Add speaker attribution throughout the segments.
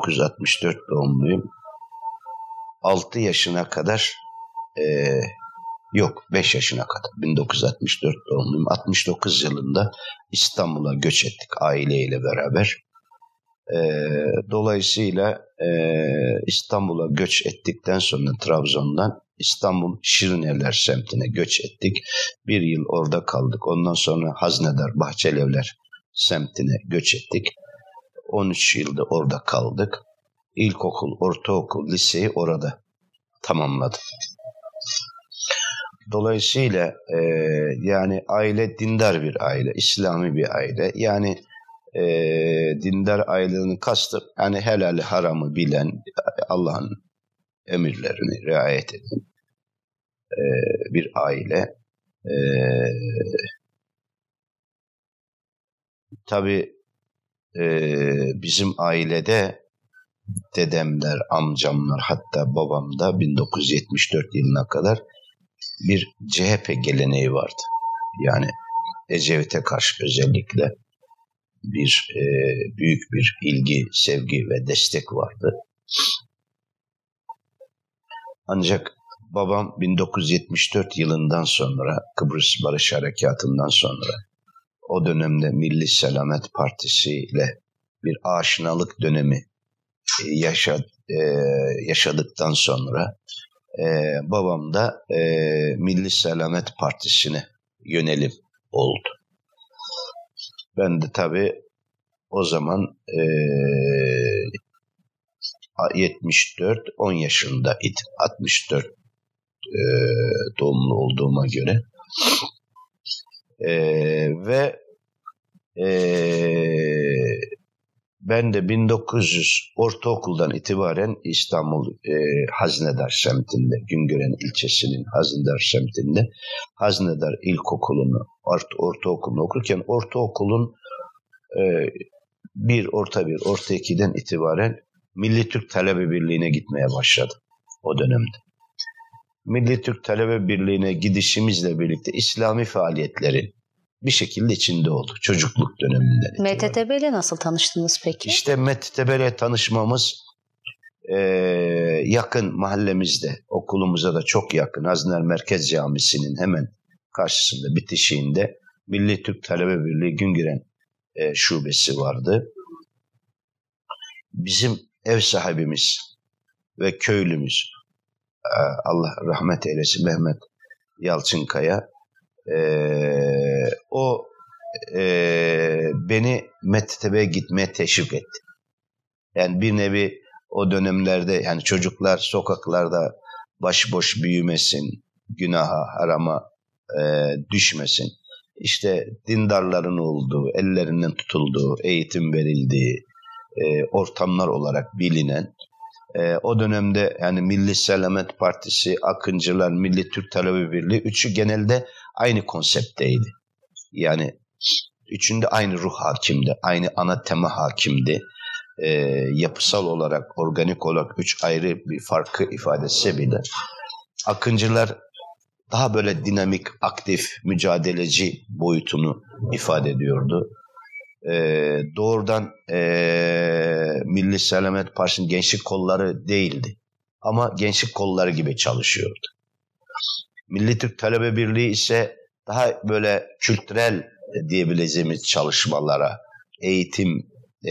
Speaker 1: 1964 doğumluyum. 6 yaşına kadar, yok 5 yaşına kadar, 1964 doğumluyum. 69 yılında İstanbul'a göç ettik aileyle beraber. Dolayısıyla İstanbul'a göç ettikten sonra Trabzon'dan İstanbul Şirinevler semtine göç ettik. Bir yıl orada kaldık. Ondan sonra Haznedar, Bahçelievler semtine göç ettik. 13 yılda orada kaldık. İlkokul, ortaokul, liseyi orada tamamladım. Dolayısıyla yani aile dindar bir aile, İslami bir aile. Yani dindar ailenin kastı yani helali haramı bilen, Allah'ın emirlerini riayet eden bir aile. Tabii bizim ailede dedemler, amcamlar, hatta babam da 1974 yılına kadar bir CHP geleneği vardı. Yani Ecevit'e karşı özellikle büyük bir ilgi, sevgi ve destek vardı. Ancak babam 1974 yılından sonra, Kıbrıs Barış Harekatı'ndan sonra o dönemde Milli Selamet Partisi ile bir aşinalık dönemi yaşadıktan sonra babam da Milli Selamet Partisi'ne yönelim oldu. Ben de tabii o zaman 74, 10 yaşındaydım. 64 doğumlu olduğuma göre. Ve ben de 1900 ortaokuldan itibaren İstanbul Haznedar semtinde, Güngören ilçesinin Haznedar semtinde Haznedar İlkokulu'nu, ortaokulunu okurken ortaokulun orta 2'den itibaren Milli Türk Talebe Birliği'ne gitmeye başladım o dönemde. Milli Türk Talebe Birliği'ne gidişimizle birlikte İslami faaliyetlerin bir şekilde içinde oldu çocukluk döneminden itibaren.
Speaker 2: MTTB ile nasıl tanıştınız peki?
Speaker 1: İşte MTTB ile tanışmamız yakın mahallemizde, okulumuza da çok yakın, Haznedar Merkez Camisi'nin hemen karşısında, bitişiğinde Milli Türk Talebe Birliği Güngören şubesi vardı. Bizim ev sahibimiz ve köylümüz, Allah rahmet eylesin, Mehmet Yalçınkaya, o beni MTTB'ye gitmeye teşvik etti. Yani bir nevi o dönemlerde yani çocuklar sokaklarda başıboş büyümesin, günaha, harama düşmesin. İşte dindarların olduğu, ellerinden tutulduğu, eğitim verildiği ortamlar olarak bilinen, o dönemde yani Milli Selamet Partisi, Akıncılar, Milli Türk Talebe Birliği üçü genelde aynı konseptteydi. Yani üçünde aynı ruh hakimdi, aynı ana tema hakimdi. Yapısal olarak, organik olarak üç ayrı bir farkı ifade etse bile Akıncılar daha böyle dinamik, aktif, mücadeleci boyutunu ifade ediyordu. Doğrudan Milli Selamet Partisi'nin gençlik kolları değildi. Ama gençlik kolları gibi çalışıyordu. Milli Türk Talebe Birliği ise daha böyle kültürel diyebileceğimiz çalışmalara, eğitim,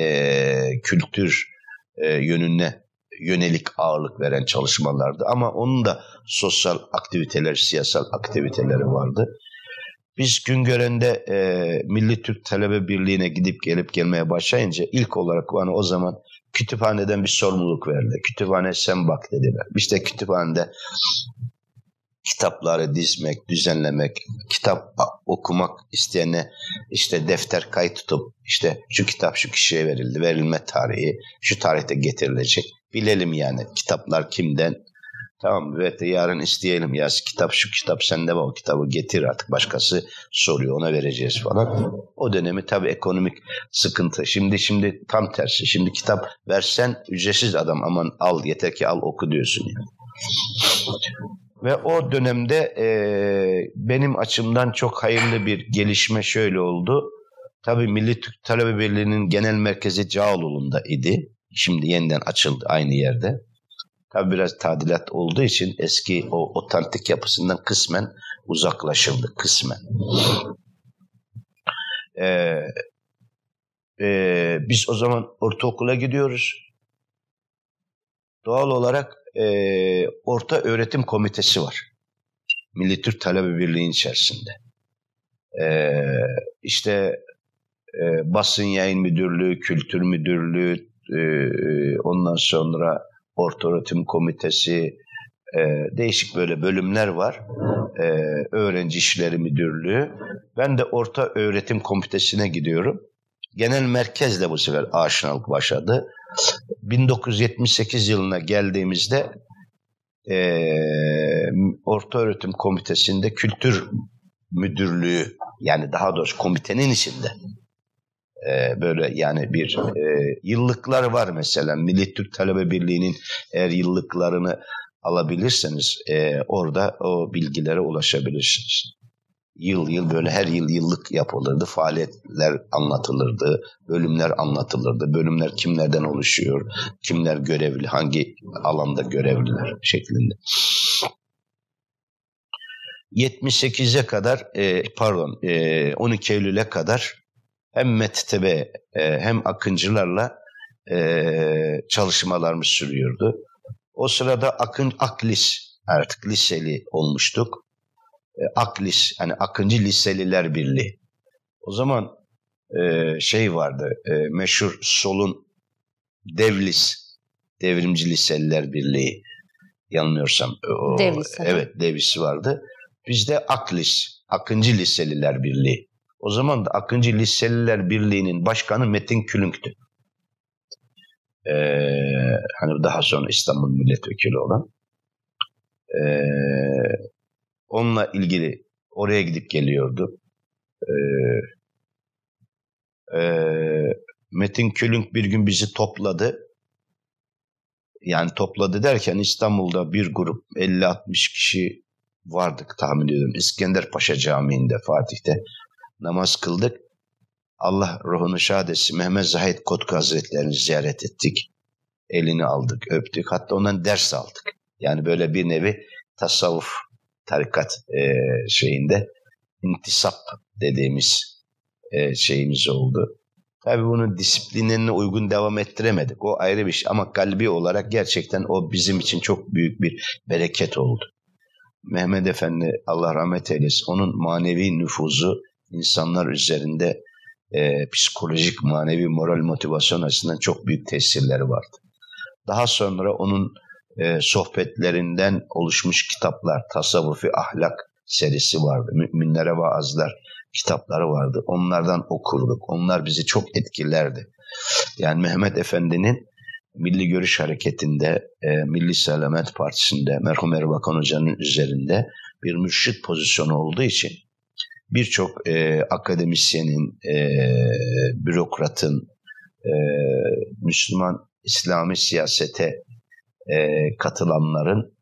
Speaker 1: kültür yönüne yönelik ağırlık veren çalışmalardı. Ama onun da sosyal aktiviteler, siyasal aktiviteleri vardı. Biz Güngören'de Milli Türk Talebe Birliği'ne gidip gelip gelmeye başlayınca ilk olarak bana o zaman kütüphaneden bir sorumluluk verdi. Kütüphane sen bak dediler. İşte kütüphanede kitapları dizmek, düzenlemek, kitap okumak isteyene işte defter kayıt tutup işte şu kitap şu kişiye verildi, verilme tarihi şu tarihte getirilecek. Bilelim yani kitaplar kimden. Tamam evet yarın isteyelim ya kitap şu kitap sende var o kitabı getir artık başkası soruyor ona vereceğiz falan. O dönemi tabii ekonomik sıkıntı. Şimdi tam tersi. Şimdi kitap versen ücretsiz adam aman al yeter ki al oku diyorsun yani. Ve o dönemde benim açımdan çok hayırlı bir gelişme şöyle oldu. Tabii Milli Türk Talebe Birliği'nin genel merkezi Cağaloğlu'nda idi. Şimdi yeniden açıldı aynı yerde. Tabii biraz tadilat olduğu için eski o otantik yapısından kısmen uzaklaşıldı. Kısmen. Biz o zaman ortaokula gidiyoruz. Doğal olarak orta öğretim komitesi var. Milli Türk Talebe Birliği'nin içerisinde. İşte basın yayın müdürlüğü, kültür müdürlüğü, ondan sonra orta öğretim komitesi, değişik böyle bölümler var. Öğrenci işleri müdürlüğü. Ben de orta öğretim komitesine gidiyorum. Genel merkezle bu sefer aşinalık başladı. 1978 yılına geldiğimizde orta öğretim komitesinde kültür müdürlüğü, yani daha doğrusu komitenin içinde böyle yani bir yıllıklar var mesela. Milli Türk Talebe Birliği'nin eğer yıllıklarını alabilirseniz orada o bilgilere ulaşabilirsiniz. Yıl böyle her yıl yıllık yapılırdı. Faaliyetler anlatılırdı. Bölümler anlatılırdı. Bölümler kimlerden oluşuyor? Kimler görevli? Hangi alanda görevliler şeklinde. 78'e kadar 12 Eylül'e kadar hem METTB hem Akıncılarla çalışmalarımız sürüyordu. O sırada Aklis, artık liseli olmuştuk. Aklis, yani Akıncı Liseliler Birliği. O zaman vardı, meşhur Sol'un Devlis, Devrimci Liseliler Birliği, yanılmıyorsam.
Speaker 2: Devlis.
Speaker 1: Evet, Devlis vardı. Bizde Aklis, Akıncı Liseliler Birliği. O zaman da Akıncı Liseliler Birliği'nin başkanı Metin Külünk'tü. Hani daha sonra İstanbul Milletvekili olan. Onunla ilgili oraya gidip geliyordu. Metin Külünk bir gün bizi topladı. Yani topladı derken İstanbul'da bir grup 50-60 kişi vardık tahmin ediyorum. İskenderpaşa Camii'nde, Fatih'te namaz kıldık. Allah ruhunu şad etsin. Mehmet Zahid Kotku Hazretlerini ziyaret ettik. Elini aldık, öptük. Hatta ondan ders aldık. Yani böyle bir nevi tasavvuf, tarikat şeyinde intisap dediğimiz şeyimiz oldu. Tabii bunun disiplinine uygun devam ettiremedik. O ayrı bir şey ama kalbi olarak gerçekten o bizim için çok büyük bir bereket oldu. Mehmet Efendi, Allah rahmet eylesin, onun manevi nüfuzu insanlar üzerinde psikolojik, manevi, moral motivasyon açısından çok büyük tesirleri vardı. Daha sonra onun sohbetlerinden oluşmuş kitaplar, Tasavvufi Ahlak serisi vardı. Müminlere Vaazlar kitapları vardı. Onlardan okurduk. Onlar bizi çok etkilerdi. Yani Mehmet Efendi'nin Milli Görüş Hareketi'nde, Milli Selamet Partisi'nde, merhum Erbakan Hoca'nın üzerinde bir mürşit pozisyonu olduğu için birçok akademisyenin, bürokratın, Müslüman İslami siyasete katılanların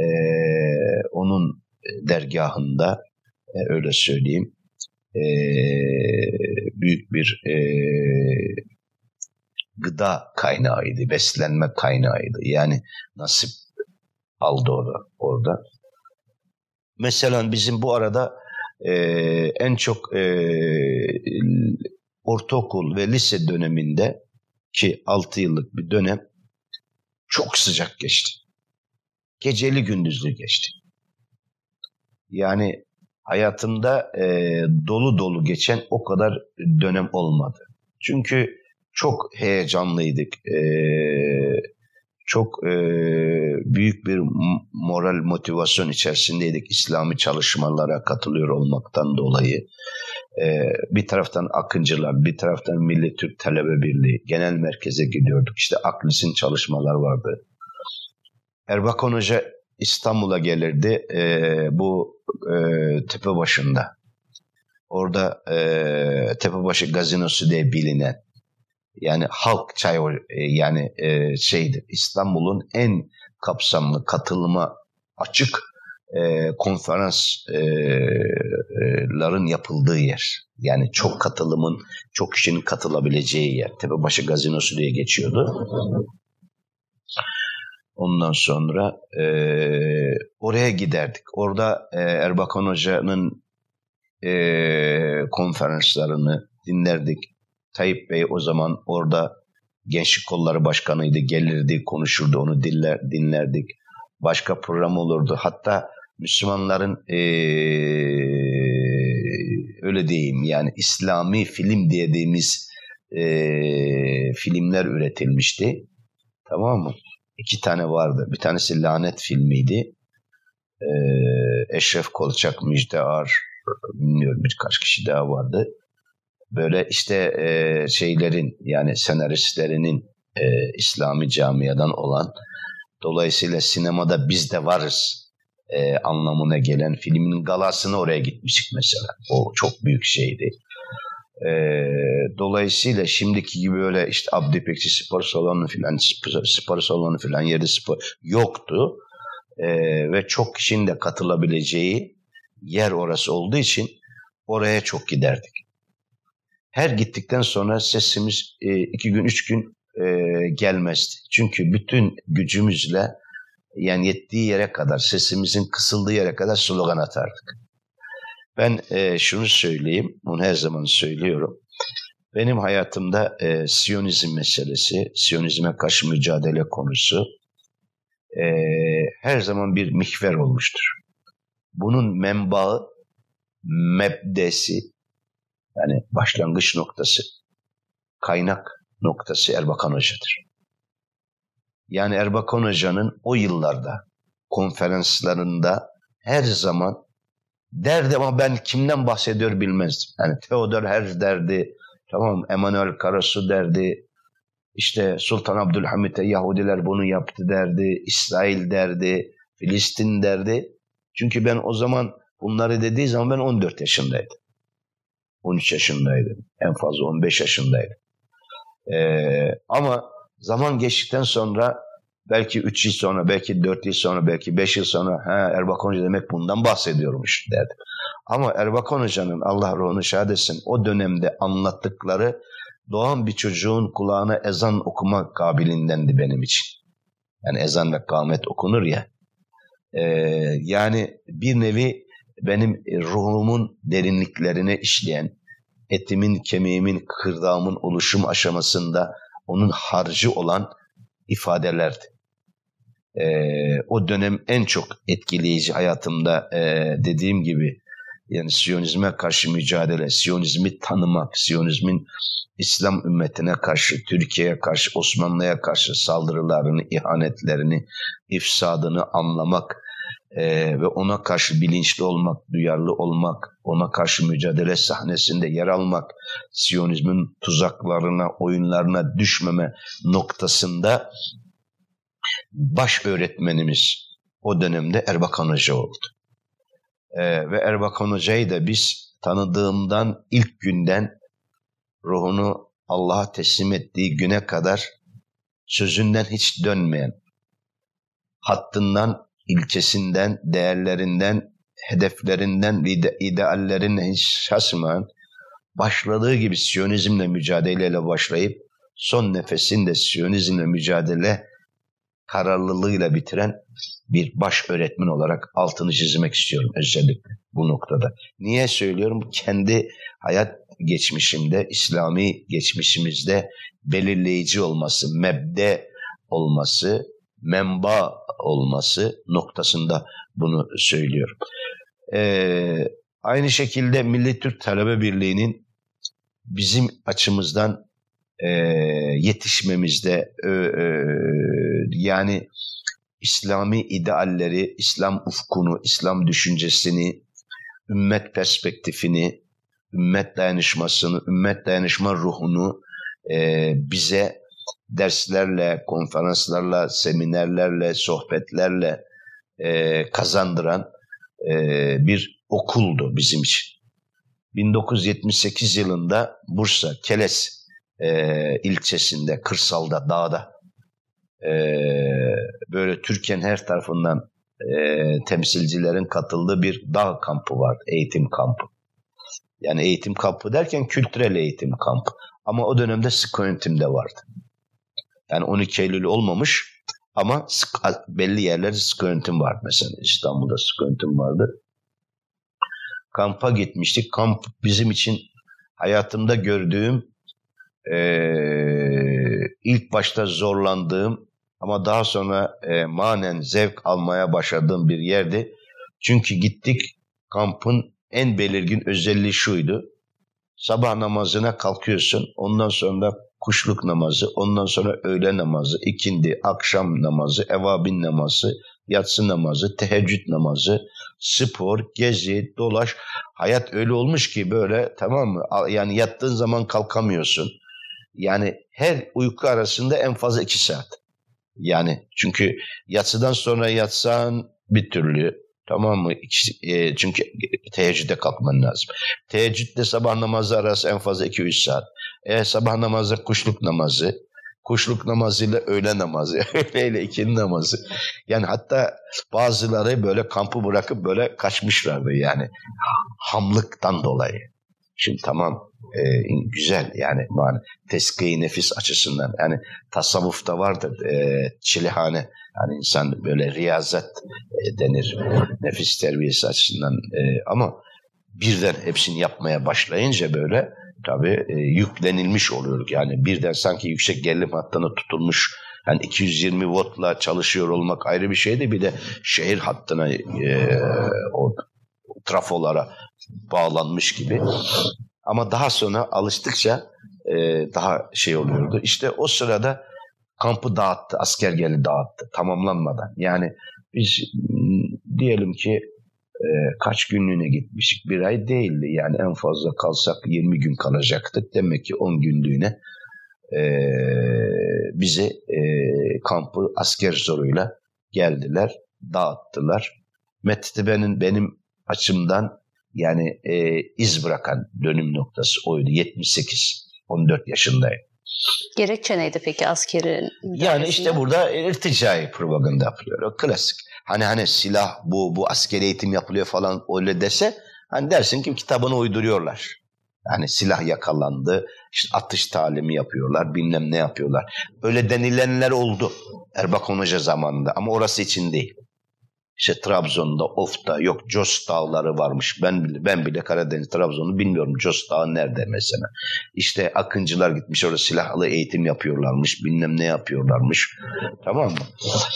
Speaker 1: onun dergahında, öyle söyleyeyim, büyük bir gıda kaynağıydı, beslenme kaynağıydı. Yani nasip aldı orada. Mesela bizim bu arada en çok ortaokul ve lise döneminde ki 6 yıllık bir dönem çok sıcak geçti. Geceli gündüzlü geçti. Yani hayatımda dolu dolu geçen o kadar dönem olmadı. Çünkü çok heyecanlıydık. Çok büyük bir moral motivasyon içerisindeydik İslami çalışmalara katılıyor olmaktan dolayı. Bir taraftan Akıncılar, bir taraftan Milli Türk Talebe Birliği genel merkeze gidiyorduk. İşte Aklis'in çalışmalar vardı. Erbakan Hoca İstanbul'a gelirdi bu Tepebaşı'nda. Orada Tepebaşı Gazinosu diye bilinen, yani halk çay, yani şeydir, İstanbul'un en kapsamlı, katılıma açık konferansların programların yapıldığı yer. Yani çok katılımın, çok kişinin katılabileceği yer. Tepebaşı Gazinosu diye geçiyordu. Ondan sonra oraya giderdik. Orada Erbakan Hoca'nın konferanslarını dinlerdik. Tayyip Bey o zaman orada Gençlik Kolları Başkanı'ydı. Gelirdi, konuşurdu, onu dinlerdik. Başka program olurdu. Hatta Müslümanların öyle diyeyim yani İslami film dediğimiz filmler üretilmişti. Tamam mı? 2 tane vardı. Bir tanesi Lanet filmiydi. Eşref Kolçak, Müjde Ar, bilmiyorum birkaç kişi daha vardı. Böyle işte şeylerin yani senaristlerinin İslami camiadan olan, dolayısıyla sinemada biz de varız anlamına gelen filmin galasına oraya gitmiştik mesela. O çok büyük şeydi. Dolayısıyla şimdiki gibi öyle işte Abdi İpekçi spor salonu filan yerde spor yoktu. Ve çok kişinin de katılabileceği yer orası olduğu için oraya çok giderdik. Her gittikten sonra sesimiz 2 gün 3 gün gelmezdi. Çünkü bütün gücümüzle yani yettiği yere kadar, sesimizin kısıldığı yere kadar slogan atardık. Ben şunu söyleyeyim, bunu her zaman söylüyorum. Benim hayatımda Siyonizm meselesi, Siyonizme karşı mücadele konusu her zaman bir mihver olmuştur. Bunun menbaı, mebdesi, yani başlangıç noktası, kaynak noktası Erbakan Hoca'dır. Yani Erbakan Hoca'nın o yıllarda konferanslarında her zaman derdi ama ben kimden bahsediyor bilmezdim. Yani Theodor Herzl derdi, tamam, Emanuel Karasu derdi, işte Sultan Abdülhamit'e Yahudiler bunu yaptı derdi, İsrail derdi, Filistin derdi. Çünkü ben o zaman bunları dediği zaman ben 14 yaşındaydım. 13 yaşındaydım. En fazla 15 yaşındaydım. Ama zaman geçtikten sonra belki 3 yıl sonra, belki 4 yıl sonra, belki 5 yıl sonra Erbakan Hoca demek bundan bahsediyormuş derdim. Ama Erbakan Hoca'nın Allah ruhunu şad etsin o dönemde anlattıkları doğan bir çocuğun kulağına ezan okuma kabiliğindendi benim için. Yani ezan ve kâmet okunur ya. Yani bir nevi benim ruhumun derinliklerine işleyen, etimin, kemiğimin, kıkırdağımın oluşum aşamasında onun harcı olan ifadelerdi. O dönem en çok etkileyici hayatımda dediğim gibi yani Siyonizme karşı mücadele, Siyonizmi tanımak, Siyonizmin İslam ümmetine karşı, Türkiye'ye karşı, Osmanlı'ya karşı saldırılarını, ihanetlerini, ifsadını anlamak ve ona karşı bilinçli olmak, duyarlı olmak, ona karşı mücadele sahnesinde yer almak, Siyonizmin tuzaklarına, oyunlarına düşmeme noktasında baş öğretmenimiz o dönemde Erbakan Hoca oldu. Ve Erbakan Hoca'yı da biz tanıdığımdan ilk günden ruhunu Allah'a teslim ettiği güne kadar sözünden hiç dönmeyen, hattından, ilkesinden, değerlerinden, hedeflerinden, ideallerinden hiç şaşmayan, başladığı gibi Siyonizmle mücadeleyle başlayıp son nefesinde Siyonizmle mücadele kararlılığıyla bitiren bir baş öğretmen olarak altını çizmek istiyorum özellikle bu noktada. Niye söylüyorum? Kendi hayat geçmişimde, İslami geçmişimizde belirleyici olması, mebde olması, menba olması noktasında bunu söylüyorum. Aynı şekilde Milli Türk Talebe Birliği'nin bizim açımızdan yetişmemizde yani İslami idealleri, İslam ufkunu, İslam düşüncesini, ümmet perspektifini, ümmet dayanışmasını, ümmet dayanışma ruhunu bize derslerle, konferanslarla, seminerlerle, sohbetlerle kazandıran bir okuldu bizim için. 1978 yılında Bursa, Keles ilçesinde, kırsalda, dağda böyle Türkiye'nin her tarafından temsilcilerin katıldığı bir dağ kampı vardı, eğitim kampı. Yani eğitim kampı derken kültürel eğitim kampı. Ama o dönemde sıkı yönetim de vardı. Yani 12 Eylül olmamış ama belli yerlerde sıkı yönetim vardı. Mesela İstanbul'da sıkı yönetim vardı. Kampa gitmiştik. Kamp bizim için hayatımda gördüğüm, ilk başta zorlandığım ama daha sonra manen zevk almaya başladığım bir yerdi. Çünkü gittik, kampın en belirgin özelliği şuydu. Sabah namazına kalkıyorsun, ondan sonra kuşluk namazı, ondan sonra öğle namazı, ikindi, akşam namazı, evabin namazı, yatsı namazı, teheccüd namazı, spor, gezi, dolaş. Hayat öyle olmuş ki böyle, tamam mı? Yani yattığın zaman kalkamıyorsun. Yani her uyku arasında en fazla 2 saat. Yani çünkü yatsıdan sonra yatsan bir türlü, tamam mı? Çünkü teheccüde kalkman lazım. Teheccüdle sabah namazı arası en fazla 2-3 saat. Sabah namazı kuşluk namazı. Kuşluk namazıyla öğle namazı. Öğleyle ikindi namazı. Yani hatta bazıları böyle kampı bırakıp böyle kaçmışlardı yani. Hamlıktan dolayı. Şimdi tamam, güzel yani tezkiye-i nefis açısından, yani tasavvufta vardır çilehane, yani insan böyle riyazet denir nefis terbiyesi açısından, ama birden hepsini yapmaya başlayınca böyle tabii yüklenilmiş oluyorduk, yani birden sanki yüksek gerilim hattına tutulmuş, yani 220 voltla çalışıyor olmak ayrı bir şeydi, bir de şehir hattına o trafolara bağlanmış gibi. Ama daha sonra alıştıkça daha şey oluyordu. İşte o sırada kampı dağıttı, asker geldi dağıttı tamamlanmadan. Yani biz diyelim ki kaç günlüğüne gitmiştik, 1 ay değildi. Yani en fazla kalsak 20 gün kalacaktık. Demek ki 10 günlüğüne bize kampı asker zoruyla geldiler, dağıttılar. Mettebe'nin benim açımdan yani iz bırakan dönüm noktası oydu. 78, 14 yaşındayım.
Speaker 2: Gerekçe neydi peki askerin?
Speaker 1: Yani işte burada irticai propaganda yapılıyor. O klasik. Hani silah bu askeri eğitim yapılıyor falan öyle dese, hani dersin ki kitabını uyduruyorlar. Yani silah yakalandı, işte atış talimi yapıyorlar, bilmem ne yapıyorlar. Öyle denilenler oldu Erbakan Hoca zamanında, ama orası için değil. İşte Trabzon'da, Of'ta, yok Jos Dağları varmış. Ben bile Karadeniz, Trabzon'u bilmiyorum. Jos Dağı nerede mesela? İşte Akıncılar gitmiş, orada silahlı eğitim yapıyorlarmış, bilmem ne yapıyorlarmış. Tamam mı?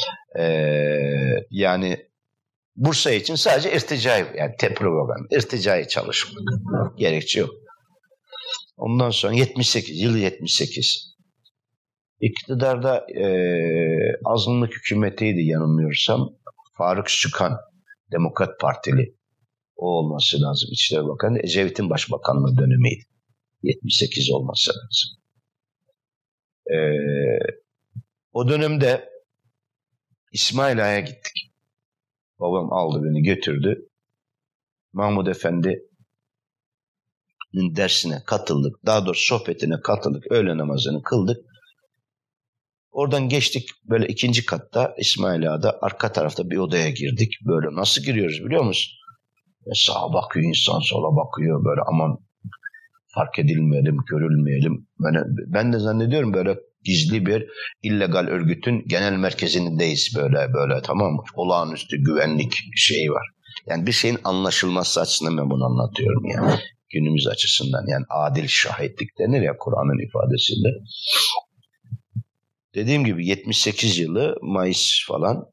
Speaker 1: Yani Bursa için sadece irticai, yani propaganda, irticai çalışmak. Gerekçe yok. Ondan sonra 78. İktidarda azınlık hükümetiydi yanılmıyorsam. Faruk Sükan, Demokrat Partili, o olması lazım. İçişleri Bakanı, Ecevit'in başbakanlığı dönemiydi. 78 olması lazım. O dönemde İsmail Ağa'ya gittik. Babam aldı beni götürdü. Mahmud Efendi'nin dersine katıldık. Daha doğrusu sohbetine katıldık. Öğle namazını kıldık. Oradan geçtik, böyle 2. katta İsmail Ağa'da arka tarafta bir odaya girdik. Böyle nasıl giriyoruz biliyor musun? Sağa bakıyor insan, sola bakıyor, böyle aman fark edilmeyelim, görülmeyelim. Ben de zannediyorum böyle gizli bir illegal örgütün genel merkezindeyiz, böyle tamam mı? Olağanüstü güvenlik şeyi var. Yani bir şeyin anlaşılması açısından ben bunu anlatıyorum yani. Günümüz açısından, yani adil şahitlik denir ya Kur'an'ın ifadesiyle. Dediğim gibi 78 yılı Mayıs falan,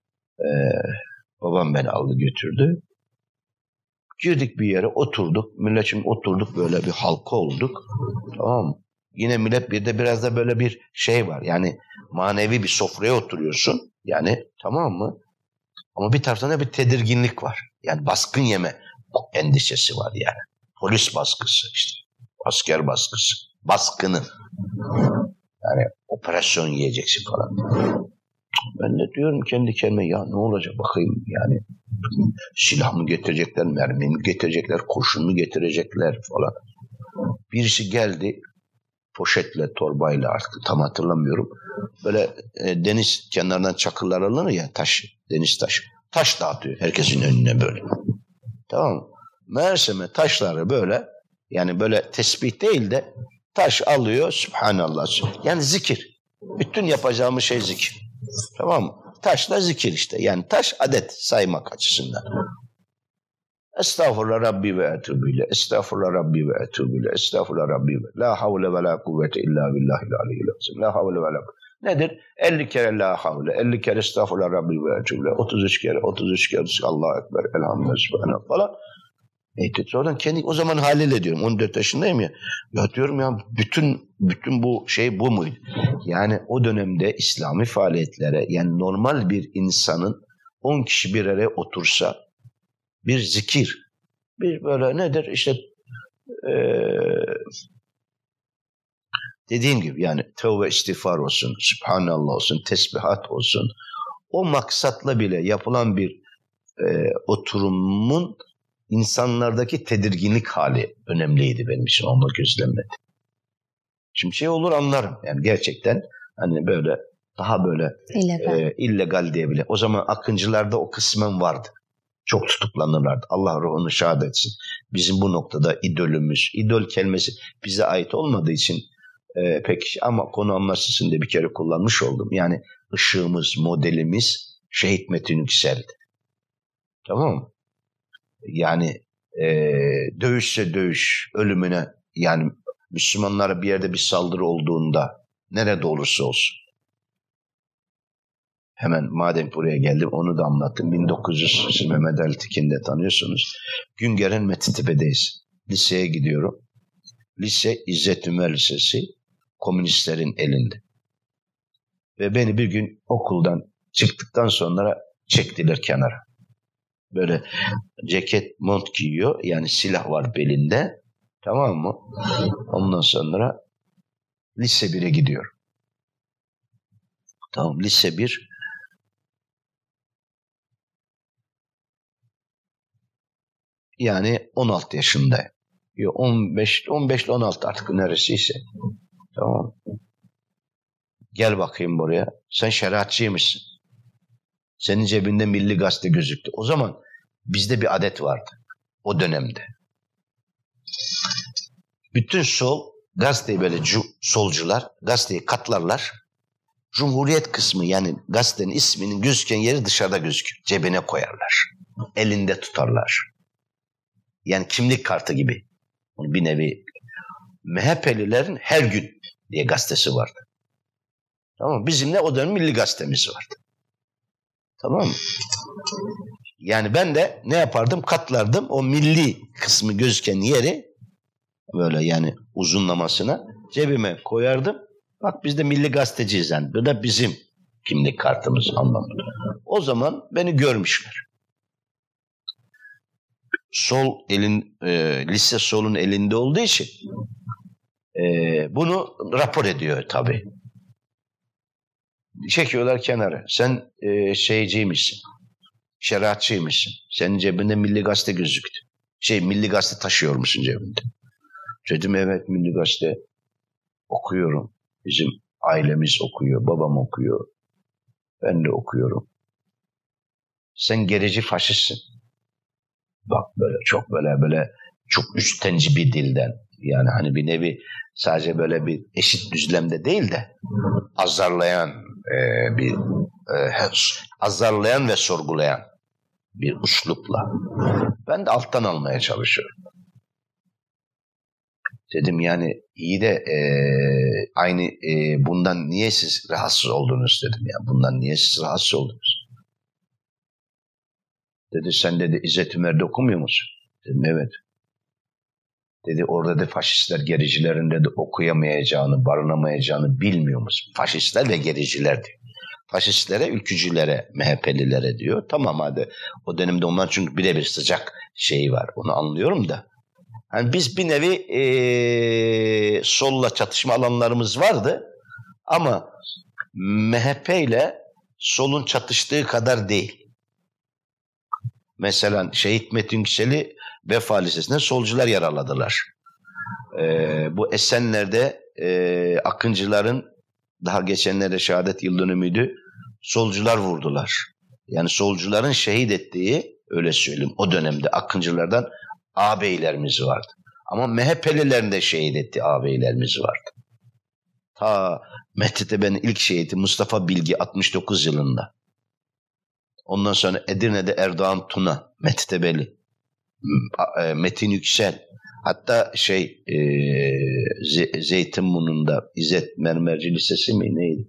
Speaker 1: babam beni aldı götürdü. Girdik bir yere, oturduk. Millet şimdi oturduk, böyle bir halka olduk. Tamam mı? Yine millet biraz da böyle bir şey var. Yani manevi bir sofraya oturuyorsun. Yani tamam mı? Ama bir taraftan da bir tedirginlik var. Yani baskın yeme endişesi var yani. Polis baskısı işte. Asker baskısı. Baskını. Yani operasyon yiyeceksin falan. Ben de diyorum kendi kendime, ya ne olacak bakayım yani. Silah mı getirecekler, mermi mi getirecekler, kurşun mu getirecekler falan. Birisi geldi poşetle, torbayla, artık tam hatırlamıyorum. Böyle deniz kenarından çakırlar alınır ya, taş, deniz taşı. Taş dağıtıyor herkesin önüne böyle. Tamam mı? Meğerse taşları böyle Yani böyle tesbih değil de taş alıyor, Subhanallah. Yani zikir. Bütün yapacağımız şey zikir. Tamam mı? Taşla zikir işte. Yani taş adet saymak açısından. Estağfurullah Rabbi ve etûbü ile. Estağfurullah Rabbi ve etûbü ile. Estağfurullah Rabbi ve. La havle ve la kuvvete illa billahil aliyyil azim. La havle ve la. Nedir? 50 kere la havle, 50 kere estağfurullah Rabbi ve etûbü ile. 33 kere Allahu ekber, elhamdülillah, subhanallah falan. Sonradan kendi o zaman haliyle diyorum. 14 yaşındayım ya. Ya diyorum ya bütün bu şey bu muydu? Yani o dönemde İslami faaliyetlere, yani normal bir insanın 10 kişi bir araya otursa bir zikir, bir böyle nedir işte dediğim gibi yani tevbe istiğfar olsun, Subhanallah olsun, tesbihat olsun. O maksatla bile yapılan bir oturumun insanlardaki tedirginlik hali önemliydi benim için, onu gözlemledim. Şimdi şey olur anlarım yani gerçekten hani böyle daha böyle illegal diyebilir. O zaman akıncılarda o kısmen vardı. Çok tutuklanırlardı. Allah ruhunu şad etsin. Bizim bu noktada idolümüz, idol kelimesi bize ait olmadığı için pek ama konu anlaşılsın diye bir kere kullanmış oldum. Yani ışığımız, modelimiz Şehit Metin Yüksel'di. Tamam mı? Yani dövüşse dövüş, ölümüne yani Müslümanlara bir yerde bir saldırı olduğunda nerede olursa olsun. Hemen madem buraya geldim onu da anlattım. 1900 siz Mehmet Ali Tekin'i de tanıyorsunuz. Güngören Metintepe'deyiz. Liseye gidiyorum. Lise İzzet Ümer Lisesi komünistlerin elinde. Ve beni bir gün okuldan çıktıktan sonra çektiler kenara. Böyle ceket, mont giyiyor. Yani silah var belinde. Tamam mı? Ondan sonra lise 1'e gidiyor. Tamam, lise 1. Yani 16 yaşındayım. 15 ile 16 artık neresiyse. Tamam. Gel bakayım buraya. Sen şeriatçıymışsın. Senin cebinde Milli Gazete gözüktü. O zaman bizde bir adet vardı. O dönemde. Bütün sol gazeteyi böyle solcular gazeteyi katlarlar. Cumhuriyet kısmı yani gazetenin isminin gözüken yeri dışarıda gözüküyor. Cebine koyarlar. Elinde tutarlar. Yani kimlik kartı gibi. Bir nevi MHP'lilerin Her Gün diye gazetesi vardı. Tamam mı? Bizim de o dönem Milli Gazetemiz vardı. Tamam mı? Yani ben de ne yapardım? Katlardım. O milli kısmı gözüken yeri böyle yani uzunlamasına cebime koyardım. Bak biz de Milli Gazeteciyiz yani. Bu da bizim kimlik kartımız anlamında. O zaman beni görmüşler. Sol elin lise solun elinde olduğu için bunu rapor ediyor tabii. Çekiyorlar kenara. Sen şeyciymişsin. Şeriatçıymışsın. Senin cebinde Milli Gazete gözüktü. Milli Gazete taşıyormuşsun cebinde. Dedim evet Milli Gazete okuyorum. Bizim ailemiz okuyor. Babam okuyor. Ben de okuyorum. Sen gerici faşistsin. Bak böyle çok üstenci bir dilden. Yani hani bir nevi sadece böyle bir eşit düzlemde değil de azarlayan azarlayan ve sorgulayan bir üslupla. Ben de alttan almaya çalışıyorum. Dedim yani iyi de aynı bundan niye siz rahatsız oldunuz dedim ya. Bundan niye siz rahatsız oldunuz? Dedi sen dedi İzzet Ümer'de okumuyor musun? Dedim evet. Dedi orada da faşistler gericilerin dedi okuyamayacağını, barınamayacağını bilmiyor musun? Faşistler ve gericiler diyor. Faşistlere, ülkücülere, MHP'lilere diyor. Tamam hadi o dönemde ondan çünkü birebir sıcak şeyi var. Onu anlıyorum da. Yani biz bir nevi solla çatışma alanlarımız vardı. Ama MHP ile solun çatıştığı kadar değil. Mesela Şehit Metin Yüksel'i Vefa Lisesi'nde solcular yaraladılar. Bu Esenler'de Akıncıların daha geçenlerde şehadet yıl dönümüydü. Solcular vurdular. Yani solcuların şehit ettiği öyle söyleyeyim o dönemde Akıncılardan ağabeylerimiz vardı. Ama MHP'lilerin de şehit ettiği ağabeylerimiz vardı. Ta Mehtetepe'nin ilk şehidi Mustafa Bilgi 69 yılında. Ondan sonra Edirne'de Erdoğan Tuna, Mehtepeli, Metin Yüksel, hatta Zeytinburnu'nda İzzet Mermerci Lisesi mi neydi?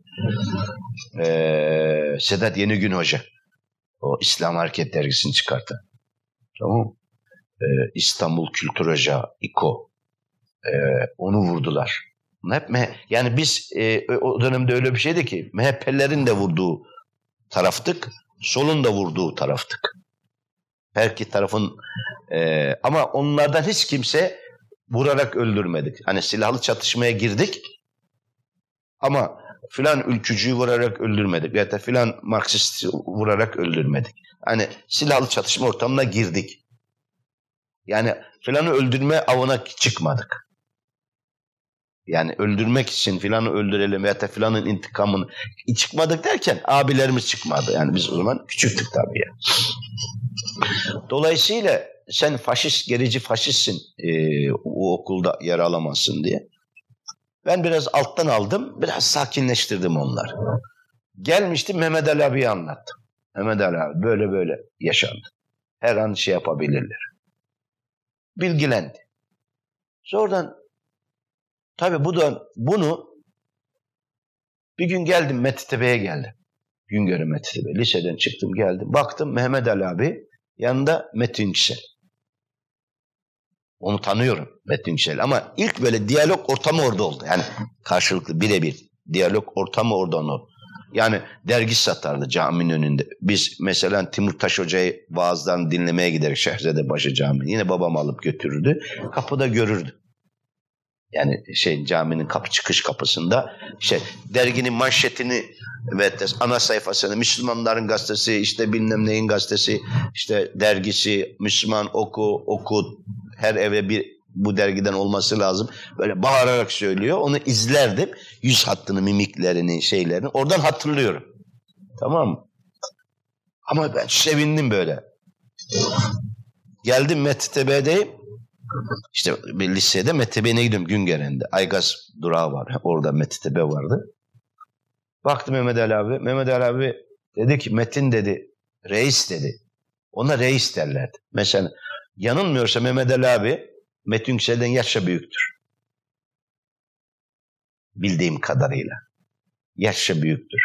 Speaker 1: Sedat Yenigün Hoca, o İslam Hareket Dergisi'ni çıkarttı. Tamam. İstanbul Kültür Ocağı, İKO, onu vurdular. Hep yani biz o dönemde öyle bir şeydi ki MHP'lerin de vurduğu taraftık, solun da vurduğu taraftık. Her iki tarafın ama onlardan hiç kimse vurarak öldürmedik. Hani silahlı çatışmaya girdik ama filan ülkücüyü vurarak öldürmedik. Ya da filan Marksisti vurarak öldürmedik. Hani silahlı çatışma ortamına girdik. Yani filanı öldürme avına çıkmadık. Yani öldürmek için filanı öldürelim veya da filanın intikamını çıkmadık derken abilerimiz çıkmadı. Yani biz o zaman küçüktük tabii ya. Dolayısıyla sen faşist, gerici faşistsin o okulda yer alamazsın diye. Ben biraz alttan aldım, biraz sakinleştirdim onları. Gelmiştim Mehmet Ali abiye anlattım. Mehmet Ali abi böyle böyle yaşandı. Her an şey yapabilirler. Bilgilendi. Sonradan tabii bunu bir gün geldim Mehtetepe'ye geldim. Güngör'e Mehtetepe. Liseden çıktım geldim. Baktım Mehmet Ali abi yanında Metin Yüksel. Onu tanıyorum Metin Yüksel ama ilk böyle diyalog ortamı orada oldu. Yani karşılıklı birebir diyalog ortamı oradan oldu. Yani dergi satardı caminin önünde. Biz mesela Timurtaş Hoca'yı vaazlarını dinlemeye giderek Şehzadebaşı Camii. Yine babam alıp götürürdü. Kapıda görürdü. Yani caminin çıkış kapısında derginin manşetini ve ana sayfasını Müslümanların gazetesi, işte bilmem neyin gazetesi, işte dergisi, Müslüman oku, her eve bu dergiden olması lazım. Böyle bağırarak söylüyor. Onu izlerdim. Yüz hattını, mimiklerini, şeylerini. Oradan hatırlıyorum. Tamam mı? Ama ben sevindim böyle. Geldim Mehtetepe'deyim. İşte bir lisede Mehtetepe'ye gidiyorum Güngören'de. Aygaz durağı var. Orada Mehtetepe vardı. Baktım Mehmet Ali abi. Mehmet Ali abi dedi ki Metin dedi, reis dedi. Ona reis derlerdi. Mesela yanılmıyorsa Mehmet Ali abi Metin Yüksel'den yaşça büyüktür. Bildiğim kadarıyla. Yaşça büyüktür.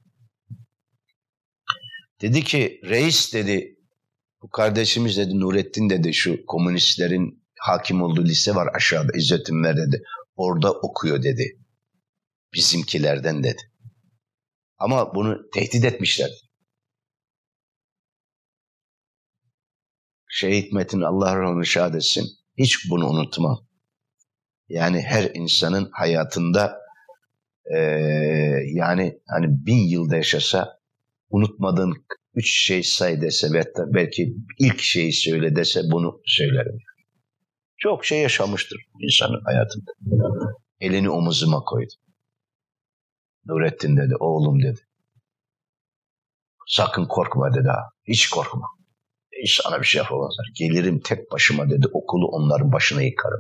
Speaker 1: Dedi ki reis dedi, bu kardeşimiz dedi Nurettin dedi şu komünistlerin hakim olduğu lise var aşağıda İzzet Ünver dedi. Orada okuyor dedi. Bizimkilerden dedi. Ama bunu tehdit etmişler. Şehit Metin Allah ruhunu şad etsin. Hiç bunu unutmam. Yani her insanın hayatında yani hani 1000 yılda yaşasa unutmadığın 3 şey say dese ve belki ilk şeyi söyle dese bunu söylerim. Çok şey yaşamıştır insanın hayatında. Elini omuzuma koydu. Nurettin dedi, oğlum dedi. Sakın korkma dedi ha. Hiç korkma. Hiç sana bir şey yapamazlar. Gelirim tek başıma dedi. Okulu onların başına yıkarım.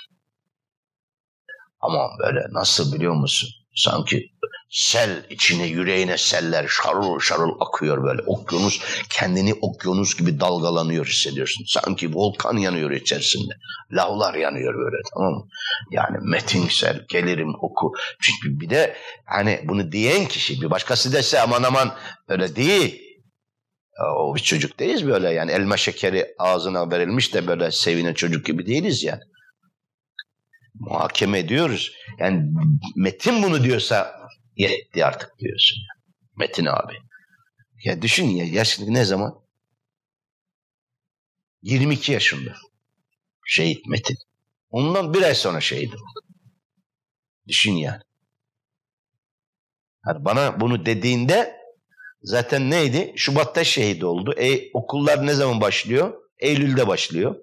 Speaker 1: Ama böyle nasıl biliyor musun? Sanki sel içine, yüreğine seller şarıl şarıl akıyor böyle. Okyanus, kendini okyanus gibi dalgalanıyor hissediyorsun. Sanki volkan yanıyor içerisinde. Lavlar yanıyor böyle, tamam mı? Yani Metin Yüksel, gelirim oku. Çünkü bir de hani bunu diyen kişi, bir başkası dese aman öyle değil. O bir çocuk değiliz böyle yani. Elma şekeri ağzına verilmiş de böyle sevinen çocuk gibi değiliz yani. Muhakeme ediyoruz. Yani Metin bunu diyorsa yetti artık diyorsun. Metin abi. Ya düşün ya, yaşlı ne zaman? 22 yaşında. Şehit Metin. Ondan bir ay sonra şehit oldu. Düşün yani. Yani bana bunu dediğinde zaten neydi? Şubat'ta şehit oldu. Okullar ne zaman başlıyor? Eylül'de başlıyor.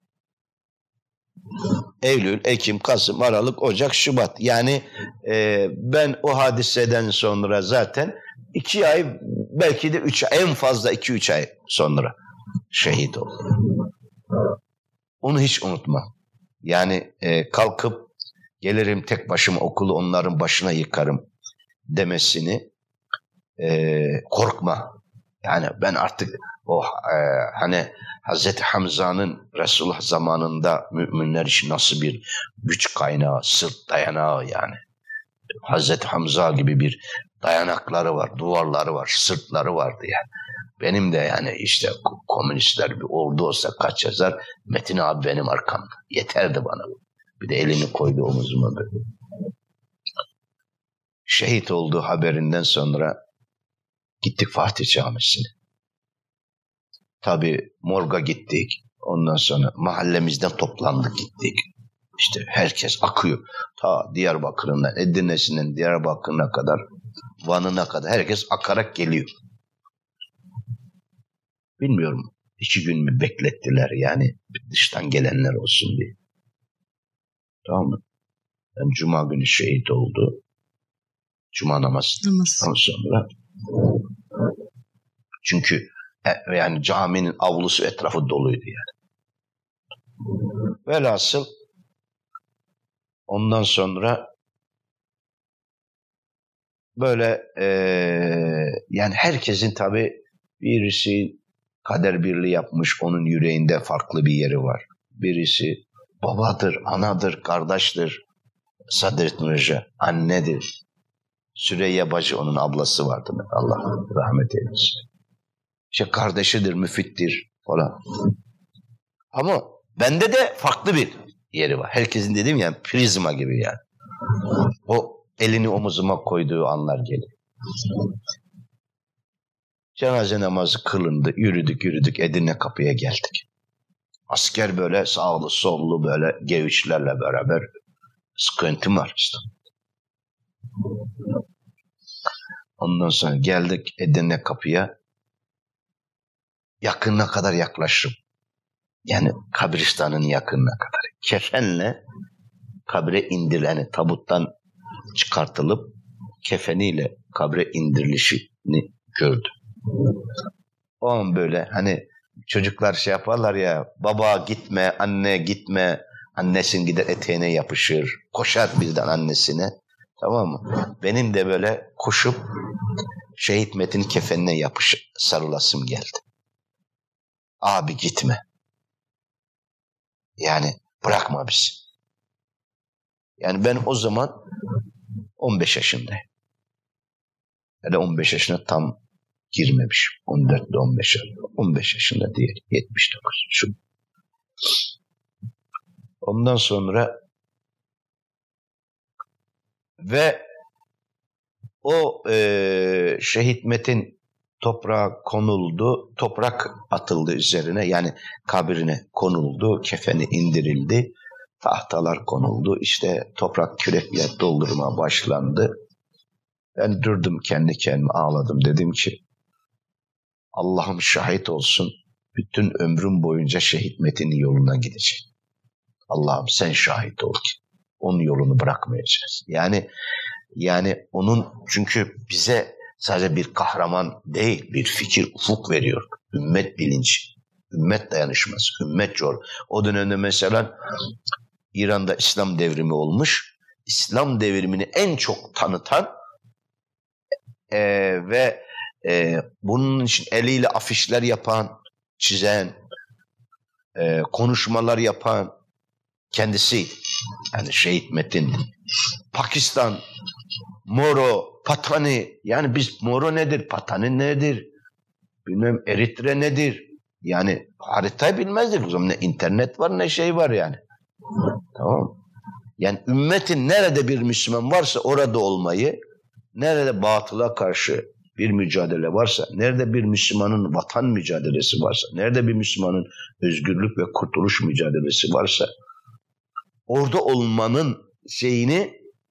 Speaker 1: Eylül, Ekim, Kasım, Aralık, Ocak, Şubat. Yani ben o hadiseden sonra zaten 2 ay, belki de 3 ay, en fazla 2-3 ay sonra şehit oldum. Onu hiç unutmam. Yani kalkıp gelirim tek başıma okulu onların başına yıkarım demesini korkma. Yani ben artık hani Hazreti Hamza'nın Resulullah zamanında müminler için nasıl bir güç kaynağı, sırt dayanağı yani. Hazreti Hamza gibi bir dayanakları var, duvarları var, sırtları vardı yani. Benim de yani işte komünistler bir ordu olsa kaç yazar, Metin abi benim arkamda. Yeterdi bana bu. Bir de elini koydu omuzuma böyle. Şehit olduğu haberinden sonra gittik Fatih Camisi'ne. Tabii morga gittik. Ondan sonra mahallemizden toplandık gittik. İşte herkes akıyor. Ta Diyarbakır'ından, Edirne'sinden Diyarbakır'ına kadar, Van'ına kadar herkes akarak geliyor. Bilmiyorum 2 gün mü beklettiler yani dıştan gelenler olsun diye. Tamam mı? Yani Cuma günü şehit oldu. Cuma namazından sonra. Çünkü yani caminin avlusu etrafı doluydu yani. Velhasıl ondan sonra böyle yani herkesin tabii birisi kader birliği yapmış, onun yüreğinde farklı bir yeri var. Birisi babadır, anadır, kardeştir. Sadrettin Hoca annedir. Süreyya Bacı onun ablası vardı. Allah rahmet eylesin. İşte kardeşidir, müfittir falan. Ama bende de farklı bir yeri var. Herkesin dediğim yani prizma gibi yani. O elini omuzuma koyduğu anlar geliyor. Cenaze namazı kılındı. Yürüdük Edirne kapıya geldik. Asker böyle sağlı sollu böyle geviçlerle beraber sıkıntı var işte. Ondan sonra geldik Edirne kapıya. Yakınına kadar yaklaştım. Yani kabristanın yakınına kadar. Kefenle kabre indirilen, tabuttan çıkartılıp kefeniyle kabre indirilişini gördüm. O an böyle hani çocuklar şey yaparlar ya, baba gitme, anne gitme, annesin gider eteğine yapışır, koşar birden annesine, tamam mı? Benim de böyle koşup şehit Metin kefenine sarılasım geldi. Abi gitme. Yani bırakma bizi. Yani ben o zaman 15 yaşındayım. Yani 15 yaşına tam girmemişim. 14 ile 15 yaşında değil. 79. Şu. Ondan sonra ve o şehit Metin toprağa konuldu. Toprak atıldı üzerine. Yani kabrine konuldu. Kefeni indirildi. Tahtalar konuldu. İşte toprak kürekle doldurma başlandı. Ben durdum kendi kendime ağladım. Dedim ki Allah'ım şahit olsun. Bütün ömrüm boyunca şehit Metin'in yoluna gidecek. Allah'ım sen şahit ol ki onun yolunu bırakmayacağız. Yani onun çünkü bize sadece bir kahraman değil, bir fikir, ufuk veriyor. Ümmet bilinci, ümmet dayanışması, ümmet yolu. O dönemde mesela İran'da İslam devrimi olmuş. İslam devrimini en çok tanıtan ve bunun için eliyle afişler yapan, çizen, konuşmalar yapan kendisiydi. Yani şehit Metin. Pakistan, Moro, Patani. Yani biz Moro nedir, Patani nedir, bilmem Eritre nedir. Yani haritayı bilmezdik o zaman. Ne internet var ne şey var yani. Tamam. Yani ümmetin nerede bir Müslüman varsa orada olmayı, nerede batıla karşı bir mücadele varsa, nerede bir Müslümanın vatan mücadelesi varsa, nerede bir Müslümanın özgürlük ve kurtuluş mücadelesi varsa, orada olmanın şeyini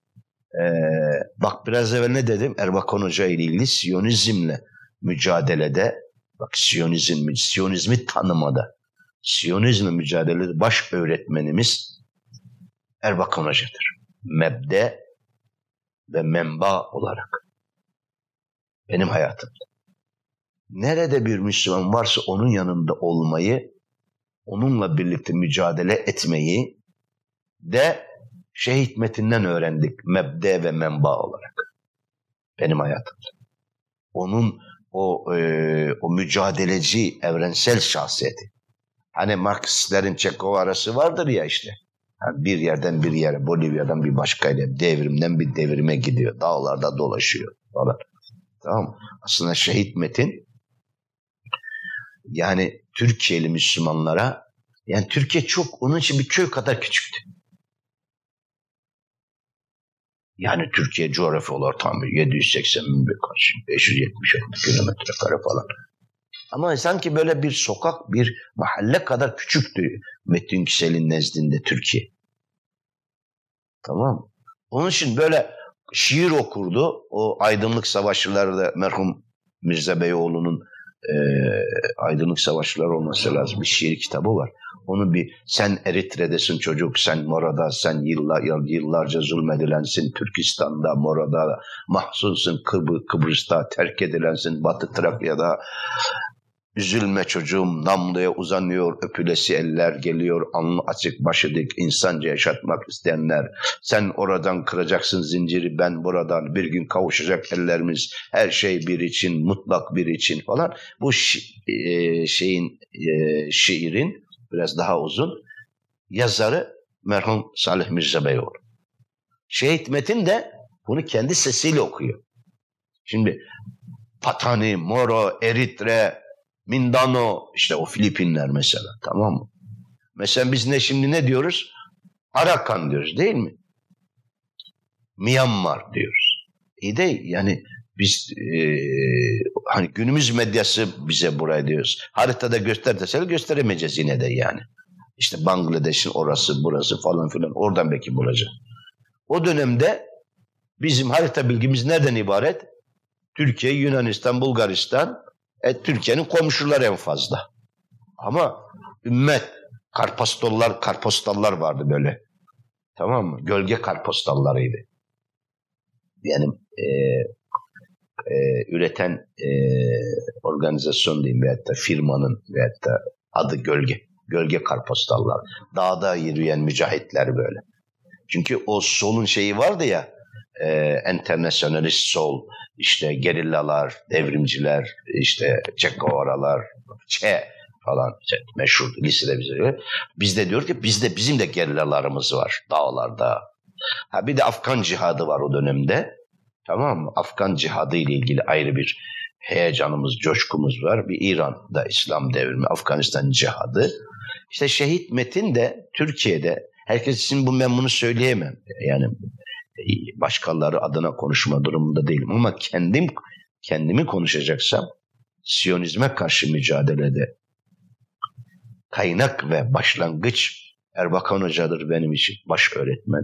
Speaker 1: bak biraz evvel ne dedim? Erbakan Hoca ile ilgili Siyonizmle mücadelede, bak Siyonizmi tanımada, Siyonizmle mücadelede baş öğretmenimiz Erbakan Hoca'dır. Mebde ve menba olarak benim hayatımda. Nerede bir Müslüman varsa onun yanında olmayı, onunla birlikte mücadele etmeyi, de Şeyh Hikmet'inden öğrendik mebde ve menba olarak. Benim hayatımda. Onun o mücadeleci evrensel şahsiyeti. Hani Marksistlerin Che Guevara'sı vardır ya işte. Yani bir yerden bir yere, Bolivya'dan bir başka yere, devrimden bir devrime gidiyor. Dağlarda dolaşıyor falan. Tamam. Aslında Şehit Metin yani Türkiye'li Müslümanlara, yani Türkiye çok onun için bir köy kadar küçüktü. Yani Türkiye coğrafi olarak tam 780 570 kilometre kare falan. Ama sanki böyle bir sokak, bir mahalle kadar küçüktü Metin Yüksel'in nezdinde Türkiye. Tamam. Onun için böyle şiir okurdu. O aydınlık savaşçıları da merhum Mirza Beyoğlu'nun aydınlık savaşçılar olması lazım. Bir şiir kitabı var. Onu sen Eritre'desin çocuk, sen Mora'da, sen yıllarca zulmedilensin Türkistan'da, Mora'da, mahzunsun Kıbrıs'ta, terk edilensin Batı Trakya'da. Üzülme çocuğum, namluya uzanıyor, öpülesi eller geliyor, alnı açık başı dik, insanca yaşatmak isteyenler. Sen oradan kıracaksın zinciri, ben buradan, bir gün kavuşacak ellerimiz, her şey bir için, mutlak bir için falan. Bu şiirin biraz daha uzun, yazarı merhum Salih Mirza Beyoğlu. Şehit Metin de bunu kendi sesiyle okuyor. Şimdi Patani, Moro, Eritre, Mindanao, işte o Filipinler mesela, tamam mı? Mesela biz şimdi ne diyoruz? Arakan diyoruz değil mi? Myanmar diyoruz. İyi değil yani biz hani günümüz medyası bize buraya diyoruz. Haritada göster deseler gösteremeyeceğiz yine de yani. İşte Bangladeş'in orası burası falan filan oradan belki bulacağız. O dönemde bizim harita bilgimiz nereden ibaret? Türkiye, Yunanistan, Bulgaristan, Türkiye'nin komşuları en fazla. Ama ümmet, karpostallar vardı böyle. Tamam mı? Gölge karpostallarıydı. Yani üreten organizasyon diyeyim veyahut da firmanın veyahut da adı gölge. Gölge karpostallar. Dağda yürüyen mücahitler böyle. Çünkü o solun şeyi vardı ya, enternasyonalist sol, işte gerillalar, devrimciler, işte Che Guevara'lar, falan meşhur lisede bize. Biz de diyor ki bizim de gerillalarımız var dağlarda. Bir de Afgan cihadı var o dönemde. Tamam mı? Afgan cihadı ile ilgili ayrı bir heyecanımız, coşkumuz var. Bir İran'da İslam devrimi, Afganistan cihadı. İşte Şehit Metin de Türkiye'de, herkes için ben bunu söyleyemem. Yani başkaları adına konuşma durumunda değilim. Ama kendimi konuşacaksam Siyonizme karşı mücadelede kaynak ve başlangıç Erbakan Hoca'dır benim için, baş öğretmen.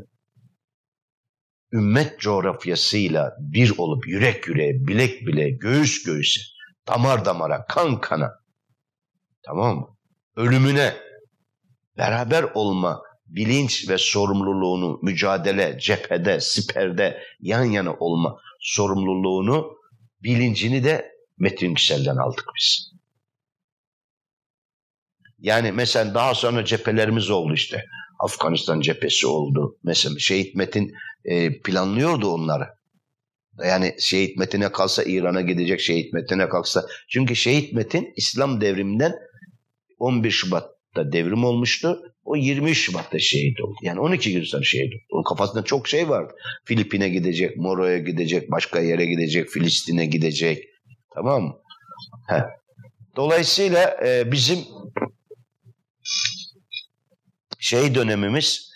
Speaker 1: Ümmet coğrafyasıyla bir olup yürek yüreğe, bilek bileğe, göğüs göğüse, damar damara, kan kana, tamam mı? Ölümüne beraber olma bilinç ve sorumluluğunu, mücadele, cephede, siperde yan yana olma sorumluluğunu, bilincini de Metin Yüksel'den aldık biz. Yani mesela daha sonra cephelerimiz oldu işte. Afganistan cephesi oldu. Mesela Şehit Metin planlıyordu onları. Yani Şehit Metin'e kalsa İran'a gidecek, Şehit Metin'e kalksa. Çünkü Şehit Metin İslam devriminden 11 Şubat'ta devrim olmuştu. O 23 Şubat'ta şehit oldu. Yani 12 gün sonra şehit oldu. Onun kafasında çok şey vardı. Filipin'e gidecek, Moro'ya gidecek, başka yere gidecek, Filistin'e gidecek. Tamam mı? Dolayısıyla bizim dönemimiz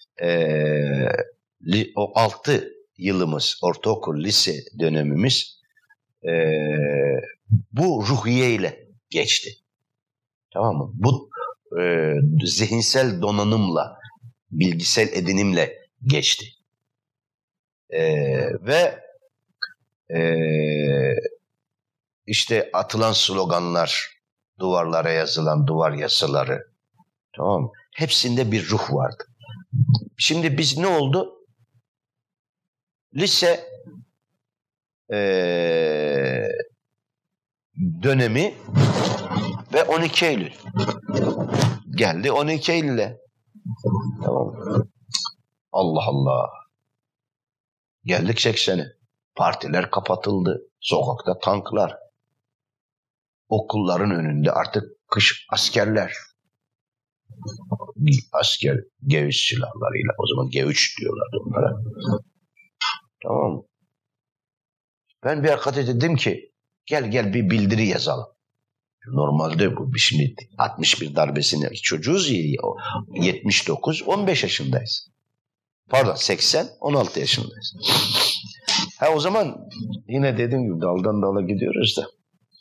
Speaker 1: o 6 yılımız, ortaokul, lise dönemimiz bu ruhiyeyle geçti. Tamam mı? Bu zihinsel donanımla, bilgisel edinimle geçti. Ve işte atılan sloganlar, duvarlara yazılan duvar yazıları, tamam mı? Hepsinde bir ruh vardı. Şimdi biz ne oldu? Lise dönemi ve 12 Eylül. Geldi 12 Eylül'e. Tamam. Allah Allah. Geldik 80'e. Partiler kapatıldı. Sokakta tanklar. Okulların önünde artık kış askerler. Asker G3 silahlarıyla. O zaman G3 diyorlardı onlara. Tamam mı? Ben bir arkadaşa dedim ki gel bir bildiri yazalım. Normalde bu şimdi 61 darbesini çocuğuz ya 79 15 yaşındayız. Pardon 80 16 yaşındayız. O zaman yine dediğim gibi daldan dala gidiyoruz da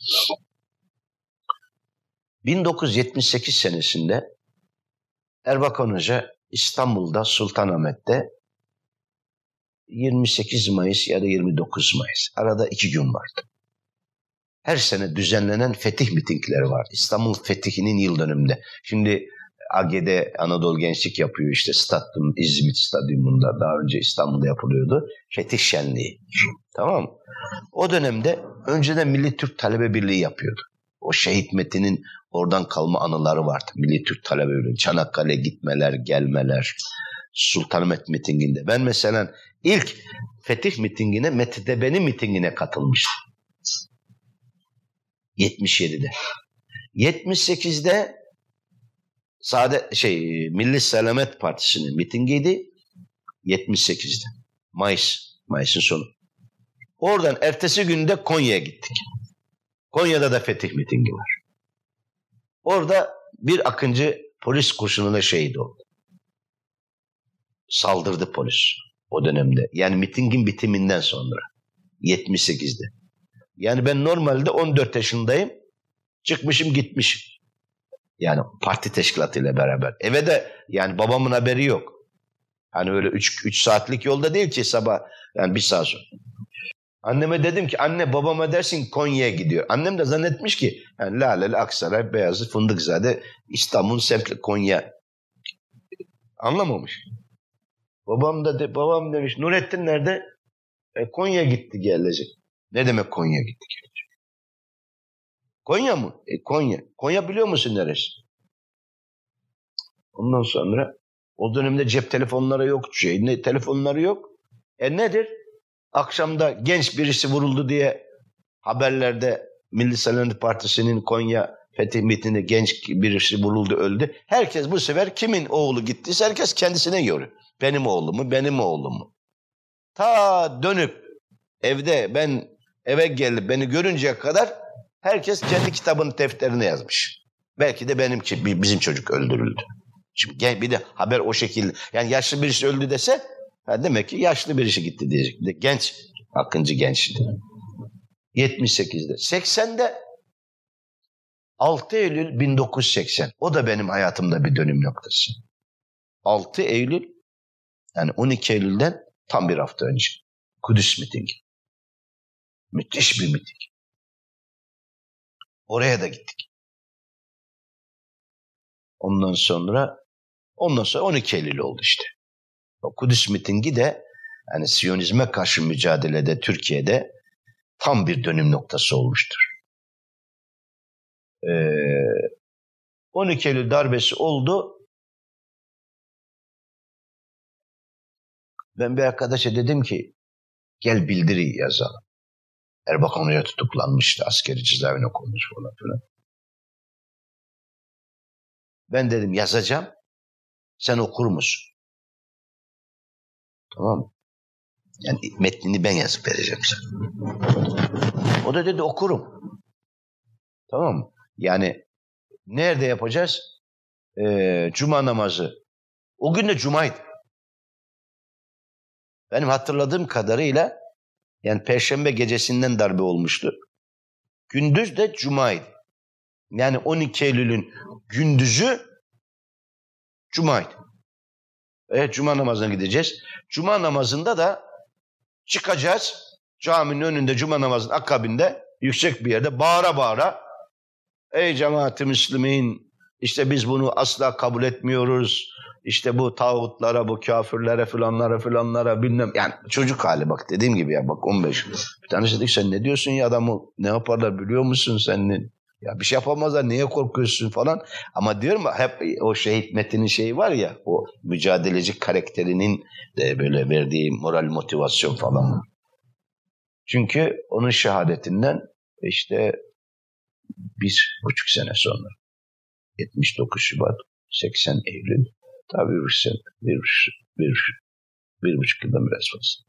Speaker 1: 1978 senesinde Erbakan Hoca İstanbul'da Sultanahmet'te 28 Mayıs ya da 29 Mayıs arada 2 gün vardı. Her sene düzenlenen fetih mitingleri var. İstanbul fethinin yıl dönümünde. Şimdi AGD Anadolu Gençlik yapıyor işte Stadyum, İzmit Stadyumunda daha önce İstanbul'da yapılıyordu. Fetih Şenliği. Tamam mı? O dönemde önceden Milli Türk Talebe Birliği yapıyordu. O Şehit Metin'in oradan kalma anıları vardı. Milli Türk Talebe Birliği. Çanakkale gitmeler, gelmeler. Sultanahmet mitinginde. Ben mesela ilk fetih mitingine Mettebe'nin mitingine katılmıştım. 77'de. 78'de Milli Selamet Partisi'nin mitingiydi. 78'de. Mayıs'ın sonu. Oradan ertesi günde Konya'ya gittik. Konya'da da fetih mitingi var. Orada bir Akıncı polis kurşununa şehit oldu. Saldırdı polis o dönemde. Yani mitingin bitiminden sonra. 78'de. Yani ben normalde 14 yaşındayım. Çıkmışım gitmişim. Yani parti teşkilatıyla beraber. Eve de yani babamın haberi yok. Hani öyle 3 saatlik yolda değil ki sabah. Yani 1 saat sonra. Anneme dedim ki anne babama dersin Konya'ya gidiyor. Annem de zannetmiş ki yani Laleli, Aksaray, Beyazıt, Fındıkzade, İstanbul, semtli Konya. Anlamamış. Babam demiş Nurettin nerede? Konya gitti gelecek. Ne demek Konya gitti gelecek? Konya mı? Konya. Konya biliyor musun neresi? Ondan sonra o dönemde cep telefonları yok. Telefonları yok. Nedir? Akşamda genç birisi vuruldu diye haberlerde Milli Selamet Partisi'nin Konya fetih mitinginde genç birisi vuruldu öldü. Herkes bu sefer kimin oğlu gittiyse herkes kendisine yoruyor. Benim oğlum mu? Ta dönüp ben eve gelip beni görünceye kadar herkes kendi kitabının defterine yazmış. Belki de bizim çocuk öldürüldü. Şimdi bir de haber o şekilde. Yani yaşlı birisi öldü dese demek ki yaşlı birisi gitti diyecek. Bir de genç, Akıncı gençti. 78'de. 80'de 6 Eylül 1980. O da benim hayatımda bir dönüm noktası. 6 Eylül yani 12 Eylül'den tam bir hafta önce. Kudüs mitingi. Müthiş bir miting. Oraya da gittik. Ondan sonra 12 Eylül oldu işte. O Kudüs mitingi de yani Siyonizme karşı mücadelede Türkiye'de tam bir dönüm noktası olmuştur. 12 Eylül darbesi oldu. Ben bir arkadaşa dedim ki gel bildiri yazalım. Erbakan Hoca tutuklanmıştı. Askeri cezaevine konmuş falan filan. Ben dedim yazacağım. Sen okur musun? Tamam mı? Yani metnini ben yazıp vereceğim sana. O da dedi okurum. Tamam mı? Yani nerede yapacağız? Cuma namazı. O gün de cumaydı. Benim hatırladığım kadarıyla yani Perşembe gecesinden darbe olmuştu. Gündüz de cumaydı. Yani 12 Eylül'ün gündüzü cumaydı. Cuma namazına gideceğiz. Cuma namazında da çıkacağız. Caminin önünde cuma namazının akabinde yüksek bir yerde bağıra bağıra ey cemaat-i Müslümin işte biz bunu asla kabul etmiyoruz. İşte bu tağutlara, bu kafirlere filanlara bilmem. Yani çocuk hali bak dediğim gibi ya bak 15. Bir tanesi dedik sen ne diyorsun ya adamı ne yaparlar biliyor musun sen? Ya bir şey yapamazlar, niye korkuyorsun falan. Ama diyorum hep o Şehit Metin'in şeyi var ya, o mücadeleci karakterinin de böyle verdiği moral motivasyon falan. Çünkü onun şehadetinden işte 1,5 sene sonra 79 Şubat 80 Eylül tabii bir buçuk yıldan biraz fazla.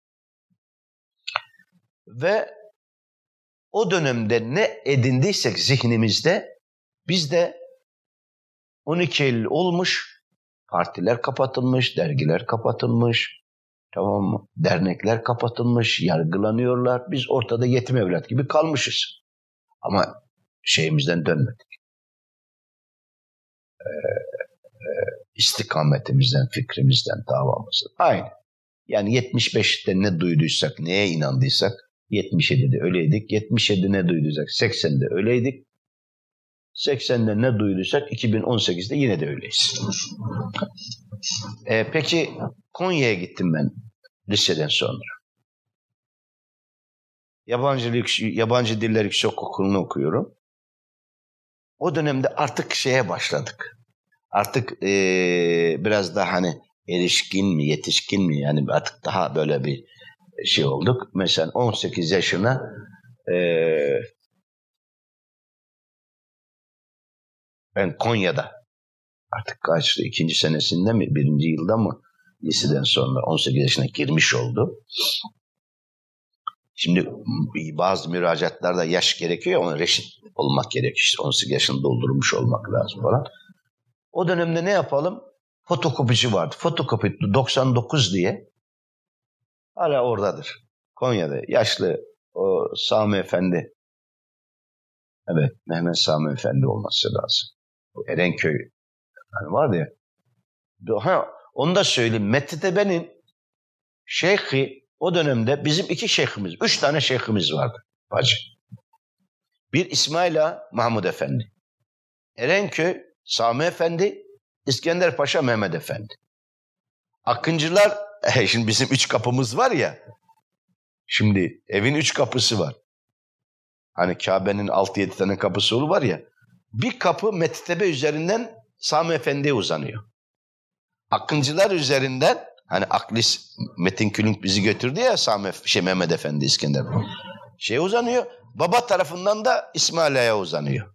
Speaker 1: Ve o dönemde ne edindiysek zihnimizde, bizde 12 Eylül olmuş, partiler kapatılmış, dergiler kapatılmış, tamam mı? Dernekler kapatılmış, yargılanıyorlar. Biz ortada yetim evlat gibi kalmışız. Ama şeyimizden dönmedik. İstikametimizden, fikrimizden, davamızdan. Aynı. Yani 75'te ne duyduysak, neye inandıysak 77'de öyleydik. 77'de ne duyduysak 80'de öyleydik. 80'de ne duyduysak 2018'de yine de öyleyiz. Peki Konya'ya gittim ben liseden sonra. Yabancı Diller Yüksekokulu'nu okuyorum. O dönemde artık şeye başladık. Artık biraz daha hani erişkin mi, yetişkin mi, yani artık daha böyle bir şey olduk. Mesela 18 yaşına ben Konya'da artık kaçtı, 2. senesinde mi, 1. yılda mı, liseden sonra 18 yaşına girmiş oldu. Şimdi bazı müracaatlarda yaş gerekiyor, ona reşit olmak gerekiyor. İşte 18 yaşını doldurmuş olmak lazım falan. O dönemde ne yapalım? Fotokopici vardı. Fotokopi 99 diye. Hala oradadır. Konya'da yaşlı o Sami Efendi. Evet, Mehmet Sami Efendi olması lazım. O Erenköy hani vardı ya. Onu da söyleyeyim. Mettebe'nin şeyhi o dönemde bizim 2 şeyhimiz, 3 tane şeyhimiz vardı. Bacı. Bir İsmail Ağa Mahmud Efendi. Erenköy Sami Efendi, İskender Paşa Mehmet Efendi. Akıncılar, şimdi bizim 3 kapımız var ya. Şimdi evin 3 kapısı var. Hani Kabe'nin 6-7 tane kapısı var ya. Bir kapı Mettebe üzerinden Sami Efendi'ye uzanıyor. Akıncılar üzerinden, hani Aklis Metin Külünk bizi götürdü ya, Mehmet Efendi İskender. Uzanıyor. Baba tarafından da İsmail Ağa'ya uzanıyor.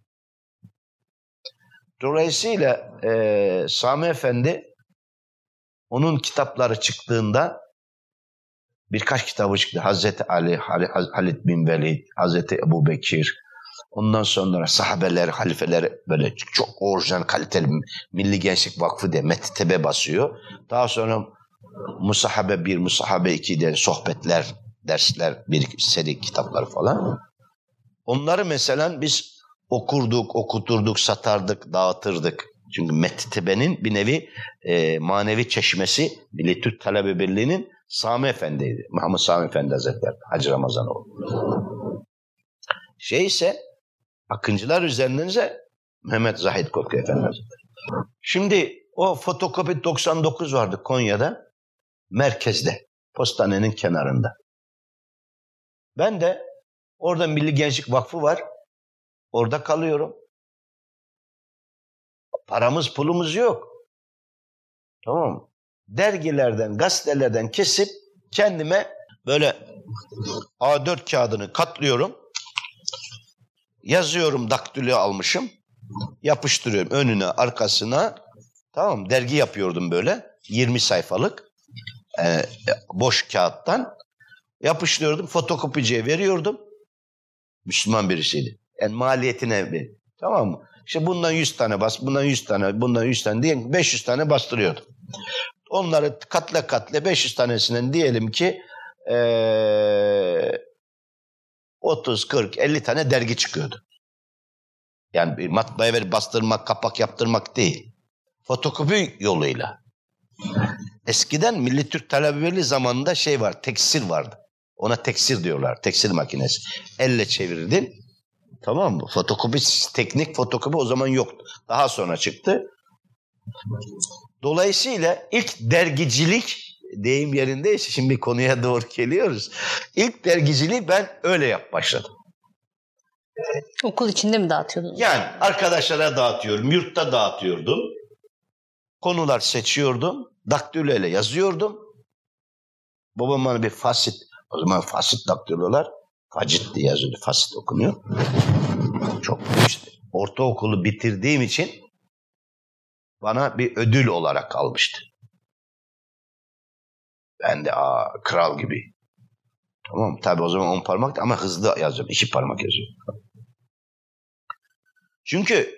Speaker 1: Dolayısıyla Sami Efendi, onun kitapları çıktığında birkaç kitabı çıktı. Hazreti Ali, Halid bin Velid, Hazreti Ebu Bekir, ondan sonra sahabeler, halifeler, böyle çok orijinal, kaliteli Milli Gençlik Vakfı diye Mettebe basıyor. Daha sonra Musahabe 1, Musahabe 2 diye sohbetler, dersler, bir seri kitaplar falan. Onları mesela biz okurduk, okuturduk, satardık, dağıtırdık. Çünkü Mettebe'nin bir nevi manevi çeşmesi Milli Türk Talebe Birliği'nin Sami Efendi'ydi. Muhammed Sami Efendi Hazretleri, Hacı Ramazanoğlu. Ise Akıncılar üzerinden ise Mehmet Zahid Kotka Efendi Hazretleri. Şimdi o fotokopi 99 vardı Konya'da, merkezde, postanenin kenarında. Ben de orada Milli Gençlik Vakfı var. Orada kalıyorum. Paramız pulumuz yok. Tamam mı? Dergilerden, gazetelerden kesip kendime böyle A4 kağıdını katlıyorum. Yazıyorum, daktilo almışım. Yapıştırıyorum önüne, arkasına. Tamam mı? Dergi yapıyordum böyle. 20 sayfalık. Boş kağıttan. Yapıştırıyordum. Fotokopiciye veriyordum. Müslüman birisiydi. Yani maliyetine bir. Tamam mı? İşte bundan 100 tane bas, bundan 100 tane, bundan 100 tane diye 500 tane bastırıyordum. Onları katla 500 tanesinden diyelim ki 30, 40, 50 tane dergi çıkıyordu. Yani bir matbaaya verip bastırmak, kapak yaptırmak değil. Fotokopi yoluyla. Eskiden Milli Türk Talebe Birliği zamanında var, teksir vardı. Ona teksir diyorlar, teksir makinesi. Elle çevirdin, tamam mı? Fotokopi, teknik fotokopi o zaman yoktu. Daha sonra çıktı. Dolayısıyla ilk dergicilik, deyim yerindeyse, şimdi konuya doğru geliyoruz. İlk dergiciliği ben öyle başladım.
Speaker 2: Okul içinde mi dağıtıyordunuz?
Speaker 1: Yani arkadaşlara dağıtıyorum, yurtta dağıtıyordum. Konular seçiyordum, daktilo ile yazıyordum. Babam bana bir fasit, o zaman fasit daktilolar, facit diye yazıyordu, fasit okunuyor. Çok işte. Ortaokulu bitirdiğim için bana bir ödül olarak almıştı. Ben de kral gibi. Tamam, tabii o zaman 10 parmak ama hızlı yazıyorum, 2 parmak yazıyorum. Çünkü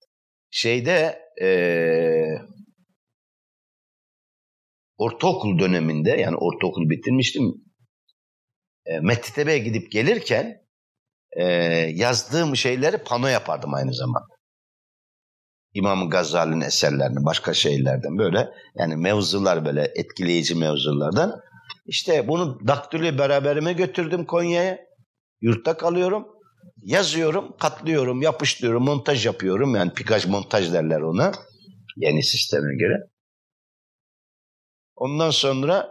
Speaker 1: ortaokul döneminde, yani ortaokulu bitirmiştim. Mektebe gidip gelirken yazdığım şeyleri pano yapardım aynı zamanda. İmam Gazali'nin eserlerini, başka şeylerden böyle, yani mevzular, böyle etkileyici mevzulardan. İşte bunu daktiloyu beraberime götürdüm Konya'ya. Yurtta kalıyorum. Yazıyorum, katlıyorum, yapıştırıyorum, montaj yapıyorum. Yani pikaj montaj derler ona. Yeni sisteme göre. Ondan sonra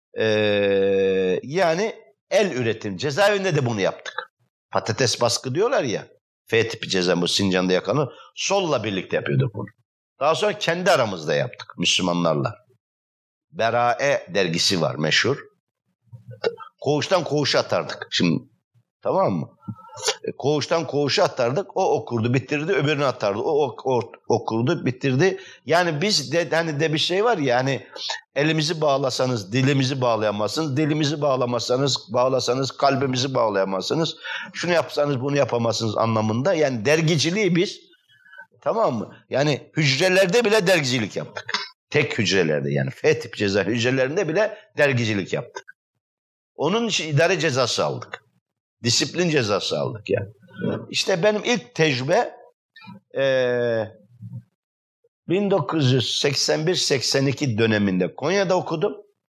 Speaker 1: yani el üretim. Cezaevinde de bunu yaptık. Patates baskı diyorlar ya. F tipi ceza, bu Sincan'da yakalanır. Solla birlikte yapıyorduk bunu. Daha sonra kendi aramızda yaptık Müslümanlarla. Berae dergisi var meşhur. Koğuştan koğuşa atardık. Şimdi tamam mı? Koğuştan koğuşa atardık. O okurdu, bitirdi, öbürünü atardı. O okurdu, bitirdi. Yani biz de hani de bir şey var ya, hani elimizi bağlasanız dilimizi bağlayamazsınız. Dilimizi bağlasanız kalbimizi bağlayamazsınız. Şunu yapsanız bunu yapamazsınız anlamında. Yani dergiciliği biz, tamam mı? Yani hücrelerde bile dergicilik yaptık. Tek hücrelerde, yani F tip ceza hücrelerinde bile dergicilik yaptık. Onun için idare cezası aldık. Disiplin cezası aldık yani. İşte benim ilk tecrübe 1981-82 döneminde Konya'da okudum.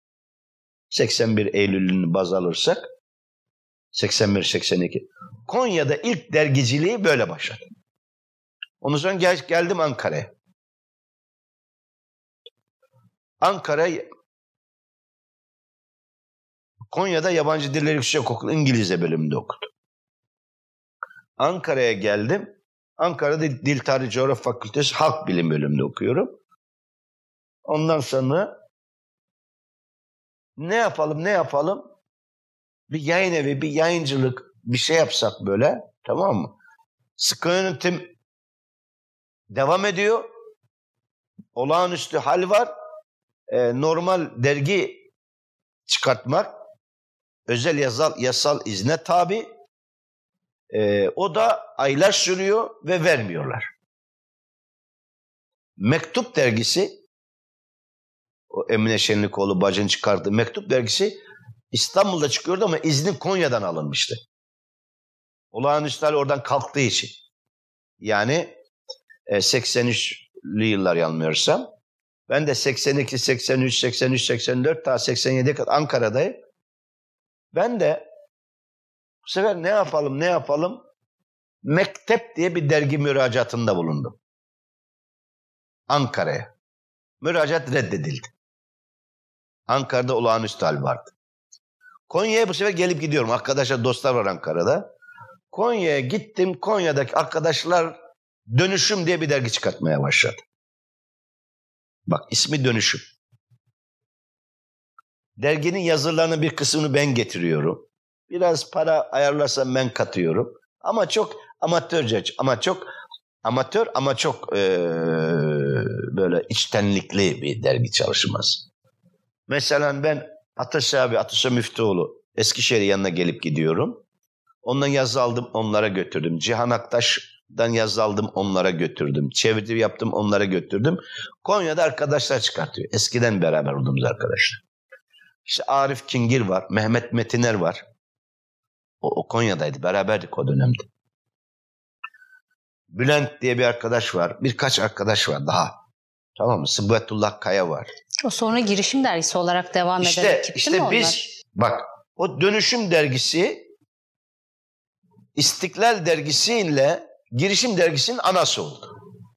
Speaker 1: 81 Eylül'ünü baz alırsak 81-82. Konya'da ilk dergiciliği böyle başladı. Ondan sonra geldim Ankara'ya. Konya'da Yabancı Diller Yüksekokulu İngilizce bölümünde okudum. Ankara'ya geldim. Ankara'da Dil Tarih Coğrafya Fakültesi Halk Bilim bölümünde okuyorum. Ondan sonra ne yapalım? Bir yayın evi, bir yayıncılık, bir şey yapsak böyle, tamam mı? Sıkı yönetim devam ediyor. Olağanüstü hal var. Normal dergi çıkartmak özel yasal izne tabi. O da aylar sürüyor ve vermiyorlar. Mektup dergisi, o Emine Şenlikoğlu bacın çıkardığı Mektup dergisi İstanbul'da çıkıyordu ama izni Konya'dan alınmıştı. Olağanüstü hal oradan kalktığı için. Yani 83'lü yıllar yanılmıyorsam. Ben de 82, 83, 84 ta 87'ye kadar Ankara'dayım. Ben de bu sefer ne yapalım? Mektep diye bir dergi müracaatında bulundum. Ankara'ya. Müracaat reddedildi. Ankara'da olağanüstü hal vardı. Konya'ya bu sefer gelip gidiyorum. Arkadaşlar, dostlar var Ankara'da. Konya'ya gittim. Konya'daki arkadaşlar Dönüşüm diye bir dergi çıkartmaya başladı. Bak, ismi Dönüşüm. Derginin yazılarının bir kısmını ben getiriyorum. Biraz para ayarlarsam ben katıyorum. Ama çok amatörce, ama çok böyle içtenlikli bir dergi çalışması. Mesela ben Atatürk Müftüoğlu Eskişehir yanına gelip gidiyorum. Ondan yazı aldım, onlara götürdüm. Cihan Aktaş'dan yazı aldım, onlara götürdüm. Çeviri yaptım, onlara götürdüm. Konya'da arkadaşlar çıkartıyor. Eskiden beraber olduğumuz arkadaşlar. İşte Arif Kingir var, Mehmet Metiner var. O Konya'daydı, beraberdik o dönemde. Bülent diye bir arkadaş var, birkaç arkadaş var daha. Tamam mı? Sıbvetullah Kaya var.
Speaker 2: O sonra Girişim Dergisi olarak devam eden ekip değil mi onlar?
Speaker 1: Biz, bak, o Dönüşüm dergisi İstiklal dergisi ile Girişim dergisinin anası oldu.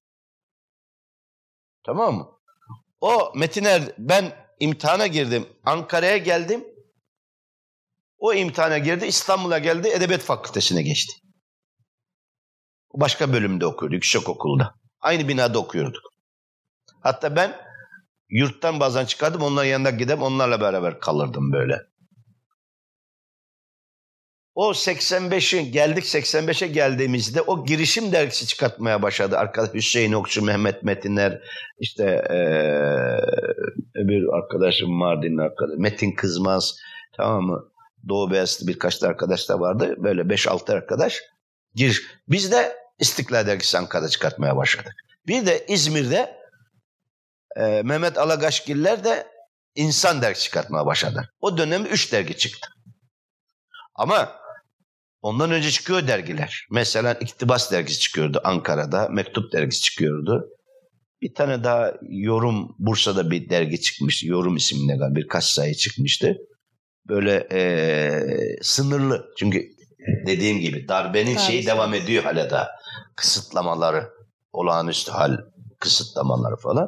Speaker 1: Tamam mı? O Metiner, ben imtihana girdim. Ankara'ya geldim. O imtihana girdi. İstanbul'a geldi. Edebiyat Fakültesine geçti. başka bölümde okuyordu, yüksek okulda. Aynı binada okuyorduk. Hatta ben yurttan bazen çıkardım, onların yanına gidip onlarla beraber kalırdım böyle. O 85'e geldiğimizde o girişim dergisi çıkartmaya başladı. Arkadaş Hüseyin Okçu, Mehmet Metiner, işte bir arkadaşım Mardin'in arkadaşı Metin Kızmaz, tamam mı? Doğu Beyazıt'ta birkaç da arkadaş da vardı. Böyle 5-6 arkadaş. Biz de İstiklal Dergisi Ankara'da çıkartmaya başladık. Bir de İzmir'de Mehmet Alagaşgiller de İnsan Dergisi çıkartmaya başladı. O dönem 3 dergi çıktı. Ama ondan önce çıkıyor dergiler. Mesela İktibas Dergisi çıkıyordu Ankara'da. Mektup Dergisi çıkıyordu. Bir tane daha Yorum, Bursa'da bir dergi çıkmıştı. Yorum isimli galiba birkaç sayı çıkmıştı. Böyle sınırlı. Çünkü dediğim gibi darbenin şeyi devam ediyor hala da. Kısıtlamaları, olağanüstü hal kısıtlamaları falan.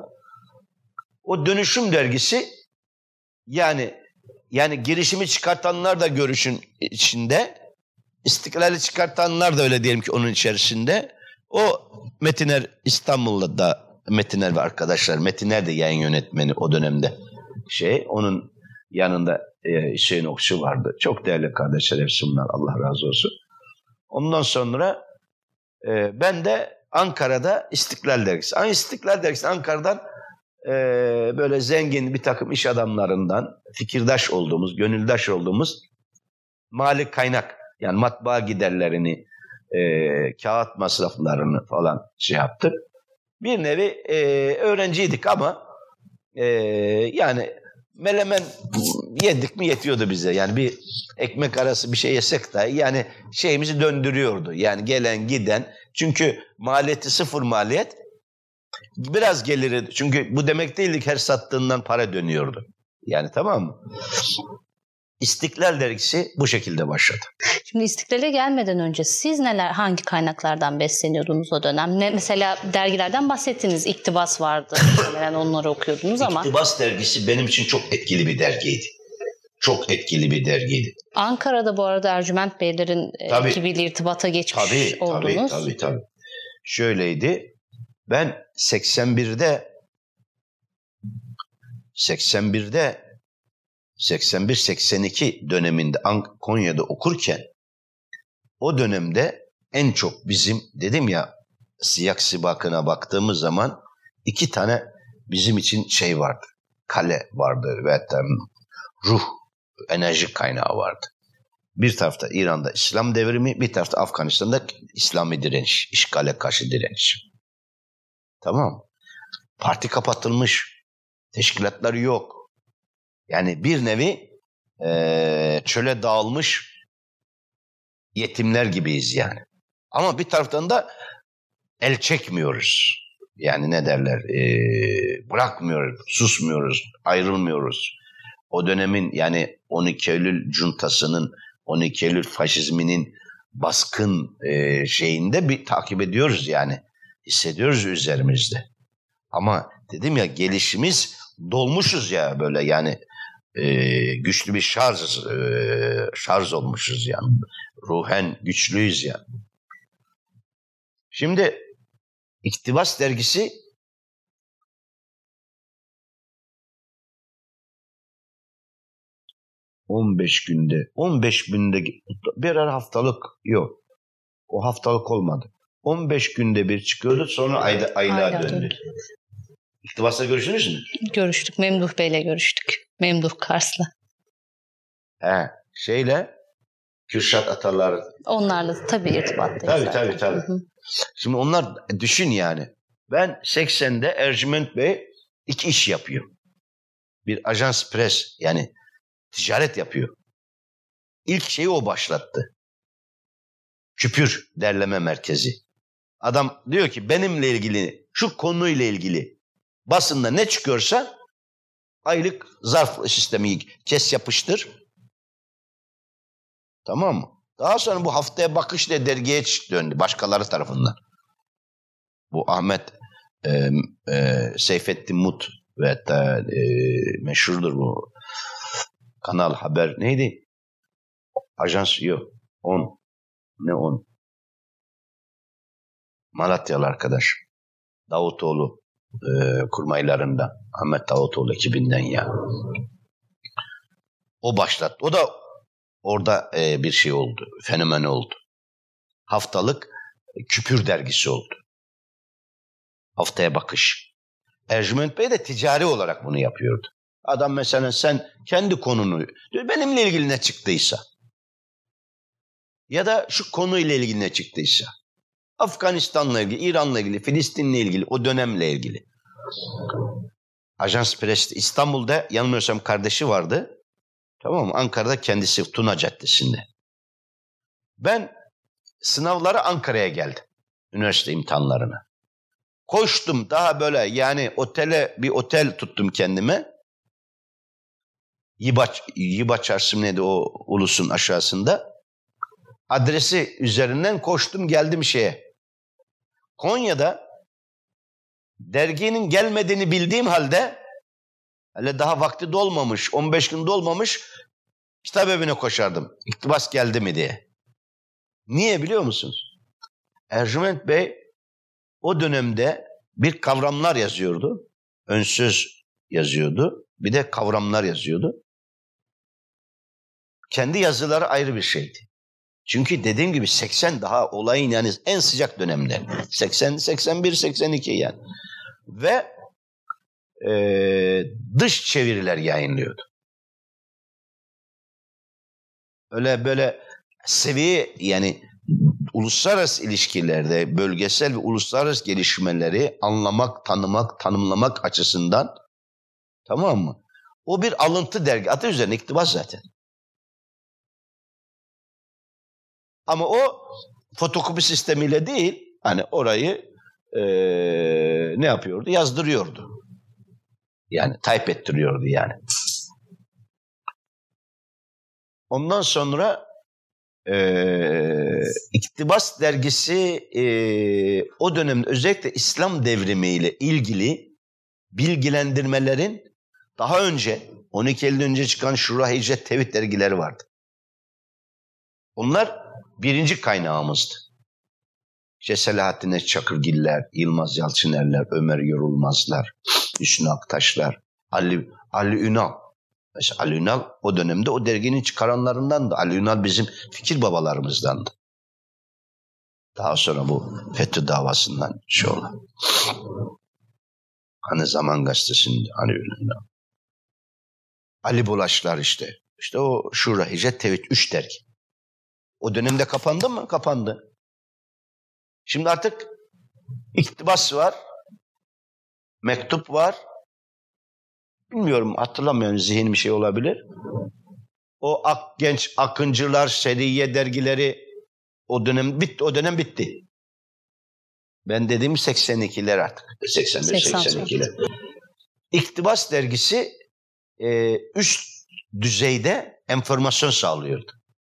Speaker 1: O Dönüşüm Dergisi yani girişimi çıkartanlar da görüşün içinde. İstiklal'i çıkartanlar da öyle diyelim ki onun içerisinde. O Metiner İstanbul'da da Metiner ve arkadaşlar. Metiner de yayın yönetmeni o dönemde. Onun yanında Hüseyin Okçu vardı. Çok değerli kardeşler hepsi bunlar. Allah razı olsun. Ondan sonra ben de Ankara'da İstiklal Dergisi. İstiklal Dergisi Ankara'dan böyle zengin bir takım iş adamlarından fikirdaş olduğumuz, gönüldaş olduğumuz mali kaynak, yani matbaa giderlerini, kağıt masraflarını falan yaptık. Bir nevi öğrenciydik ama yani melemen yedik mi yetiyordu bize. Yani bir ekmek arası bir şey yesek de yani şeyimizi döndürüyordu. Yani gelen giden, çünkü maliyeti sıfır maliyet. Biraz geliri, çünkü bu demek değildi ki her sattığından para dönüyordu. Yani tamam mı? İstiklal Dergisi bu şekilde başladı.
Speaker 2: Şimdi İstiklal'e gelmeden önce siz hangi kaynaklardan besleniyordunuz o dönem? Mesela dergilerden bahsettiniz. İktibas vardı. Onları okuyordunuz ama.
Speaker 1: İktibas Dergisi benim için çok etkili bir dergiydi. Çok etkili bir dergiydi.
Speaker 2: Ankara'da bu arada Ercüment Beylerin ekibiyle irtibata geçmiş oldunuz.
Speaker 1: Tabii. Şöyleydi. Ben 81'de 81-82 döneminde Konya'da okurken o dönemde en çok bizim, dedim ya, Siyak Sibakı'na baktığımız zaman 2 tane bizim için şey vardı. Kale vardı ve ruh, enerji kaynağı vardı. Bir tarafta İran'da İslam devrimi, bir tarafta Afganistan'da İslami direniş, işgale karşı direniş. Tamam. Parti kapatılmış, teşkilatlar yok. Yani bir nevi çöle dağılmış yetimler gibiyiz yani. Ama bir taraftan da el çekmiyoruz. Yani ne derler, bırakmıyoruz, susmuyoruz, ayrılmıyoruz. O dönemin yani 12 Eylül cuntasının, 12 Eylül faşizminin baskın şeyinde bir takip ediyoruz yani. Hissediyoruz üzerimizde. Ama dedim ya, gelişimiz dolmuşuz ya böyle yani. Güçlü bir şarj olmuşuz yani. Ruhen güçlüyüz yani. Şimdi İktibas Dergisi ...15 günde birer haftalık yok. O haftalık olmadı. 15 günde bir çıkıyordu, sonra aylığa döndü. İktibas'la görüştünüz mü?
Speaker 2: Görüştük. Memduh Bey'le görüştük. Memduh Kars'la.
Speaker 1: Kürşat Atarlar.
Speaker 2: Onlarla tabii irtibattayız.
Speaker 1: Tabii. Hı-hı. Şimdi onlar, düşün yani. Ben 80'de Ercüment Bey 2 iş yapıyor. Bir ajans pres, yani ticaret yapıyor. İlk şeyi o başlattı. Küpür Derleme Merkezi. Adam diyor ki benimle ilgili, şu konuyla ilgili basında ne çıkıyorsa aylık zarf sistemi kes yapıştır. Tamam mı? Daha sonra bu Haftaya Bakış diye dergiye döndü başkaları tarafından. Bu Ahmet Seyfettin Mut ve hatta meşhurdur bu Kanal Haber neydi? Ajans yok. 10. Ne 10? Malatyalı arkadaş. Davutoğlu kurmaylarından. Ahmet Davutoğlu ekibinden ya. O başlattı. O da orada bir şey oldu. Fenomen oldu. Haftalık küpür dergisi oldu. Haftaya bakış. Ercüment Bey de ticari olarak bunu yapıyordu. Adam mesela sen kendi konunu, benimle ilgili ne çıktıysa ya da şu konuyla ilgili ne çıktıysa, Afganistan'la ilgili, İran'la ilgili, Filistin'le ilgili, o dönemle ilgili. Ajans Press İstanbul'da yanılmıyorsam kardeşi vardı. Tamam mı? Ankara'da kendisi Tuna Caddesi'nde. Ben sınavlara Ankara'ya geldim. Üniversite imtihanlarına. Koştum daha böyle yani bir otel tuttum kendime. Yibaç Çarşı neydi o ulusun aşağısında. Adresi üzerinden koştum geldim Konya'da derginin gelmediğini bildiğim halde hele daha vakti dolmamış 15 gün dolmamış kitap evine koşardım. İktibas geldi mi diye. Niye biliyor musunuz? Ercüment Bey o dönemde bir kavramlar yazıyordu. Önsöz yazıyordu. Bir de kavramlar yazıyordu. Kendi yazıları ayrı bir şeydi. Çünkü dediğim gibi 80 daha olayın yani en sıcak dönemler. 80, 81, 82 yani. Ve dış çeviriler yayınlıyordu. Öyle böyle seviye yani uluslararası ilişkilerde bölgesel ve uluslararası gelişmeleri anlamak, tanımak, tanımlamak açısından tamam mı? O bir alıntı dergi. Adı üzerine iktibas zaten. Ama o fotokopi sistemiyle değil, hani orayı ne yapıyordu? Yazdırıyordu. Yani type ettiriyordu yani. Ondan sonra İktibas dergisi o dönemde özellikle İslam devrimiyle ilgili bilgilendirmelerin daha önce 12 Eylül önce çıkan Şura Hicret Tevhid dergileri vardı. Onlar birinci kaynağımızdı. İşte Selahattin Çakırgiller, Yılmaz Yalçınerler, Ömer Yorulmazlar, Hüsnü Aktaşlar, Ali Ünal. Mesela Ali Ünal o dönemde o derginin çıkaranlarındandı. Ali Ünal bizim fikir babalarımızdandı. Daha sonra bu FETÖ davasından olan. Hani Zaman Gazetesi'nde Ali Ünal. Ali Bulaşlar işte. İşte o Şura Hicret Tevhid 3 dergi. O dönemde kapandı mı? Kapandı. Şimdi artık iktibas var. Mektup var. Bilmiyorum, hatırlamıyorum, zihin bir şey olabilir. O genç akıncılar, seriye dergileri o dönem bitti. Ben dediğim 82'ler artık. 81-82'ler. İktibas dergisi üst düzeyde enformasyon sağlıyordu.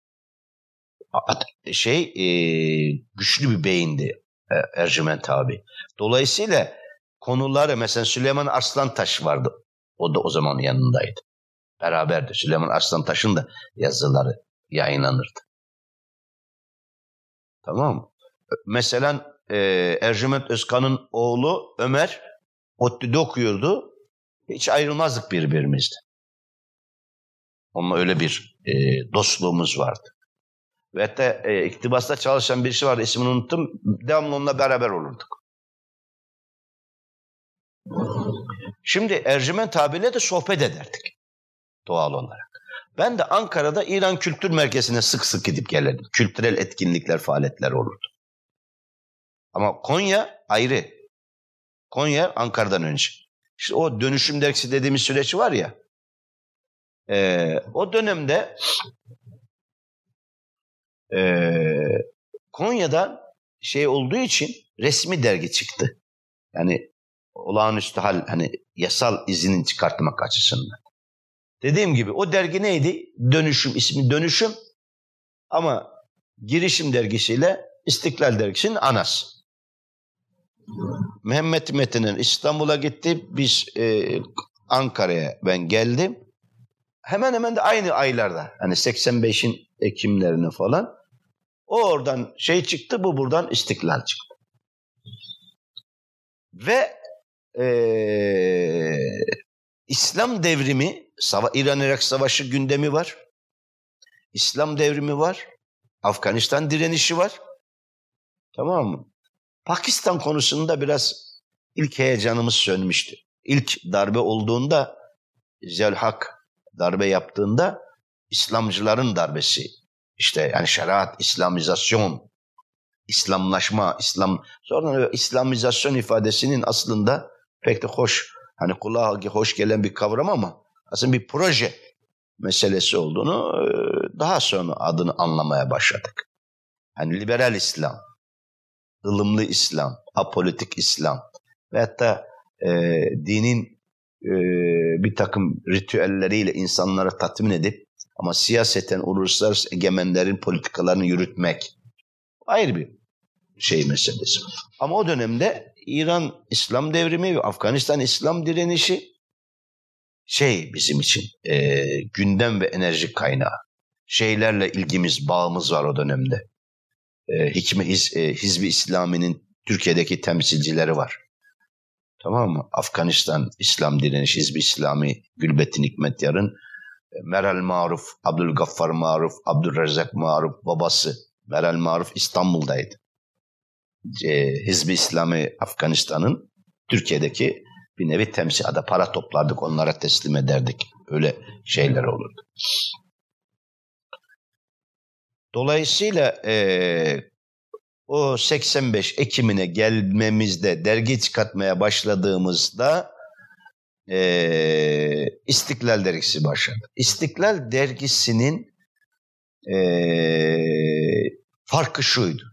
Speaker 1: Güçlü bir beyindi Ercüment abi. Dolayısıyla konuları mesela Süleyman Arslantaş vardı. O da o zaman yanındaydı. Beraberdi. Süleyman Arslantaş'ın da yazıları yayınlanırdı. Tamam mı? Mesela Ercüment Özkan'ın oğlu Ömer ODTÜ'de okuyordu. Hiç ayrılmazdık birbirimizden. Onunla öyle bir dostluğumuz vardı. Ve hatta iktibasta çalışan birisi vardı. İsmini unuttum. Devamlı onunla beraber olurduk. Şimdi Ercüment abiyle de sohbet ederdik. Doğal olarak. Ben de Ankara'da İran Kültür Merkezi'ne sık sık gidip gelirdim. Kültürel etkinlikler, faaliyetler olurdu. Ama Konya ayrı. Konya Ankara'dan önce. İşte o dönüşüm dergisi dediğimiz süreç var ya. O dönemde Konya'dan olduğu için resmi dergi çıktı. Yani olağanüstü hal, hani yasal izinin çıkartmak açısından. Dediğim gibi o dergi neydi? Dönüşüm, ismi Dönüşüm ama Girişim dergisiyle İstiklal dergisinin anası. Mehmet Metin'in İstanbul'a gitti. Biz Ankara'ya ben geldim. Hemen hemen de aynı aylarda. Hani 85'in Ekimlerine falan. O oradan çıktı, bu buradan İstiklal çıktı. Ve İslam devrimi, İran-Irak Savaşı gündemi var. İslam devrimi var. Afganistan direnişi var. Tamam mı? Pakistan konusunda biraz ilk heyecanımız sönmüştü. İlk darbe olduğunda, Ziaül Hak darbe yaptığında İslamcıların darbesi. İşte yani şeriat, İslamizasyon, İslamlaşma, sonra İslamizasyon ifadesinin aslında pek de hoş, hani kulağa hoş gelen bir kavram ama aslında bir proje meselesi olduğunu daha sonra adını anlamaya başladık. Hani liberal İslam, ılımlı İslam, apolitik İslam ve hatta dinin bir takım ritüelleriyle insanları tatmin edip ama siyaseten uluslararası egemenlerin politikalarını yürütmek ayrı bir şey meselesi. Ama o dönemde İran İslam devrimi ve Afganistan İslam direnişi bizim için gündem ve enerji kaynağı. Şeylerle ilgimiz, bağımız var o dönemde. Hizb-i İslami'nin Türkiye'deki temsilcileri var. Tamam mı? Afganistan İslam direnişi, Hizb-i İslami, Gülbettin Hikmetyar'ın Meral Maruf, Abdülgaffar Maruf, Abdülrezzak Maruf babası Meral Maruf İstanbul'daydı. Hizb-i İslami Afganistan'ın Türkiye'deki bir nevi temsil. Para toplardık, onlara teslim ederdik. Öyle şeyler olurdu. Dolayısıyla o 85 Ekim'ine gelmemizde, dergi çıkartmaya başladığımızda İstiklal Dergisi başladı. İstiklal Dergisi'nin farkı şuydu.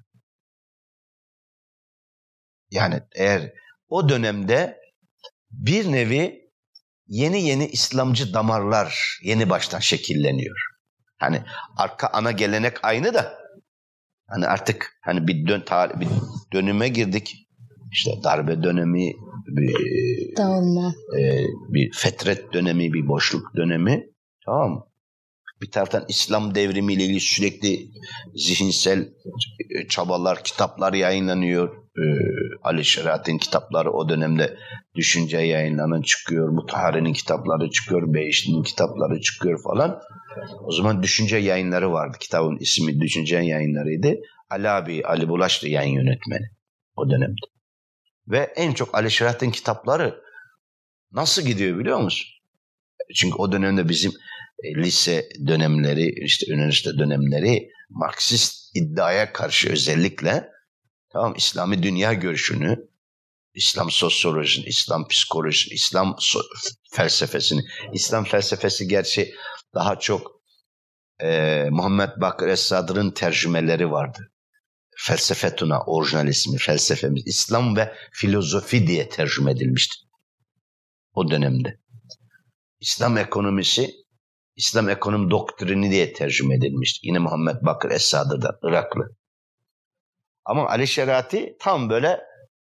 Speaker 1: Yani eğer o dönemde bir nevi yeni İslamcı damarlar yeni baştan şekilleniyor. Hani ana gelenek aynı da hani artık hani bir dönüme girdik. İşte darbe dönemi,
Speaker 2: dağılma,
Speaker 1: bir fetret dönemi, bir boşluk dönemi. Tamam mı? Bir taraftan İslam devrimiyle ilgili sürekli zihinsel çabalar, kitaplar yayınlanıyor. Ali Şeriat'in kitapları o dönemde düşünce yayınlanan çıkıyor. Mutahhare'nin kitapları çıkıyor. Behişti'nin kitapları çıkıyor falan. O zaman düşünce yayınları vardı. Kitabın ismi Düşünce Yayınları'ydı. Ali Bulaş'tı yayın yönetmeni o dönemde. Ve en çok Ali Şeriat'in kitapları nasıl gidiyor biliyor musun? Çünkü o dönemde bizim lise dönemleri, işte üniversite dönemleri Marksist iddiaya karşı özellikle tamam İslami dünya görüşünü, İslam sosyolojisini, İslam psikolojisini, İslam felsefesini, İslam felsefesi gerçi daha çok Muhammed Bakır Es-Sadr'ın tercümeleri vardı. Felsefetuna, orijinal ismi, felsefemiz, İslam ve filozofi diye tercüme edilmişti o dönemde. İslam ekonomisi, İslam ekonomi doktrini diye tercüme edilmişti. Yine Muhammed Bakır Es-Sadr'dan, Iraklı. Ama Ali Şeriat'i tam böyle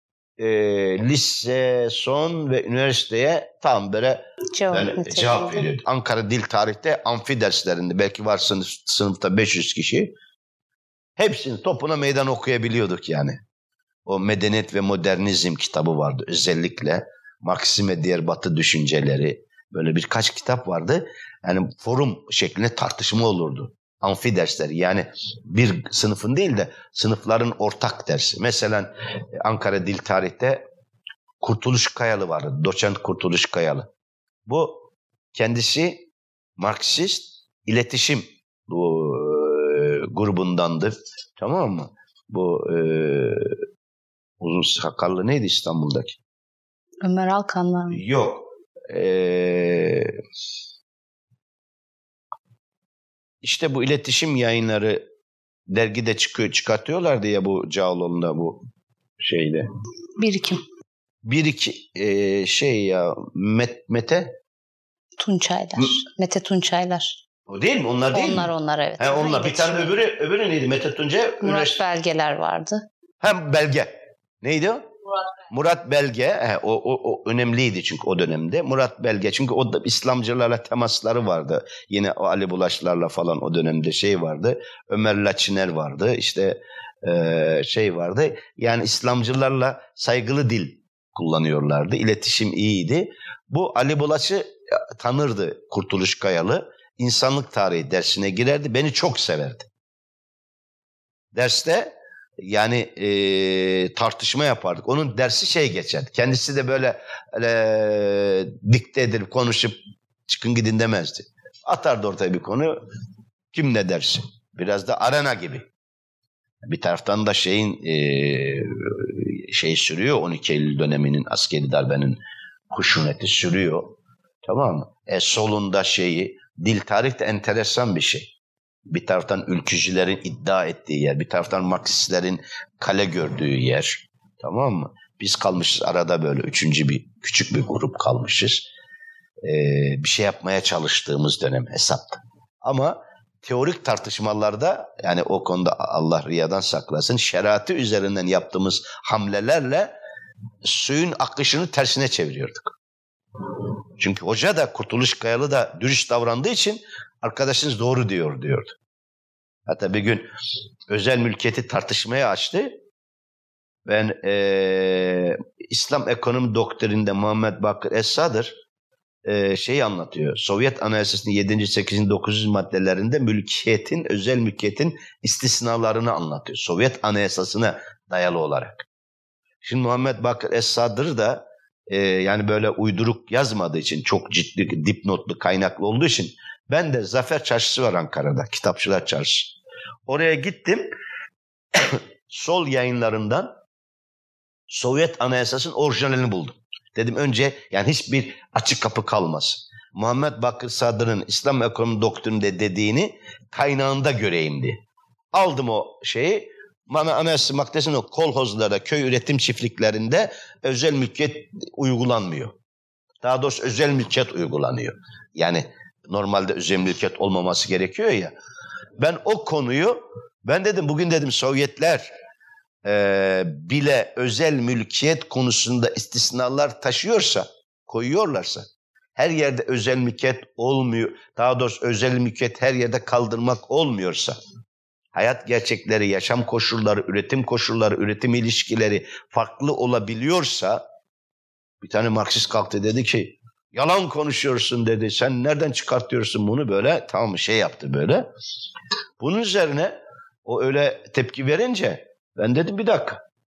Speaker 1: lise son ve üniversiteye tam böyle cevap veriyordu. Ankara Dil Tarih'te amfi derslerinde belki var sınıfta 500 kişi. Hepsinin topuna meydan okuyabiliyorduk yani. O Medeniyet ve Modernizm kitabı vardı. Özellikle Marksizm diğer Batı düşünceleri. Böyle birkaç kitap vardı. Yani forum şeklinde tartışma olurdu. Amfi dersleri yani bir sınıfın değil de sınıfların ortak dersi. Mesela Ankara Dil Tarih'te Kurtuluş Kayalı vardı. Doçent Kurtuluş Kayalı. Bu kendisi Marksist iletişim grubundandı. Tamam mı? Bu uzun sakallı neydi İstanbul'daki?
Speaker 2: Ömer Alkan var mı?
Speaker 1: Yok. İşte bu iletişim yayınları dergide çıkartıyorlardı ya bu Cağaloğlu'nda bu şeyle. Mete
Speaker 2: Tunçaylar. Mete Tunçaylar.
Speaker 1: O değil mi? Onlar değil mi?
Speaker 2: Onlar evet.
Speaker 1: Onlar. Bir tane öbürü neydi? Mete Tuncay.
Speaker 2: Murat Belgeler vardı.
Speaker 1: Hem Belge. Neydi o? Murat Belge. O önemliydi çünkü o dönemde. Murat Belge. Çünkü o da İslamcılarla temasları vardı. Yine o Ali Bulaşlarla falan o dönemde vardı. Ömer Laçiner vardı. İşte vardı. Yani İslamcılarla saygılı dil kullanıyorlardı. İletişim iyiydi. Bu Ali Bulaç'ı tanırdı Kurtuluş Kayalı. İnsanlık tarihi dersine girerdi. Beni çok severdi. Derste yani tartışma yapardık. Onun dersi geçerdi. Kendisi de böyle dikte edip konuşup çıkın gidin demezdi. Atardı ortaya bir konu. Kim ne derse. Biraz da arena gibi. Bir taraftan da sürüyor. 12 Eylül döneminin askeri darbenin huşumeti sürüyor. Tamam mı? Solunda dil tarih de enteresan bir şey. Bir taraftan ülkücülerin iddia ettiği yer, bir taraftan Marksistlerin kale gördüğü yer. Tamam mı? Biz kalmışız arada böyle küçük bir grup kalmışız. Bir şey yapmaya çalıştığımız dönem hesapta. Ama teorik tartışmalarda yani o konuda Allah riyadan saklasın şeriatı üzerinden yaptığımız hamlelerle suyun akışını tersine çeviriyorduk. Çünkü hoca da Kurtuluş Kayalı da dürüst davrandığı için arkadaşınız doğru diyordu. Hatta bir gün özel mülkiyeti tartışmaya açtı. Ben İslam ekonomi doktorinde Muhammed Bakır Es-Sadr anlatıyor. Sovyet Anayasası'nın 7. 8. 9. maddelerinde özel mülkiyetin istisnalarını anlatıyor. Sovyet Anayasası'na dayalı olarak. Şimdi Muhammed Bakır Es-Sadr da yani böyle uyduruk yazmadığı için çok ciddi dipnotlu kaynaklı olduğu için ben de Zafer Çarşısı var Ankara'da. Kitapçılar Çarşısı. Oraya gittim. Sol yayınlarından Sovyet Anayasası'nın orijinalini buldum. Dedim önce yani hiçbir açık kapı kalmasın. Muhammed Bakır Sadr'ın İslam ekonomi doktrininde dediğini kaynağında göreyim diye. Aldım o bana anayasa maddesinin o kolhozlarda, köy üretim çiftliklerinde özel mülkiyet uygulanmıyor. Daha doğrusu özel mülkiyet uygulanıyor. Yani normalde özel mülkiyet olmaması gerekiyor ya. Ben o konuyu, bugün dedim Sovyetler bile özel mülkiyet konusunda istisnalar koyuyorlarsa, her yerde özel mülkiyet olmuyor, daha doğrusu özel mülkiyet her yerde kaldırmak olmuyorsa, hayat gerçekleri, yaşam koşulları, üretim ilişkileri farklı olabiliyorsa, bir tane Marksist kalktı dedi ki, yalan konuşuyorsun dedi, sen nereden çıkartıyorsun bunu böyle, tamam yaptı böyle. Bunun üzerine o öyle tepki verince, ben dedim bir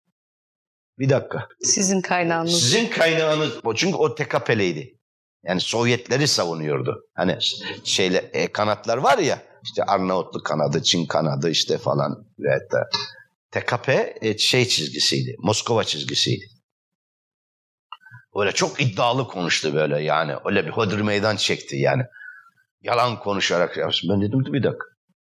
Speaker 1: dakika.
Speaker 2: Sizin kaynağınız.
Speaker 1: Sizin kaynağınız, çünkü o TKP'liydi. Yani Sovyetleri savunuyordu. Hani kanatlar var ya, işte Arnavutluk kanadı, Çin kanadı işte falan. Ve hatta TKP çizgisiydi, Moskova çizgisiydi. Öyle çok iddialı konuştu böyle yani. Öyle bir hodri meydan çekti yani. Yalan konuşarak yapsın. Ben dedim bir dakika.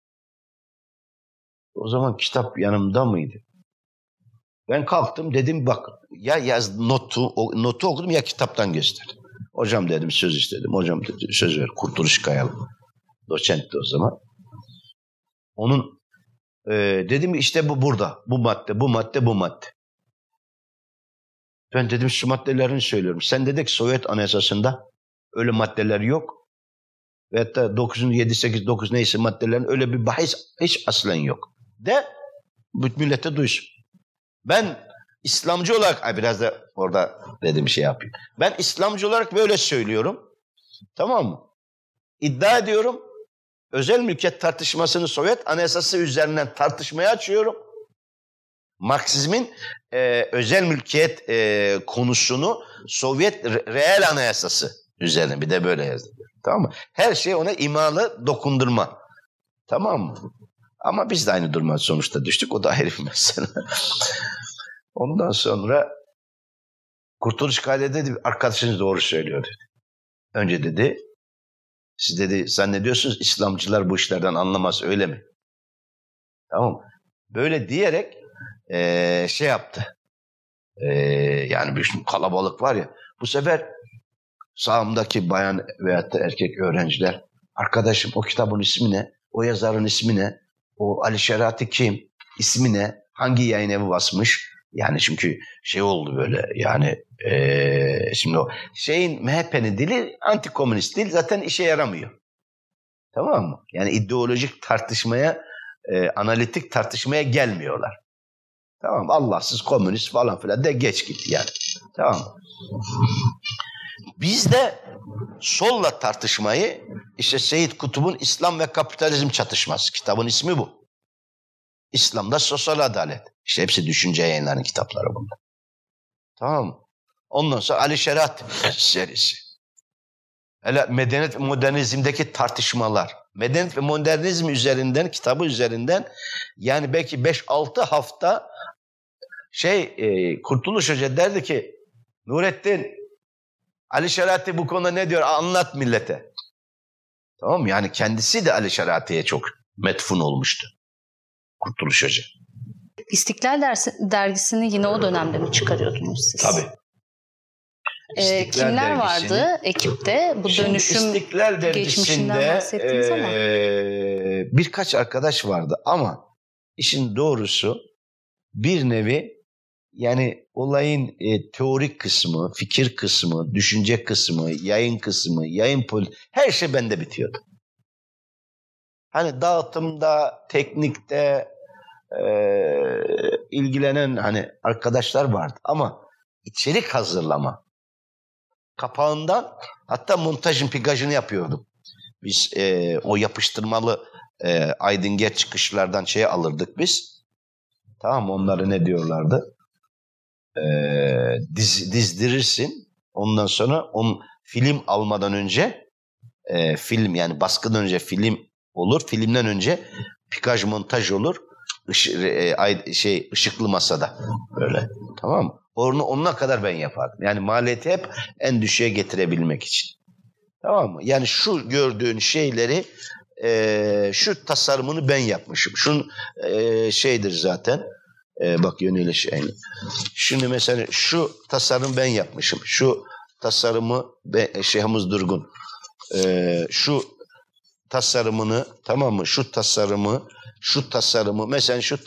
Speaker 1: O zaman kitap yanımda mıydı? Ben kalktım dedim bak ya notu okudum ya kitaptan gösterdim. Hocam dedim söz istedim. Hocam dedi söz ver. Kurtuluş Kayalı. Doçentti o zaman. Onun dedim işte bu burada. Bu madde. Ben dedim şu maddelerini söylüyorum. Sen dedik Sovyet Anayasası'nda öyle maddeler yok. Ve hatta 7, 8, 9 neyse maddelerin öyle bir bahis hiç aslen yok. De millete duysun. Ben İslamcı olarak biraz da orada dedim yapayım. Ben İslamcı olarak böyle söylüyorum. Tamam mı? İddia ediyorum. Özel mülkiyet tartışmasını Sovyet Anayasası üzerinden tartışmaya açıyorum. Marksizmin özel mülkiyet konusunu Sovyet reel anayasası üzerine bir de böyle yazdım. Tamam mı? Her şey ona imalı dokundurma. Tamam mı? Ama biz de aynı duruma sonuçta düştük. O da ayrı bir mesele. Ondan sonra Kurtuluş Kayalı dedi, arkadaşınız doğru söylüyor dedi. Önce dedi, siz dedi zannediyorsunuz İslamcılar bu işlerden anlamaz öyle mi? Tamam. Böyle diyerek yaptı. Yani bir kalabalık var ya. Bu sefer sağımdaki bayan veyahut da erkek öğrenciler, arkadaşım o kitabın ismi ne? O yazarın ismi ne? O Ali Şerati kim? İsmi ne? Hangi yayın evi basmış? Yani çünkü oldu böyle yani şimdi o MHP'nin dili antikomünist dil zaten işe yaramıyor. Tamam mı? Yani ideolojik tartışmaya, analitik tartışmaya gelmiyorlar. Tamam Allahsız komünist falan filan de geç gitti yani. Tamam. Biz de solla tartışmayı işte Seyyid Kutub'un İslam ve Kapitalizm Çatışması. Kitabın ismi bu. İslam'da Sosyal Adalet. İşte hepsi düşünce yayınlarının kitapları bunlar. Tamam mı? Ondan sonra Ali Şeriat serisi. Hele medeniyet ve modernizmdeki tartışmalar. Medeniyet ve modernizm üzerinden, kitabı üzerinden yani belki 5-6 hafta Kurtuluş Hoca derdi ki Nurettin, Ali Şeriat'i bu konuda ne diyor anlat millete. Tamam mı? Yani kendisi de Ali Şeriat'e çok metfun olmuştu. Kurtuluş Hoca.
Speaker 2: İstiklal dergisini yine o dönemde mi çıkarıyordunuz siz?
Speaker 1: Tabii.
Speaker 2: Kimler vardı ekipte? Bu dönüşüm geçmişinden bahsettiniz ama.
Speaker 1: Birkaç arkadaş vardı ama işin doğrusu bir nevi yani olayın teorik kısmı, fikir kısmı, düşünce kısmı, yayın kısmı, her şey bende bitiyordu. Hani dağıtımda, teknikte ilgilenen hani arkadaşlar vardı ama içerik hazırlama kapağından hatta montajın pigajını yapıyordum. Biz o yapıştırmalı Aydın Geç çıkışlardan alırdık biz. Tamam, onları ne diyorlardı? Dizdirirsin. Ondan sonra film almadan önce film yani baskıdan önce film olur. Filmden önce pikaj montaj olur. Işıklı masada böyle. Tamam mı? Onuna kadar ben yapardım. Yani maliyeti hep en düşüğe getirebilmek için. Tamam mı? Yani şu gördüğün şeyleri şu tasarımını ben yapmışım. Şunun şeydir zaten. Bak yönüyle Şimdi mesela şu tasarım ben yapmışım. Şu tasarımı Şeyhimiz Durgun. Şu tasarımını tamam mı? Şu tasarımı mesela şu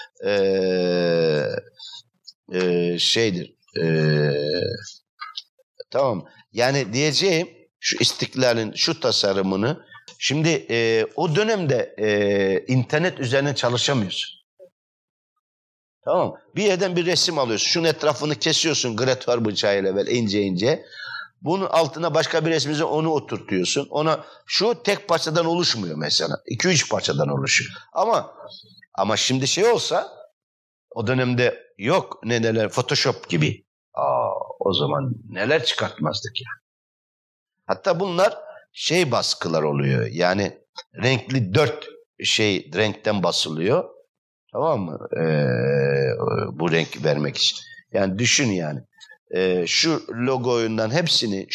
Speaker 1: tamam. Yani diyeceğim şu İstiklal'in şu tasarımını şimdi o dönemde internet üzerine çalışamıyorsun. Tamam. Bir yerden bir resim alıyorsun. Şunun etrafını kesiyorsun gratör bıçağıyla böyle ince ince. Bunun altına başka bir resmimize onu oturtuyorsun. Ona şu tek parçadan oluşmuyor mesela. 2-3 parçadan oluşuyor. Ama şimdi olsa o dönemde yok neler Photoshop gibi. O zaman neler çıkartmazdık ya. Hatta bunlar baskılar oluyor. Yani renkli 4 renkten basılıyor. Tamam mı? Bu renk vermek için. Yani düşün yani. Şu logoyundan hepsini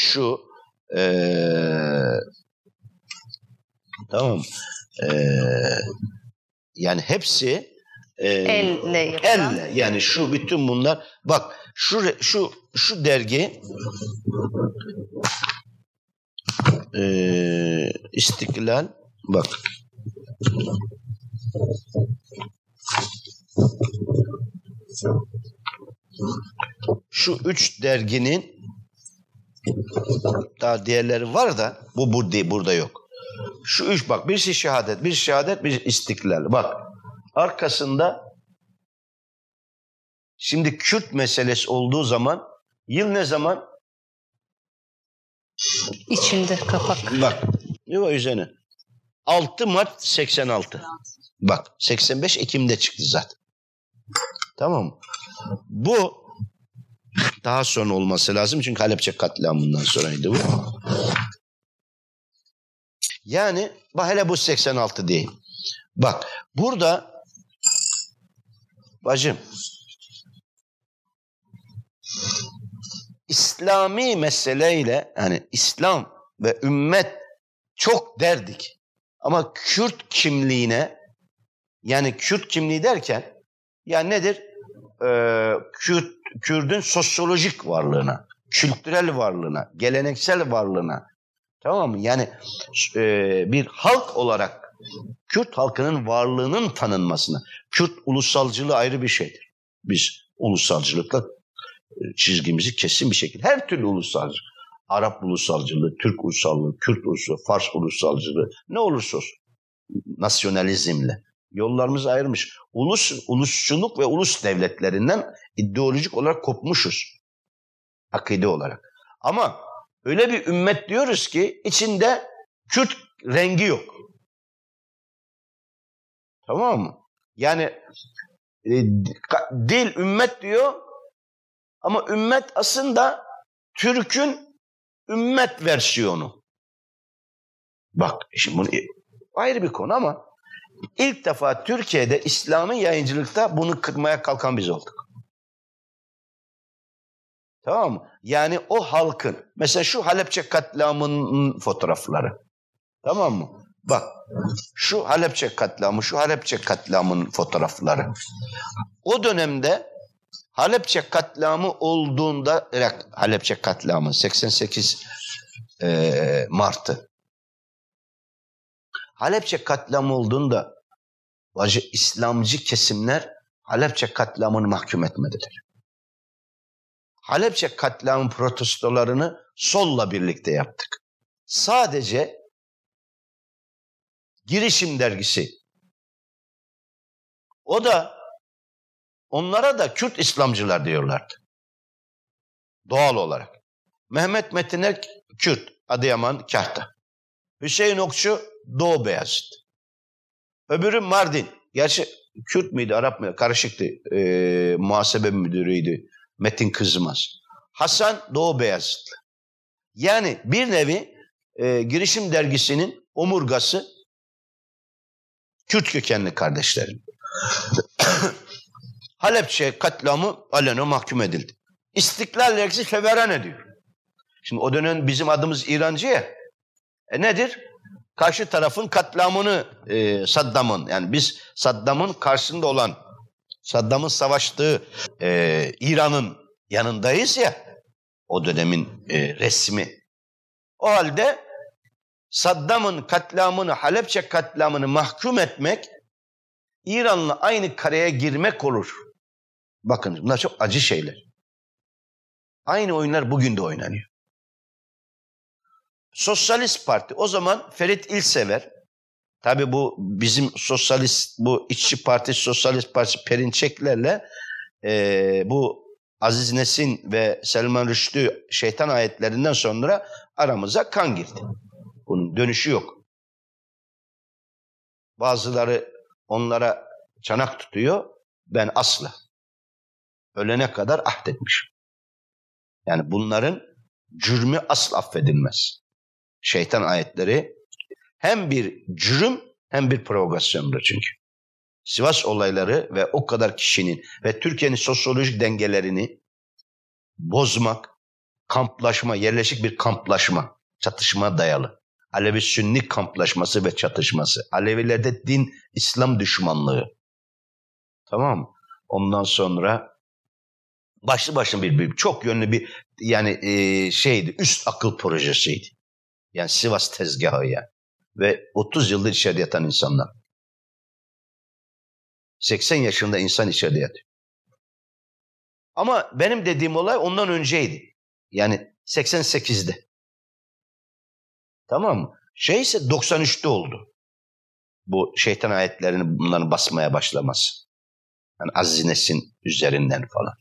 Speaker 1: tamam yani hepsi elle yani şu bütün bunlar bak şu dergi İstiklal bak şu 3 derginin daha diğerleri var da bu burada yok. Şu 3 bak birisi şehadet, bir İstiklal. Bak arkasında şimdi Kürt meselesi olduğu zaman yıl ne zaman?
Speaker 2: İçinde kapak.
Speaker 1: Bak yok üzerine. 6 Mart 86. Bak 85 Ekim'de çıktı zaten. Tamam mı? Bu daha sonra olması lazım çünkü Halepçe katliamından sonraydı bu. Yani bak hele bu 86 değil. Bak burada bacım İslami meseleyle yani İslam ve ümmet çok derdik. Ama Kürt kimliğine yani Kürt kimliği derken yani nedir? Kürt'ün sosyolojik varlığına, kültürel varlığına, geleneksel varlığına tamam mı? Yani bir halk olarak Kürt halkının varlığının tanınmasına. Kürt ulusalcılığı ayrı bir şeydir. Biz ulusalcılıkla çizgimizi kesin bir şekilde her türlü ulusalcılık, Arap ulusalcılığı, Türk ulusalcılığı, Kürt ulusalcılığı, Fars ulusalcılığı ne olursa olsun nasyonalizmle yollarımızı ayırmış. Ulusçuluk ve ulus devletlerinden ideolojik olarak kopmuşuz. Akide olarak. Ama öyle bir ümmet diyoruz ki içinde Kürt rengi yok. Tamam mı? Yani dil ümmet diyor ama ümmet aslında Türk'ün ümmet versiyonu. Bak şimdi bunu ayrı bir konu ama ilk defa Türkiye'de İslami yayıncılıkta bunu kırmaya kalkan biz olduk. Tamam mı? Yani o halkın, mesela şu Halepçe katliamının fotoğrafları. Tamam mı? Bak, şu Halepçe katliamı, şu Halepçe katliamının fotoğrafları. O dönemde Halepçe katliamı olduğunda, Halepçe katliamı 88 Mart'ı. Halepçe katliamı olduğunda İslamcı kesimler Halepçe katliamını mahkum etmediler. Halepçe katliamı protestolarını solla birlikte yaptık. Sadece Girişim dergisi, o da onlara da Kürt İslamcılar diyorlardı. Doğal olarak. Mehmet Metiner Kürt, Adıyaman, Kahta. Hüseyin Okçu Doğu Beyazıt. Öbürü Mardin. Gerçi Kürt müydü, Arap mıydı? Karışıktı. Muhasebe müdürüydü. Metin Kızmaz. Hasan Doğu Beyazıtlı. Yani bir nevi Girişim dergisinin omurgası Kürt kökenli kardeşlerim. Halepçe katliamı alenen mahkum edildi. İstiklal dergisi feveran ediyor. Şimdi o dönem bizim adımız İrancı ya. Nedir? Karşı tarafın katliamını Saddam'ın, yani biz Saddam'ın karşısında olan, Saddam'ın savaştığı İran'ın yanındayız ya, o dönemin resmi. O halde Saddam'ın katliamını, Halepçe katliamını mahkum etmek, İran'la aynı kareye girmek olur. Bakın bunlar çok acı şeyler. Aynı oyunlar bugün de oynanıyor. Sosyalist Parti, o zaman Ferit İlsever, tabi bu bizim sosyalist, bu işçi parti, sosyalist partisi Perinçeklerle bu Aziz Nesin ve Selman Rüştü şeytan ayetlerinden sonra aramıza kan girdi. Bunun dönüşü yok. Bazıları onlara çanak tutuyor, ben asla. Ölene kadar ahdetmişim. Yani bunların cürmü asla affedilmez. Şeytan ayetleri hem bir cürüm hem bir provokasyondur çünkü. Sivas olayları ve o kadar kişinin ve Türkiye'nin sosyolojik dengelerini bozmak, kamplaşma, yerleşik bir kamplaşma, çatışma dayalı. Alevi-Sünni kamplaşması ve çatışması. Alevilerde din, İslam düşmanlığı. Tamam mı? Ondan sonra başlı başına bir çok yönlü bir yani şeydi, üst akıl projesiydi. Yani Sivas tezgahı yani. Ve 30 yıldır içeride yatan insanlar. 80 yaşında insan içeride yatıyor. Ama benim dediğim olay ondan önceydi. Yani 88'de. Tamam mı? Şey ise 93'te oldu. Bu şeytan ayetlerini bunların basmaya başlaması. Yani Aziz Nesin üzerinden falan.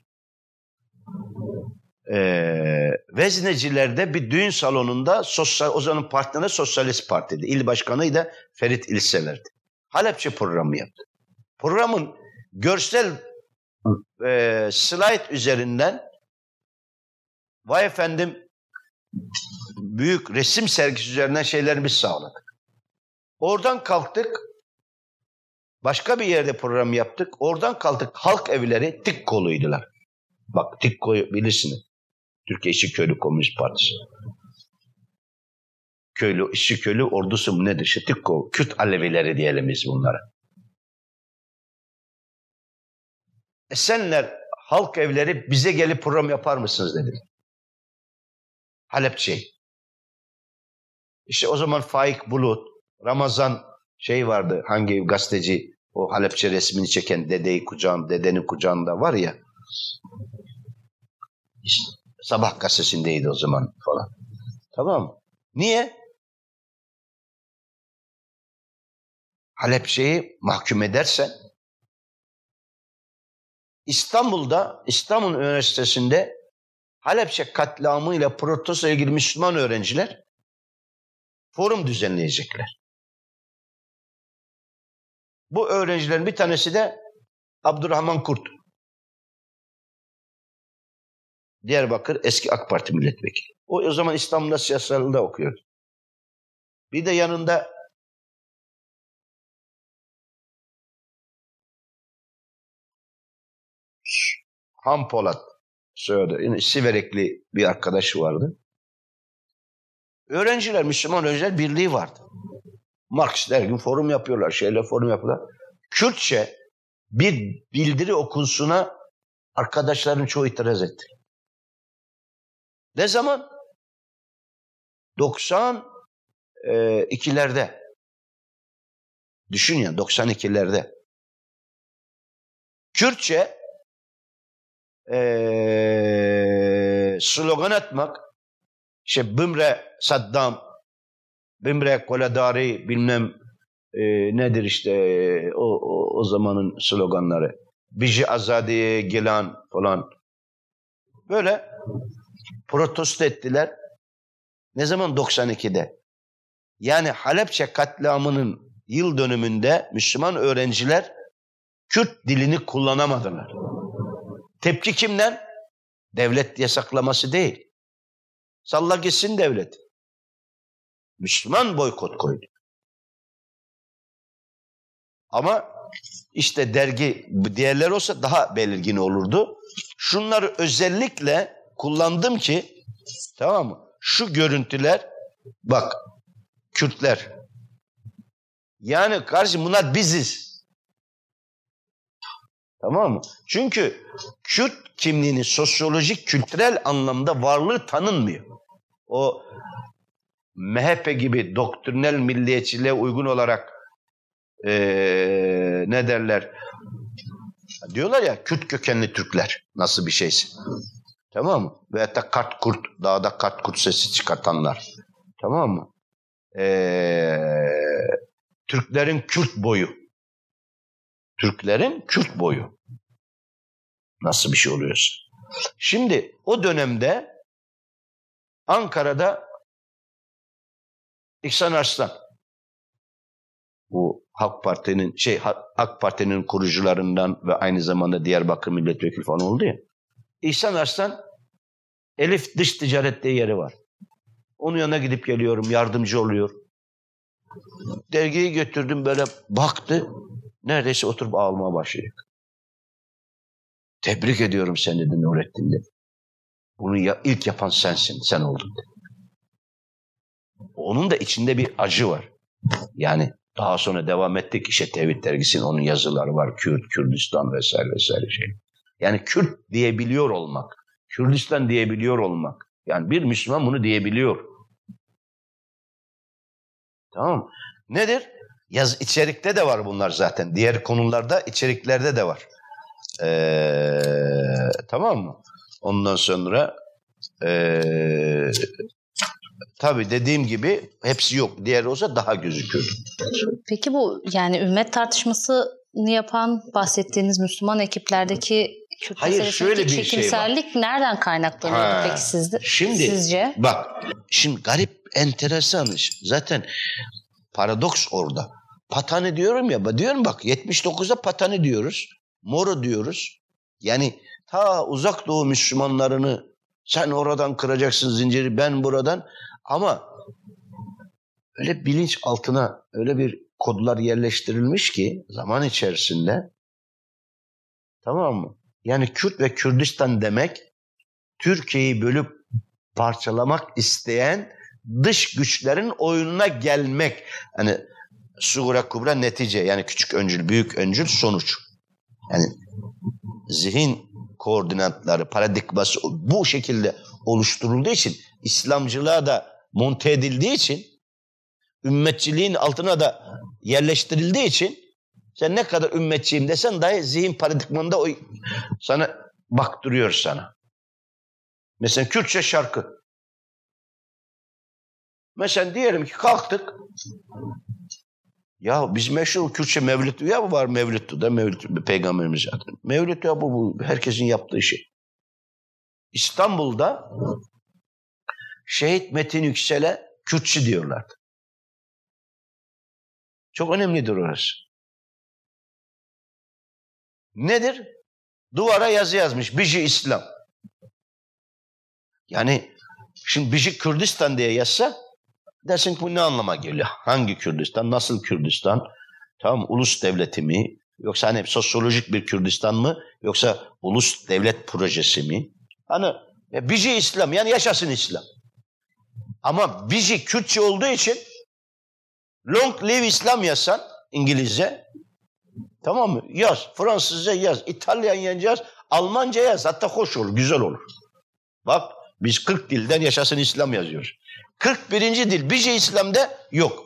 Speaker 1: Veznecilerde bir düğün salonunda o zaman partneri Sosyalist Parti'ydi. İl başkanıydı da Ferit İlsever'di. Halepçe programı yaptı. Programın görsel slide üzerinden vay efendim büyük resim sergisi üzerinden şeyleri biz sağladık. Oradan kalktık, başka bir yerde program yaptık. Oradan kalktık, halk evleri Tikkoluydular. Bak Tikko'yu bilirsiniz. Türkiye İşçi Köylü Komünist Partisi. Köylü, işçi köylü ordusu mu nedir? İşte Tikko, Kürt Alevileri diyelim biz bunlara. Senler halk evleri bize gelip program yapar mısınız dediler. Halepçe. İşte o zaman Faik Bulut, Ramazan şey vardı, hangi gazeteci o Halepçe resmini çeken dedenin kucağında var ya. İşte Sabah gazetesindeydi o zaman falan. Tamam mı? Niye? Halepçe'yi mahkum edersen İstanbul Üniversitesi'nde Halepçe katliamıyla Protos'la ilgili Müslüman öğrenciler forum düzenleyecekler. Bu öğrencilerin bir tanesi de Abdurrahman Kurt. Diyarbakır eski AK Parti milletvekili. O zaman İstanbul'da siyasalda okuyordu. Bir de yanında Han Polat söyledi. Yani Siverekli bir arkadaşı vardı. Öğrenciler, Müslüman öğrenciler birliği vardı. Marksist her gün forum yapıyorlar, forum yapıyorlar. Kürtçe bir bildiri okunsuna arkadaşların çoğu itiraz etti. Ne zaman? 92'lerde. Düşün ya, 92'lerde. Kürtçe slogan atmak, Bimre Saddam, Bimre Koladari, bilmem nedir işte o zamanın sloganları. Biji Azadiye Gilan falan. Böyle protesto ettiler. Ne zaman? 92'de. Yani Halepçe katliamının yıl dönümünde Müslüman öğrenciler Kürt dilini kullanamadılar. Tepki kimden? Devlet yasaklaması değil. Salla gitsin devlet. Müslüman boykot koydu. Ama işte dergi diğerler olsa daha belirgin olurdu. Şunları özellikle kullandım ki, tamam mı? Şu görüntüler, bak, Kürtler. Yani kardeşim bunlar biziz. Tamam mı? Çünkü Kürt kimliğinin sosyolojik, kültürel anlamda varlığı tanınmıyor. O MHP gibi doktrinal milliyetçiliğe uygun olarak ne derler? Diyorlar ya, Kürt kökenli Türkler nasıl bir şeyse. Tamam mı? Veyahut da Kart-Kurt, dağda Kart-Kurt sesi çıkartanlar. Tamam mı? Türklerin Kürt boyu. Türklerin Kürt boyu. Nasıl bir şey oluyorsa. Şimdi o dönemde Ankara'da İhsan Arslan, bu AK Parti'nin kurucularından ve aynı zamanda Diyarbakır milletvekili falan oldu ya. İhsan Arslan, Elif dış ticarette yeri var. Onun yanına gidip geliyorum, yardımcı oluyor. Dergiyi götürdüm, böyle baktı. Neredeyse oturup ağlamaya başlıyor. Tebrik ediyorum seni dedi Nurettin dedi. Bunu ilk yapan sensin, sen oldun dedi. Onun da içinde bir acı var. Yani daha sonra devam ettik, işte Tevhid dergisinin onun yazıları var. Kürt, Kürdistan vesaire vesaire şey. Yani Kürt diyebiliyor olmak, Kürdistan diyebiliyor olmak. Yani bir Müslüman bunu diyebiliyor. Tamam. Nedir? İçerikte de var bunlar zaten. Diğer konularda, içeriklerde de var. Tamam mı? Ondan sonra tabii dediğim gibi hepsi yok. Diğer olsa daha gözüküyor.
Speaker 2: Peki bu yani ümmet tartışmasını yapan bahsettiğiniz Müslüman ekiplerdeki Kürt meselesindeki çekimsellik nereden kaynaklanıyordu peki sizce?
Speaker 1: Bak, şimdi garip, enteresan iş. Zaten paradoks orada. Patani diyorum ya, diyorum bak 79'da Patani diyoruz. Moro diyoruz. Yani ta Uzak Doğu Müslümanlarını sen oradan kıracaksın zinciri, ben buradan. Ama öyle bilinç altına öyle bir kodlar yerleştirilmiş ki zaman içerisinde, tamam mı? Yani Kürt ve Kürdistan demek Türkiye'yi bölüp parçalamak isteyen dış güçlerin oyununa gelmek. Hani Sugura Kubra netice, yani küçük öncül, büyük öncül, sonuç. Yani zihin koordinatları, paradigması bu şekilde oluşturulduğu için, İslamcılığa da monte edildiği için, ümmetçiliğin altına da yerleştirildiği için, sen ne kadar ümmetçiyim desen dahi zihin paradigmanda o sana baktırıyor sana. Mesela Kürtçe şarkı. Mesela diyelim ki kalktık. Ya biz meşhur Kürtçe Mevlüt ya var, Mevlüt'ü de Mevlüt Peygamberimiz zaten. Mevlüt ya bu herkesin yaptığı şey. İstanbul'da Şehit Metin Yüksel'e Kürtçü diyorlardı. Çok önemlidir orası. Nedir? Duvara yazı yazmış. Biji İslam. Yani şimdi Biji Kürdistan diye yazsa dersin ki bu ne anlama geliyor? Hangi Kürdistan? Nasıl Kürdistan? Tamam, ulus devleti mi? Yoksa hani sosyolojik bir Kürdistan mı? Yoksa ulus devlet projesi mi? Hani Biji İslam, yani yaşasın İslam. Ama Biji Kürtçe olduğu için Long Live İslam yazsan İngilizce, tamam mı? Yaz. Fransızca yaz. İtalyanca yaz. Almanca yaz. Hatta hoş olur, güzel olur. Bak biz 40 dilden yaşasın İslam yazıyoruz. 41. dil Biji İslam'da yok.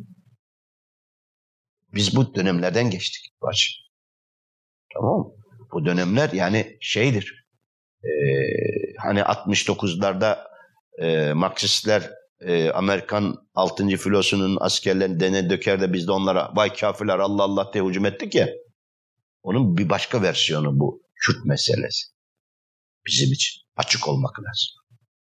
Speaker 1: Biz bu dönemlerden geçtik. Tamam mı? Bu dönemler yani şeydir. Hani 69'larda Marksistler Amerikan 6. filosunun askerlerini dene döker de biz de onlara vay kafirler Allah Allah diye hücum ettik ya. Onun bir başka versiyonu bu Kürt meselesi. Bizim için açık olmak lazım.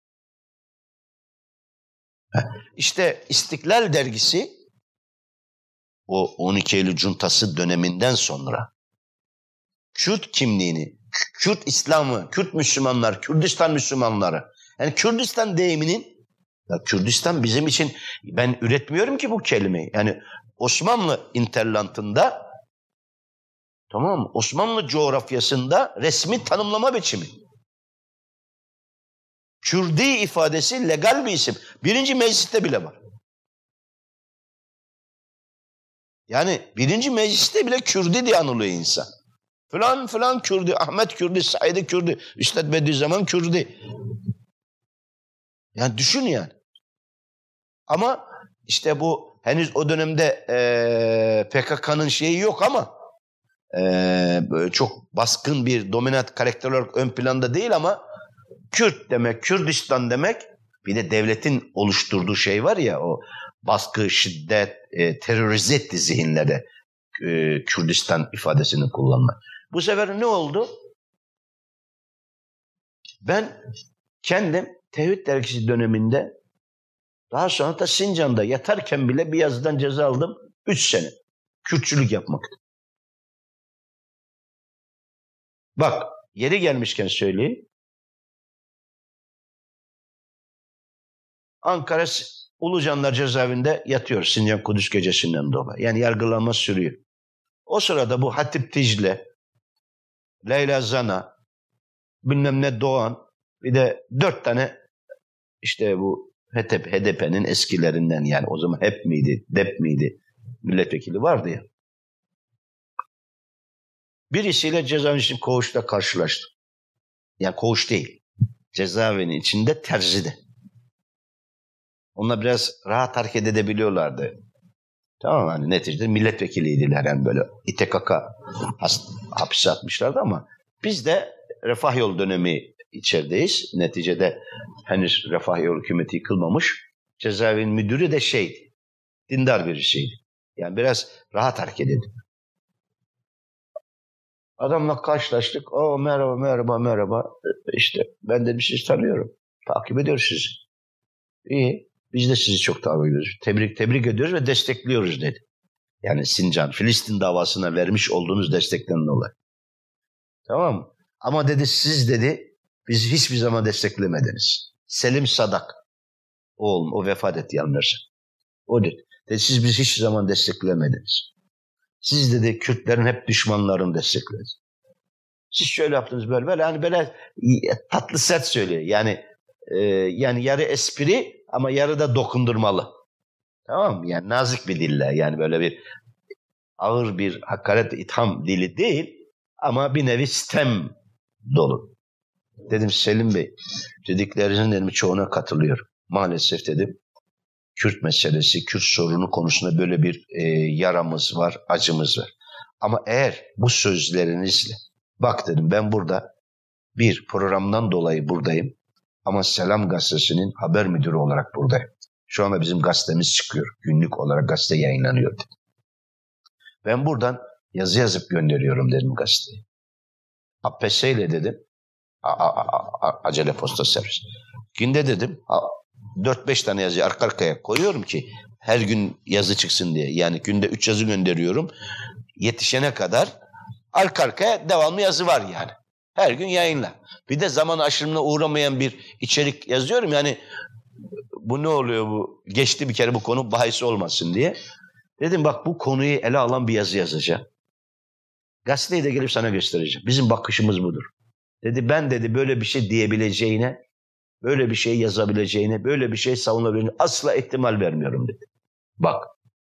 Speaker 1: İşte İstiklal dergisi o 12 Eylül Cuntası döneminden sonra Kürt kimliğini, Kürt İslam'ı, Kürt Müslümanlar, Kürdistan Müslümanları, yani Kürdistan deyiminin, ya Kürdistan bizim için, ben üretmiyorum ki bu kelimeyi. Yani Osmanlı interlantında, tamam mı? Osmanlı coğrafyasında resmi tanımlama biçimi. Kürdi ifadesi legal bir isim. 1. Meclis'te bile var. Yani 1. Meclis'te bile Kürdi diye anılıyor insan. Falan falan Kürdi, Ahmet Kürdi, Said Kürdi, Üstad Bediüzzaman Kürdi. Yani düşün yani. Ama işte bu henüz o dönemde PKK'nın şeyi yok ama böyle çok baskın bir dominant karakter olarak ön planda değil ama Kürt demek, Kürdistan demek, bir de devletin oluşturduğu şey var ya, o baskı, şiddet, terörize etti zihinlere Kürdistan ifadesini kullanmak. Bu sefer ne oldu? Ben kendim Tevhid dergisi döneminde, daha sonra da Sincan'da yatarken bile bir yazıdan ceza aldım. 3 sene. Kürtçülük yapmakta. Bak, yeri gelmişken söyleyeyim. Ankara Ulucanlar cezaevinde yatıyor Sincan Kudüs gecesinden dolayı. Yani yargılanma sürüyor. O sırada bu Hatip Dicle, Leyla Zana, bilmem ne Doğan, bir de 4 tane işte bu HDP'nin eskilerinden, yani o zaman HEP miydi, DEP miydi milletvekili vardı ya. Birisiyle cezaevinin için koğuşta karşılaştım. Yani koğuş değil, cezaevinin içinde terzide. Onlar biraz rahat hareket edebiliyorlardı. Tamam mı? Hani neticede milletvekiliydiler, yani böyle İTKK hapise atmışlardı ama biz de Refah Yolu dönemi içerideyiz. Neticede henüz Refah Yolu hükümeti yıkılmamış. Cezaevinin müdürü de şeydi, dindar birisiydi. Yani biraz rahat hareket ediyor. Adamla karşılaştık. O merhaba. İşte ben de sizi tanıyorum. Takip ediyoruz sizi. İyi. Biz de sizi çok takip ediyoruz. Tebrik ediyoruz ve destekliyoruz dedi. Yani Sincan, Filistin davasına vermiş olduğunuz destekten dolayı. Tamam mı? Ama dedi siz dedi bizi hiçbir zaman desteklemediniz. Selim Sadak. Oğlum o vefat etti yanılırsa. O dedi. Siz bizi hiçbir zaman desteklemediniz. Siz dedi Kürtlerin hep düşmanlarını desteklediniz. Siz şöyle yaptınız böyle. Yani böyle tatlı sert söylüyor. Yani yarı espri ama yarı da dokundurmalı. Tamam mı? Yani nazik bir dille, yani böyle bir ağır bir hakaret, itham dili değil ama bir nevi sitem dolu. Dedim Selim Bey, dediklerinizin dedim çoğuna katılıyorum. Maalesef dedim Kürt meselesi, Kürt sorunu konusunda böyle bir yaramız var, acımız var. Ama eğer bu sözlerinizle, bak dedim ben burada bir programdan dolayı buradayım ama Selam Gazetesi'nin haber müdürü olarak buradayım. Şu anda bizim gazetemiz çıkıyor. Günlük olarak gazete yayınlanıyor dedim. Ben buradan yazı yazıp gönderiyorum dedim gazeteye. APS ile dedim Acele posta servis. Günde dedim 4-5 tane yazıyı arka arkaya koyuyorum ki her gün yazı çıksın diye. Yani günde 3 yazı gönderiyorum. Yetişene kadar arka arkaya devamlı yazı var yani. Her gün yayınla. Bir de zaman aşımına uğramayan bir içerik yazıyorum. Yani bu ne oluyor bu? Geçti bir kere bu konu bahis olmasın diye. Dedim bak bu konuyu ele alan bir yazı yazacağım. Gazeteyi de gelip sana göstereceğim. Bizim bakışımız budur. Dedi ben dedi böyle bir şey diyebileceğine, böyle bir şey yazabileceğine, böyle bir şey savunabileceğine asla ihtimal vermiyorum dedi. Bak.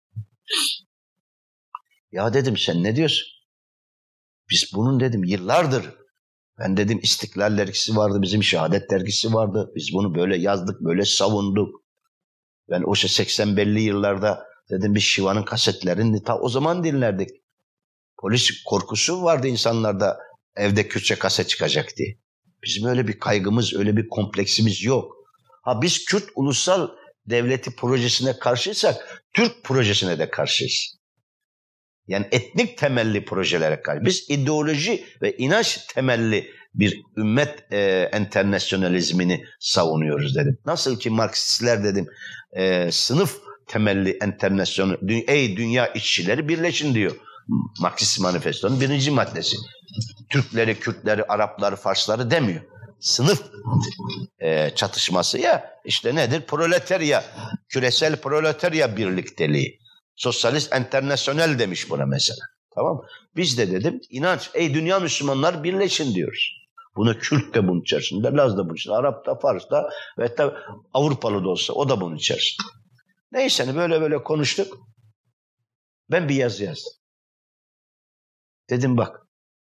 Speaker 1: Ya dedim sen ne diyorsun? Biz bunun dedim yıllardır. Ben dedim İstiklal dergisi vardı, bizim Şehadet dergisi vardı. Biz bunu böyle yazdık, böyle savunduk. Ben o 80'li yıllarda dedim biz Şiva'nın kasetlerini ta o zaman dinlerdik. Polis korkusu vardı insanlarda evde Kürtçe kaset çıkacak diye. Bizim öyle bir kaygımız, öyle bir kompleksimiz yok. Ha biz Kürt Ulusal Devleti projesine karşıysak Türk projesine de karşıyız. Yani etnik temelli projelere karşı. Biz ideoloji ve inanç temelli bir ümmet enternasyonalizmini savunuyoruz dedim. Nasıl ki Marksistler dedim sınıf temelli enternasyonel, ey dünya işçileri birleşin diyor. Marksist Manifesto'nun 1. maddesi. Türkleri, Kürtleri, Arapları, Farsları demiyor. Sınıf çatışması ya işte nedir? Proletarya, küresel proletarya birlikteliği. Sosyalist enternasyonel demiş buna mesela. Tamam mı? Biz de dedim inanç, ey dünya Müslümanlar birleşin diyoruz. Bunu Kürt de bunun içerisinde, Laz da bunun içerisinde, Arap da, Fars da ve tabi Avrupalı da olsa o da bunun içerisinde. Neyse hani böyle konuştuk. Ben bir yazı yazdım. Dedim bak.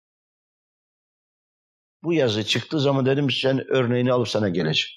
Speaker 1: Bu yazı çıktığı zaman dedim sen örneğini alıp sana geleceğim.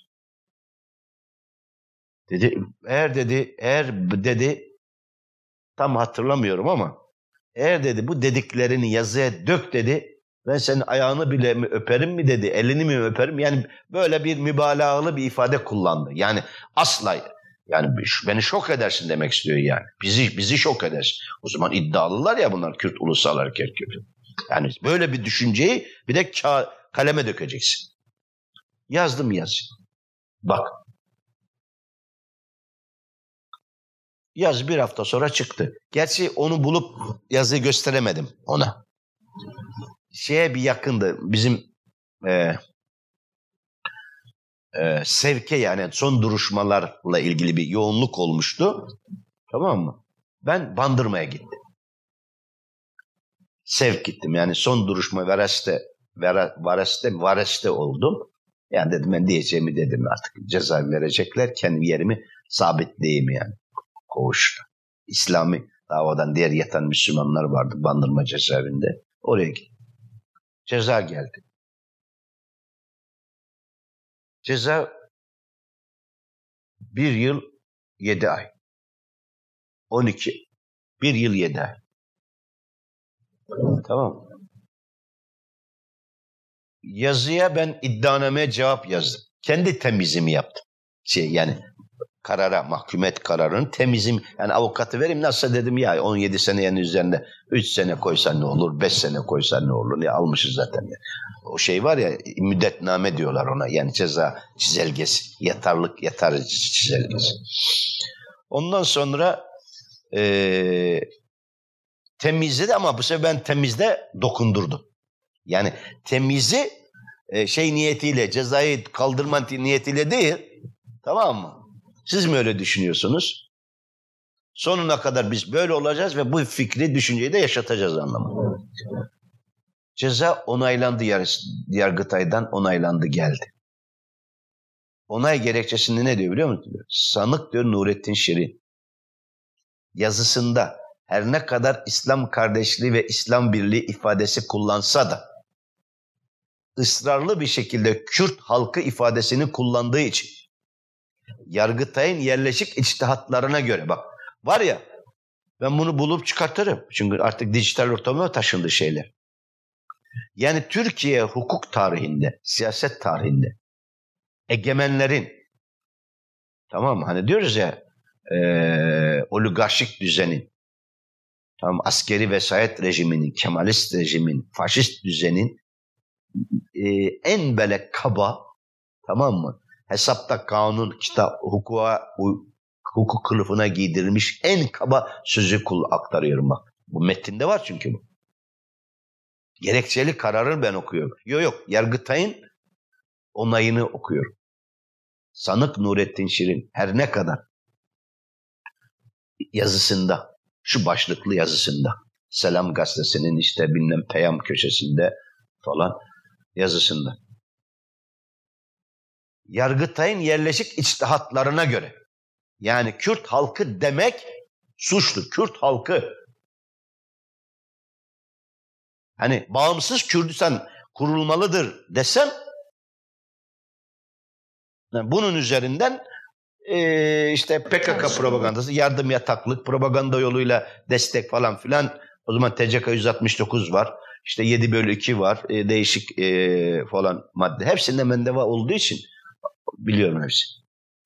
Speaker 1: Dedi eğer dedi tam hatırlamıyorum ama eğer dedi bu dediklerini yazıya dök dedi ben senin ayağını bile mi öperim mi dedi elini mi öperim yani böyle bir mübalağalı bir ifade kullandı. Yani asla yani beni şok edersin demek istiyor yani. Bizi şok edersin. O zaman iddialılar ya bunlar Kürt Ulusal Hareketi. Yani böyle bir düşünceyi bir de kaleme dökeceksin. Yazdım yazı. Bak. Yaz bir hafta sonra çıktı. Gerçi onu bulup yazıyı gösteremedim ona. Şeye bir yakındı. Bizim sevke yani son duruşmalarla ilgili bir yoğunluk olmuştu. Tamam mı? Ben Bandırma'ya gittim. Sevk gittim. Yani son duruşma Vares'te oldum. Yani dedim ben diyeceğimi dedim artık. Ceza verecekler. Kendi yerimi sabitleyeyim yani. Koğuşta. İslami davadan diğer yatan Müslümanlar vardı Bandırma cezaevinde. Oraya gittim. Ceza geldi. Ceza 1 yıl 7 ay. 12. 1 yıl 7 ay. Tamam. Yazıya ben iddianameye cevap yazdım. Kendi temizimi yaptım. Yani mahkumet kararının temizim. Yani avukatı vereyim nasılsa dedim ya 17 senenin üzerinde 3 sene koysan ne olur, 5 sene koysan ne olur ya almışız zaten. Ya. O şey var ya müddetname diyorlar ona yani ceza çizelgesi, yatar çizelgesi. Ondan sonra temizledi ama bu sefer ben temizde dokundurdum. Yani temizi niyetiyle cezayı kaldırma niyetiyle değil tamam mı? Siz mi öyle düşünüyorsunuz? Sonuna kadar biz böyle olacağız ve bu fikri, düşünceyi de yaşatacağız anlamında. Ceza onaylandı Yargıtay'dan onaylandı geldi. Onay gerekçesinde ne diyor biliyor musun? Sanık diyor Nurettin Şirin. Yazısında her ne kadar İslam kardeşliği ve İslam birliği ifadesi kullansa da ısrarlı bir şekilde Kürt halkı ifadesini kullandığı için Yargıtay'ın yerleşik içtihatlarına göre bak var ya ben bunu bulup çıkartırım. Çünkü artık dijital ortama taşındı şeyler. Yani Türkiye hukuk tarihinde, siyaset tarihinde egemenlerin tamam mı? Hani diyoruz ya oligarşik düzenin tamam askeri vesayet rejiminin, Kemalist rejimin, faşist düzenin en böyle kaba, tamam mı? Hesapta kanun, kitap, hukuk kılıfına giydirilmiş en kaba sözü aktarıyorum bak. Bu metinde var çünkü bu. Gerekçeli kararı ben okuyorum. Yok, Yargıtay'ın onayını okuyorum. Sanık Nurettin Şirin her ne kadar yazısında, şu başlıklı yazısında, Selam Gazetesi'nin işte bilmem Peyam köşesinde falan yazısında. Yargıtay'ın yerleşik içtihatlarına göre, yani Kürt halkı demek suçlu. Kürt halkı. Hani bağımsız Kürdistan kurulmalıdır desem, yani bunun üzerinden işte PKK propagandası, yardım yataklık, propaganda yoluyla destek falan filan. O zaman TCK 169 var. İşte 7/2 var. Değişik falan madde. Hepsinde mendeva olduğu için biliyorum hepsini.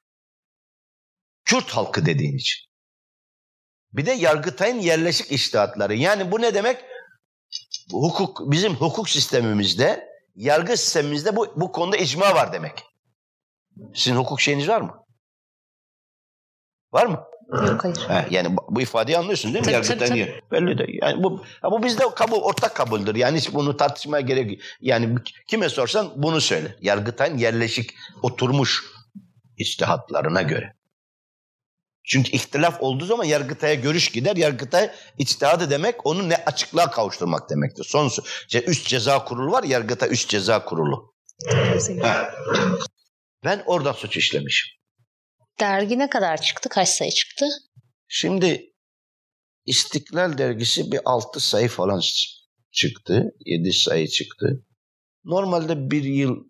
Speaker 1: Kürt halkı dediğin için. Bir de Yargıtay'ın yerleşik içtihatları. Yani bu ne demek? Bizim hukuk sistemimizde, yargı sistemimizde bu konuda icma var demek. Sizin hukuk şeyiniz var mı? Var mı?
Speaker 2: Yok, hayır.
Speaker 1: Yani bu ifadeyi anlıyorsun değil mi? Yargıtay'ın belli de. Yani bu bizde ortak kabuldür. Yani hiç bunu tartışmaya gerek yok. Yani kime sorsan bunu söyle. Yargıtay'ın yerleşik oturmuş içtihatlarına göre. Çünkü ihtilaf olduğu zaman Yargıtay'a görüş gider. Yargıtay içtihadı demek onu ne açıklığa kavuşturmak demektir. Üst ceza kurulu var. Yargıtay üst ceza kurulu. Ben oradan suç işlemişim.
Speaker 2: Dergi ne kadar çıktı? Kaç sayı çıktı?
Speaker 1: Şimdi İstiklal dergisi bir 6 sayı falan çıktı. 7 sayı çıktı. Normalde bir yıl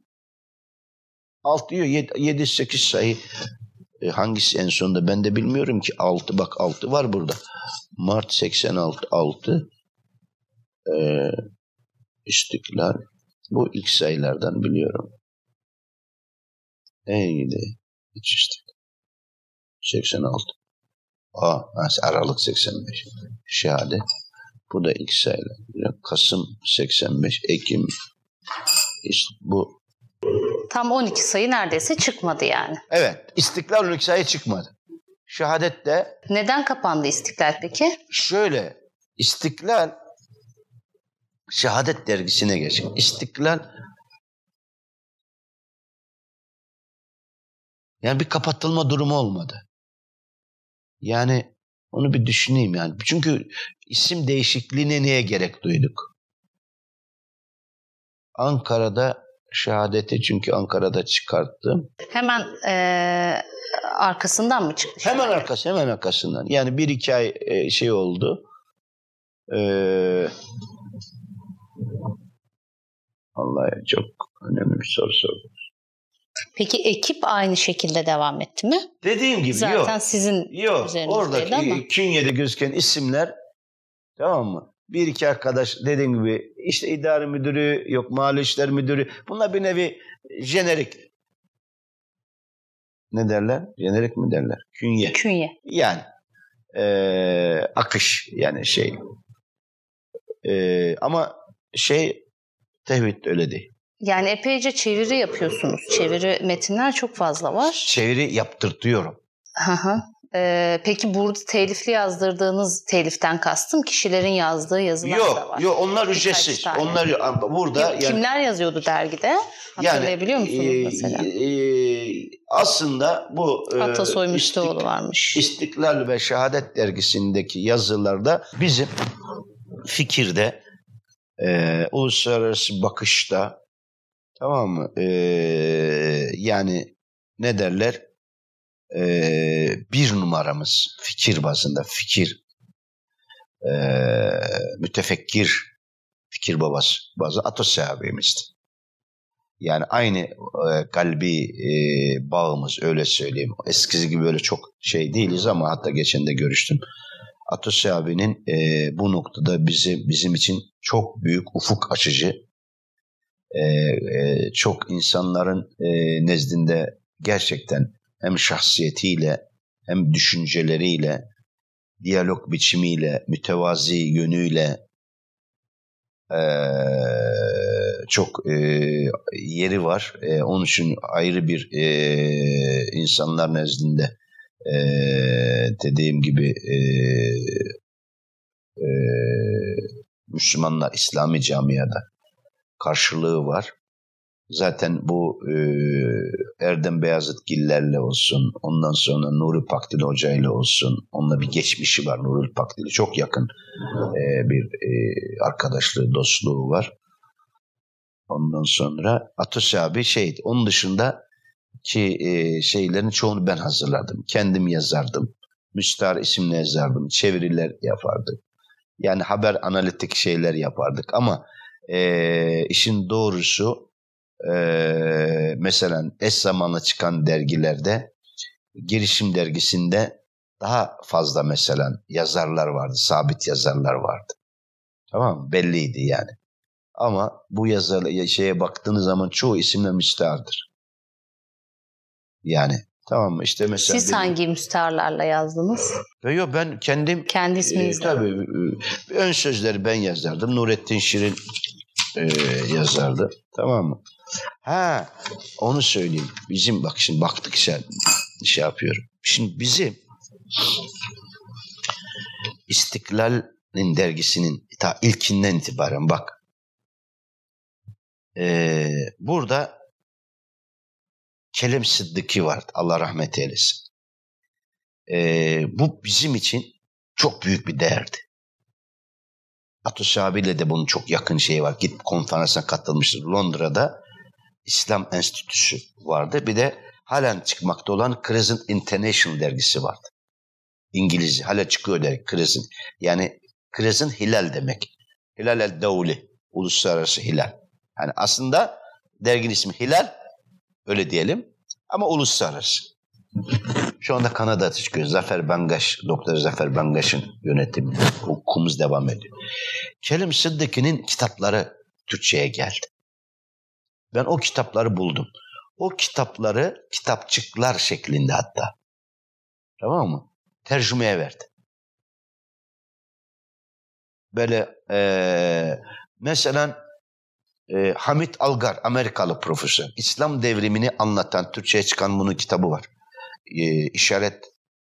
Speaker 1: 7-8 sayı. Hangisi en sonunda ben de bilmiyorum ki. 6 var burada. Mart 86 6. İstiklal. Bu ilk sayılardan biliyorum. Neydi? Hiç işte. 86. Aralık 85. Şehadet. Bu da ilk sayılar. Kasım 85. Ekim. İşte bu.
Speaker 2: Tam 12 sayı neredeyse çıkmadı yani.
Speaker 1: Evet. İstiklal 12 sayı çıkmadı. Şehadet de.
Speaker 2: Neden kapandı İstiklal peki?
Speaker 1: Şöyle. İstiklal Şehadet dergisine geçti. İstiklal yani bir kapatılma durumu olmadı. Yani onu bir düşüneyim yani. Çünkü isim değişikliğine niye gerek duyduk? Ankara'da Şehadet'i çünkü Ankara'da çıkarttım.
Speaker 2: Hemen arkasından mı çıktı?
Speaker 1: Hemen arkasından. Yani 1-2 ay şey oldu. Vallahi çok önemli bir soru sordum.
Speaker 2: Peki ekip aynı şekilde devam etti mi?
Speaker 1: Dediğim gibi
Speaker 2: zaten
Speaker 1: yok.
Speaker 2: Zaten sizin üzerinizdeydi
Speaker 1: oradaki
Speaker 2: ama.
Speaker 1: künyede gözüken isimler, tamam mı? 1-2 arkadaş dediğim gibi işte idare müdürü, yok mali işler müdürü. Bunlar bir nevi jenerik. Ne derler? Jenerik mi derler? Künye. Yani akış yani şey. Ama tevhid öyle değil.
Speaker 2: Yani epeyce çeviri yapıyorsunuz. Çeviri metinler çok fazla var.
Speaker 1: Çeviri yaptırtıyorum.
Speaker 2: Peki burada telifli yazdırdığınız, teliften kastım kişilerin yazdığı yazılar da var.
Speaker 1: Yok, onlar ücretsiz. Onlar burada
Speaker 2: yani kimler yazıyordu dergide? Hatırlayabiliyor musunuz mesela?
Speaker 1: Aslında bu
Speaker 2: Atasoy Müftüoğlu varmış.
Speaker 1: İstiklal ve Şehadet dergisindeki yazılarda bizim fikirde, uluslararası bakışta, tamam mı? Yani ne derler? Bir numaramız fikir bazında, mütefekkir fikir babası bazı Atasoy abimizdi. Yani aynı kalbi bağımız, öyle söyleyeyim. Eskisi gibi böyle çok şey değiliz ama hatta geçen de görüştüm. Atasoy abinin bu noktada bizim için çok büyük ufuk açıcı, çok insanların nezdinde gerçekten hem şahsiyetiyle hem düşünceleriyle, diyalog biçimiyle, mütevazi yönüyle çok yeri var. Onun için ayrı bir insanlar nezdinde dediğim gibi Müslümanlar, İslami camiada karşılığı var. Zaten bu Erdem Beyazıtgillerle olsun, ondan sonra Nuri Pakdil Hoca ile olsun, onunla bir geçmişi var. Nuri Pakdil'e çok yakın bir arkadaşlığı, dostluğu var. Ondan sonra Atos abi onun dışında ki şeylerin çoğunu ben hazırladım. Kendim yazardım. Müstahar isimle yazardım. Çeviriler yapardık. Yani haber analitik şeyler yapardık. Ama işin doğrusu mesela eş zamanla çıkan dergilerde, Girişim dergisinde daha fazla mesela yazarlar vardı. Sabit yazarlar vardı. Tamam mı? Belliydi yani. Ama bu şeye baktığınız zaman çoğu isimle müstehardır. Yani tamam mı? İşte mesela
Speaker 2: siz hangi müsteharlarla yazdınız?
Speaker 1: Yok, ben kendim
Speaker 2: kendi isminizle.
Speaker 1: Tabii ön sözleri ben yazardım. Nurettin Şirin yazardı. Tamam mı? Onu söyleyeyim. Bizim bak şimdi baktık şey yapıyorum. Şimdi bizim İstiklal'in dergisinin ta ilkinden itibaren bak burada Kelim Sıddıki vardı. Allah rahmet eylesin. Bu bizim için çok büyük bir değerdi. Atos abiyle de bunun çok yakın şeyi var. Gidip konferansına katılmıştır. Londra'da İslam Enstitüsü vardı. Bir de halen çıkmakta olan Crescent International dergisi vardı. İngilizce. Hala çıkıyor dergi Crescent. Yani Crescent hilal demek. Hilal el-Davli. Uluslararası hilal. Yani aslında derginin ismi Hilal. Öyle diyelim. Ama uluslararası. Şu anda Kanada'da çıkıyor. Zafer Bangaş, Doktor Zafer Bangaş'ın yönetiminde. Okumuz devam ediyor. Kelim Sıddıki'nin kitapları Türkçe'ye geldi. Ben o kitapları buldum. O kitapları kitapçıklar şeklinde hatta. Tamam mı? Tercümeye verdi. Böyle mesela Hamit Algar, Amerikalı profesör. İslam devrimini anlatan Türkçe'ye çıkan bunun kitabı var. İşaret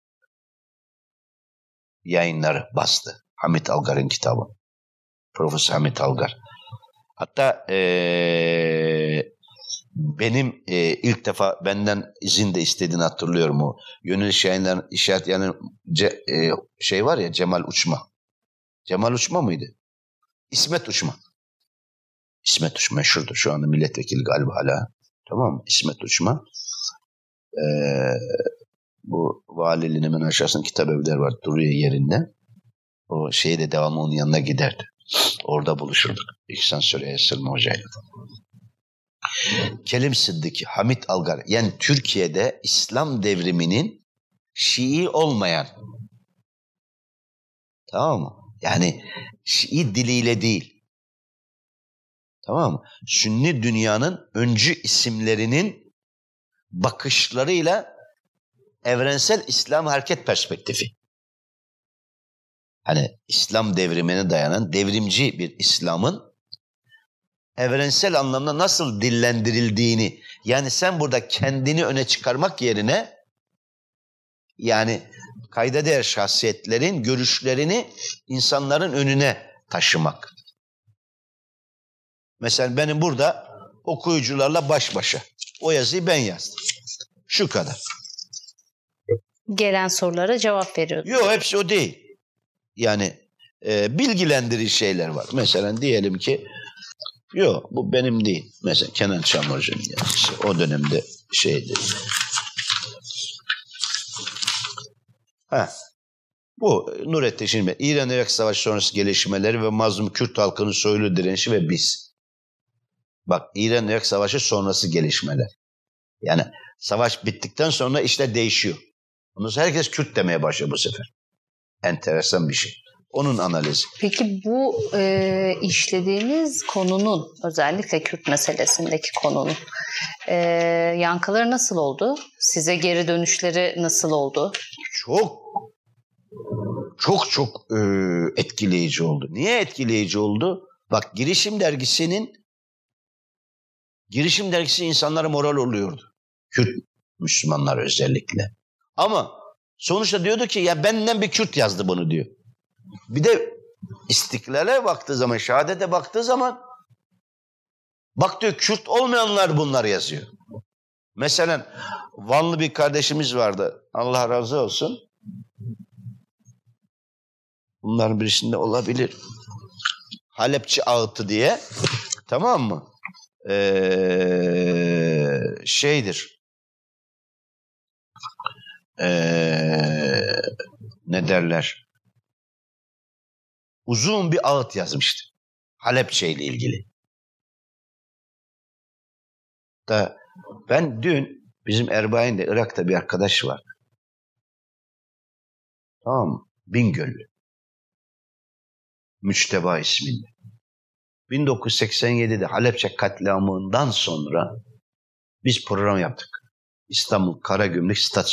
Speaker 1: Yayınları bastı. Hamit Algar'ın kitabı. Profesör Hamit Algar. Hatta benim ilk defa benden izin de istediğini hatırlıyorum o. Yöneliş Yayınları'nın işaret yani şey var ya Cemal Uçma. Cemal Uçma mıydı? İsmet Uçma. İsmet Uçma meşhurdur. Şu anda milletvekili galiba hala. Tamam mı? İsmet Uçma. Bu valiliğin hemen aşağısında kitap evleri var. Duruyor yerinde. O de devamlı onun yanına giderdi. Orada buluşurduk. İhsan Süreyya Sırma Hoca'yla. Kelim Sıddıki, Hamit Algar. Yani Türkiye'de İslam devriminin Şii olmayan, tamam mı? Yani Şii diliyle değil. Tamam mı? Sünni dünyanın öncü isimlerinin bakışlarıyla evrensel İslam hareket perspektifi. Hani İslam devrimine dayanan devrimci bir İslam'ın evrensel anlamda nasıl dillendirildiğini, yani sen burada kendini öne çıkarmak yerine yani kayda değer şahsiyetlerin görüşlerini insanların önüne taşımak. Mesela benim burada okuyucularla baş başa. O yazıyı ben yazdım. Şu kadar.
Speaker 2: Gelen sorulara cevap veriyordum.
Speaker 1: Yok, hepsi o değil. Yani bilgilendirici şeyler var. Mesela diyelim ki yok bu benim değil. Mesela Kenan Çamurcu'nun yazısı. O dönemde şeydi. Bu Nurettin şimdi İran-Irak Savaşı sonrası gelişmeleri ve mazlum Kürt halkının soylu direnişi ve biz. Bak, İran-Irak Savaşı sonrası gelişmeler. Yani savaş bittikten sonra işler değişiyor. Ondan sonra herkes Kürt demeye başlıyor bu sefer. Enteresan bir şey. Onun analizi.
Speaker 2: Peki bu işlediğiniz konunun, özellikle Kürt meselesindeki konunun yankıları nasıl oldu? Size geri dönüşleri nasıl oldu?
Speaker 1: Çok etkileyici oldu. Niye etkileyici oldu? Bak, Girişim dergisinin Girişim dergisi insanlara moral oluyordu. Kürt Müslümanlar özellikle. Ama sonuçta diyordu ki ya benden bir Kürt yazdı bunu diyor. Bir de İstiklal'e baktığı zaman, Şehadet'e baktığı zaman bak diyor Kürt olmayanlar bunlar yazıyor. Mesela Vanlı bir kardeşimiz vardı. Allah razı olsun. Bunların birisinde olabilir. Halepçi Ağıtı diye. Tamam mı? Şeydir. Ne derler? Uzun bir ağıt yazmıştı. Halepçe ile ilgili. Ben dün bizim Erbain'de Irak'ta bir arkadaş var. Tamam mı? Bingöllü. Müçteba isminde. 1987'de Halepçe katliamından sonra biz program yaptık. İstanbul Karagümrük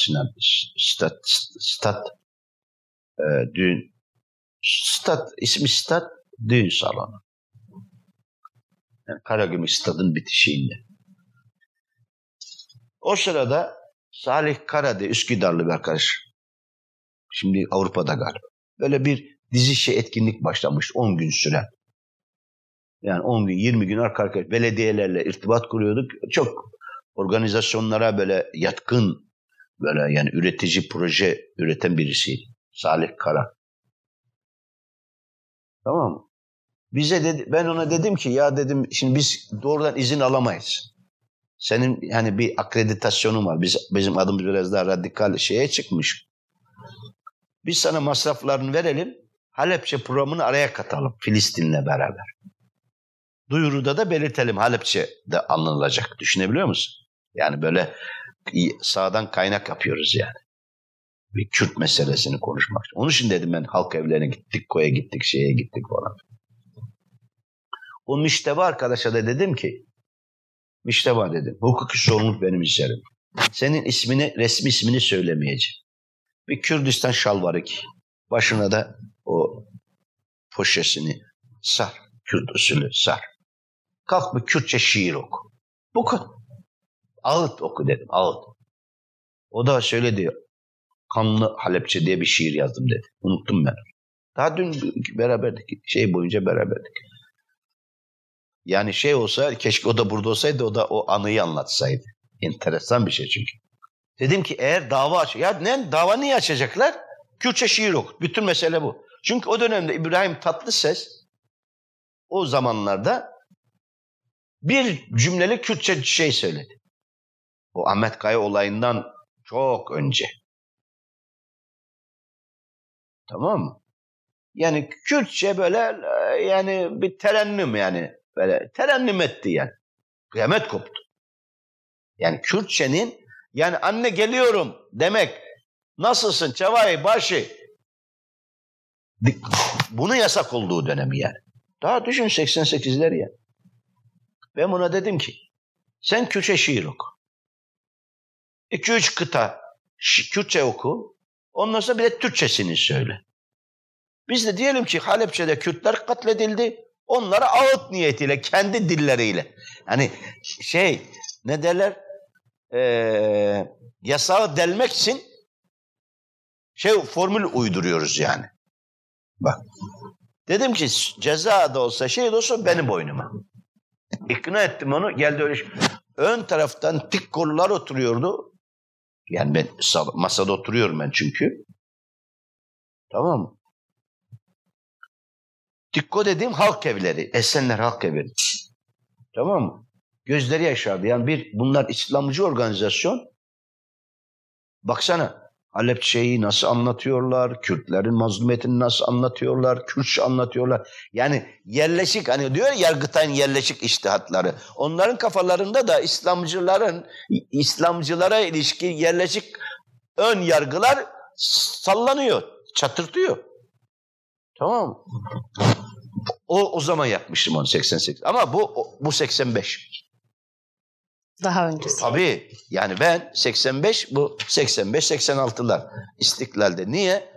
Speaker 1: ismi Stat Düğün Salonu. Yani Karagümrük Stad'ın bitişiğinde. O sırada Salih Karade, Üsküdarlı bir arkadaş. Şimdi Avrupa'da galiba. Böyle bir dizi etkinlik başlamıştı 10 gün süren. Yani 10 gün, 20 gün arka arkaya belediyelerle irtibat kuruyorduk. Çok organizasyonlara böyle yatkın, böyle yani üretici proje üreten birisiydi. Salih Kara. Tamam mı? Ben ona dedim ki ya dedim şimdi biz doğrudan izin alamayız. Senin yani bir akreditasyonun var. Bizim adımız biraz daha radikal şeye çıkmış. Biz sana masraflarını verelim. Halepçe programını araya katalım Filistin'le beraber. Duyuruda da belirtelim Halepçe'de anılacak. Düşünebiliyor musun? Yani böyle sağdan kaynak yapıyoruz yani. Bir Kürt meselesini konuşmak için. Onun için dedim ben halk evlerine gittik, koya gittik, şeye gittik falan. O Müşteba arkadaşa da dedim ki Müşteba dedim, hukuki sorumluluk benim üzerim. Senin resmi ismini söylemeyeceğim. Bir Kürdistan şalvarı ki. Başına da o poşesini sar. Kürt usulü sar. Kalk bir Kürtçe şiir oku. Bu kadar. Ağıt oku dedim, ağıt. O da söyledi. Kanlı Halepçe diye bir şiir yazdım dedi. Unuttum ben. Daha dün beraberdik. Boyunca beraberdik. Yani olsa keşke o da burada olsaydı o da o anıyı anlatsaydı. Enteresan bir şey çünkü. Dedim ki eğer dava dava niye açacaklar? Kürtçe şiir oku. Bütün mesele bu. Çünkü o dönemde İbrahim Tatlıses o zamanlarda bir cümleli Kürtçe söyledi. O Ahmet Kaya olayından çok önce. Tamam mı? Yani Kürtçe böyle yani bir terennüm yani. Böyle terennüm etti yani. Kıyamet koptu. Yani Kürtçenin yani anne geliyorum demek. Nasılsın Çavay başı? Bunun yasak olduğu dönemi yani. Daha düşün 88'ler ya. Ben buna dedim ki sen Kürtçe şiir oku. 2-3 kıta Kürtçe oku. Ondan sonra bir de Türkçesini söyle. Biz de diyelim ki Halepçe'de Kürtler katledildi. Onlara ağıt niyetiyle, kendi dilleriyle. Hani ne derler? Yasağı delmek için formül uyduruyoruz yani. Bak. Dedim ki ceza da olsa de olsa benim boynuma. İkna ettim onu. Geldi öyle ön taraftan tik kollar oturuyordu. Yani ben masada oturuyorum ben çünkü. Tamam mı? Tikko dediğim halk evleri. Esenler halk evleri. Tamam mı? Gözleri yaşardı. Yani bunlar İslamcı organizasyon. Baksana Halepçe'yi nasıl anlatıyorlar, Kürtlerin mazlumiyetini nasıl anlatıyorlar, Kürtçe anlatıyorlar. Yani yerleşik hani diyor Yargıtay'ın yerleşik içtihatları. Onların kafalarında da İslamcılara ilişkin yerleşik ön yargılar sallanıyor, çatırtıyor. Tamam mı? O zaman yapmıştım onu 88. Ama bu 85.
Speaker 2: Daha öncesi.
Speaker 1: Tabii. Yani ben 85, bu 85-86'lar İstiklal'de. Niye?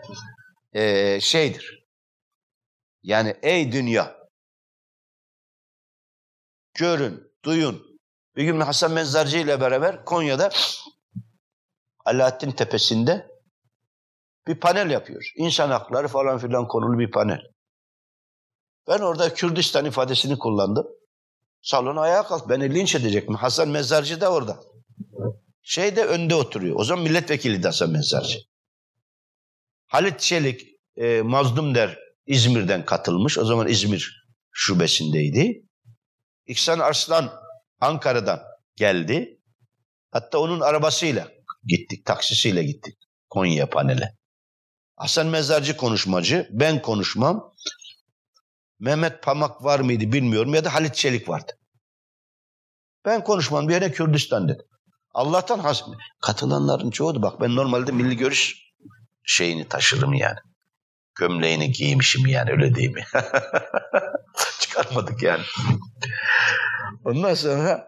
Speaker 1: Yani ey dünya, görün, duyun, Bir gün Hasan Mezarcı ile beraber Konya'da Alaaddin Tepesi'nde bir panel yapıyor. İnsan hakları falan filan konulu bir panel. Ben orada Kürdistan ifadesini kullandım. Salon ayağa kalk. Beni linç edecek mi? Hasan Mezarcı da orada. De önde oturuyor. O zaman milletvekili de Hasan Mezarcı. Halit Çelik, Mazlum Der İzmir'den katılmış. O zaman İzmir şubesindeydi. İhsan Arslan Ankara'dan geldi. Hatta onun arabasıyla gittik, taksisiyle gittik Konya panele. Hasan Mezarcı konuşmacı, ben konuşmam. Mehmet Pamak var mıydı bilmiyorum ya da Halit Çelik vardı. Ben konuşmam, bir yere Kürdistan dedim. Allah'tan katılanların çoğu da bak ben normalde milli görüş şeyini taşırım yani. Gömleğini giymişim yani öyle değil mi? Çıkarmadık yani. Ondan sonra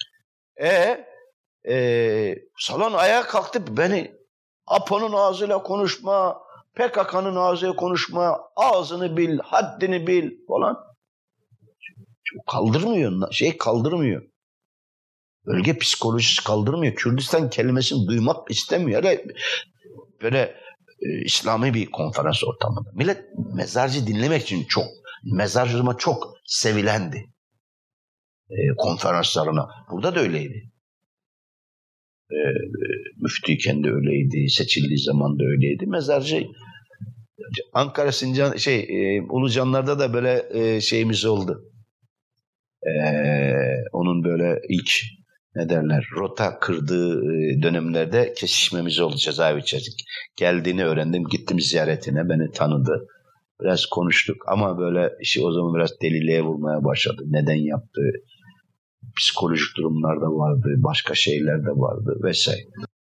Speaker 1: salon ayağa kalktı. Beni APO'nun ağzıyla konuşma, PKK'nın ağzıyla konuşma, ağzını bil, haddini bil falan. Kaldırmıyor, kaldırmıyor. Bölge psikolojisi kaldırmıyor. Kürdistan kelimesini duymak istemiyor. Böyle İslami bir konferans ortamında. Millet mezarcı dinlemek için mezarcılığıma çok sevilendi. Konferanslarına. Burada da öyleydi. Müftüyken de öyleydi. Seçildiği zaman da öyleydi. Mezarcı Ankara Sincan Ulucanlar'da da böyle şeyimiz oldu. Onun böyle ilk rota kırdığı dönemlerde kesişmemiz oldu cezaevi içerisinde. Geldiğini öğrendim. Gittim ziyaretine. Beni tanıdı. Biraz konuştuk ama böyle işi o zaman biraz deliliğe vurmaya başladı. Neden yaptı? Psikolojik durumlar da vardı. Başka şeyler de vardı vesaire.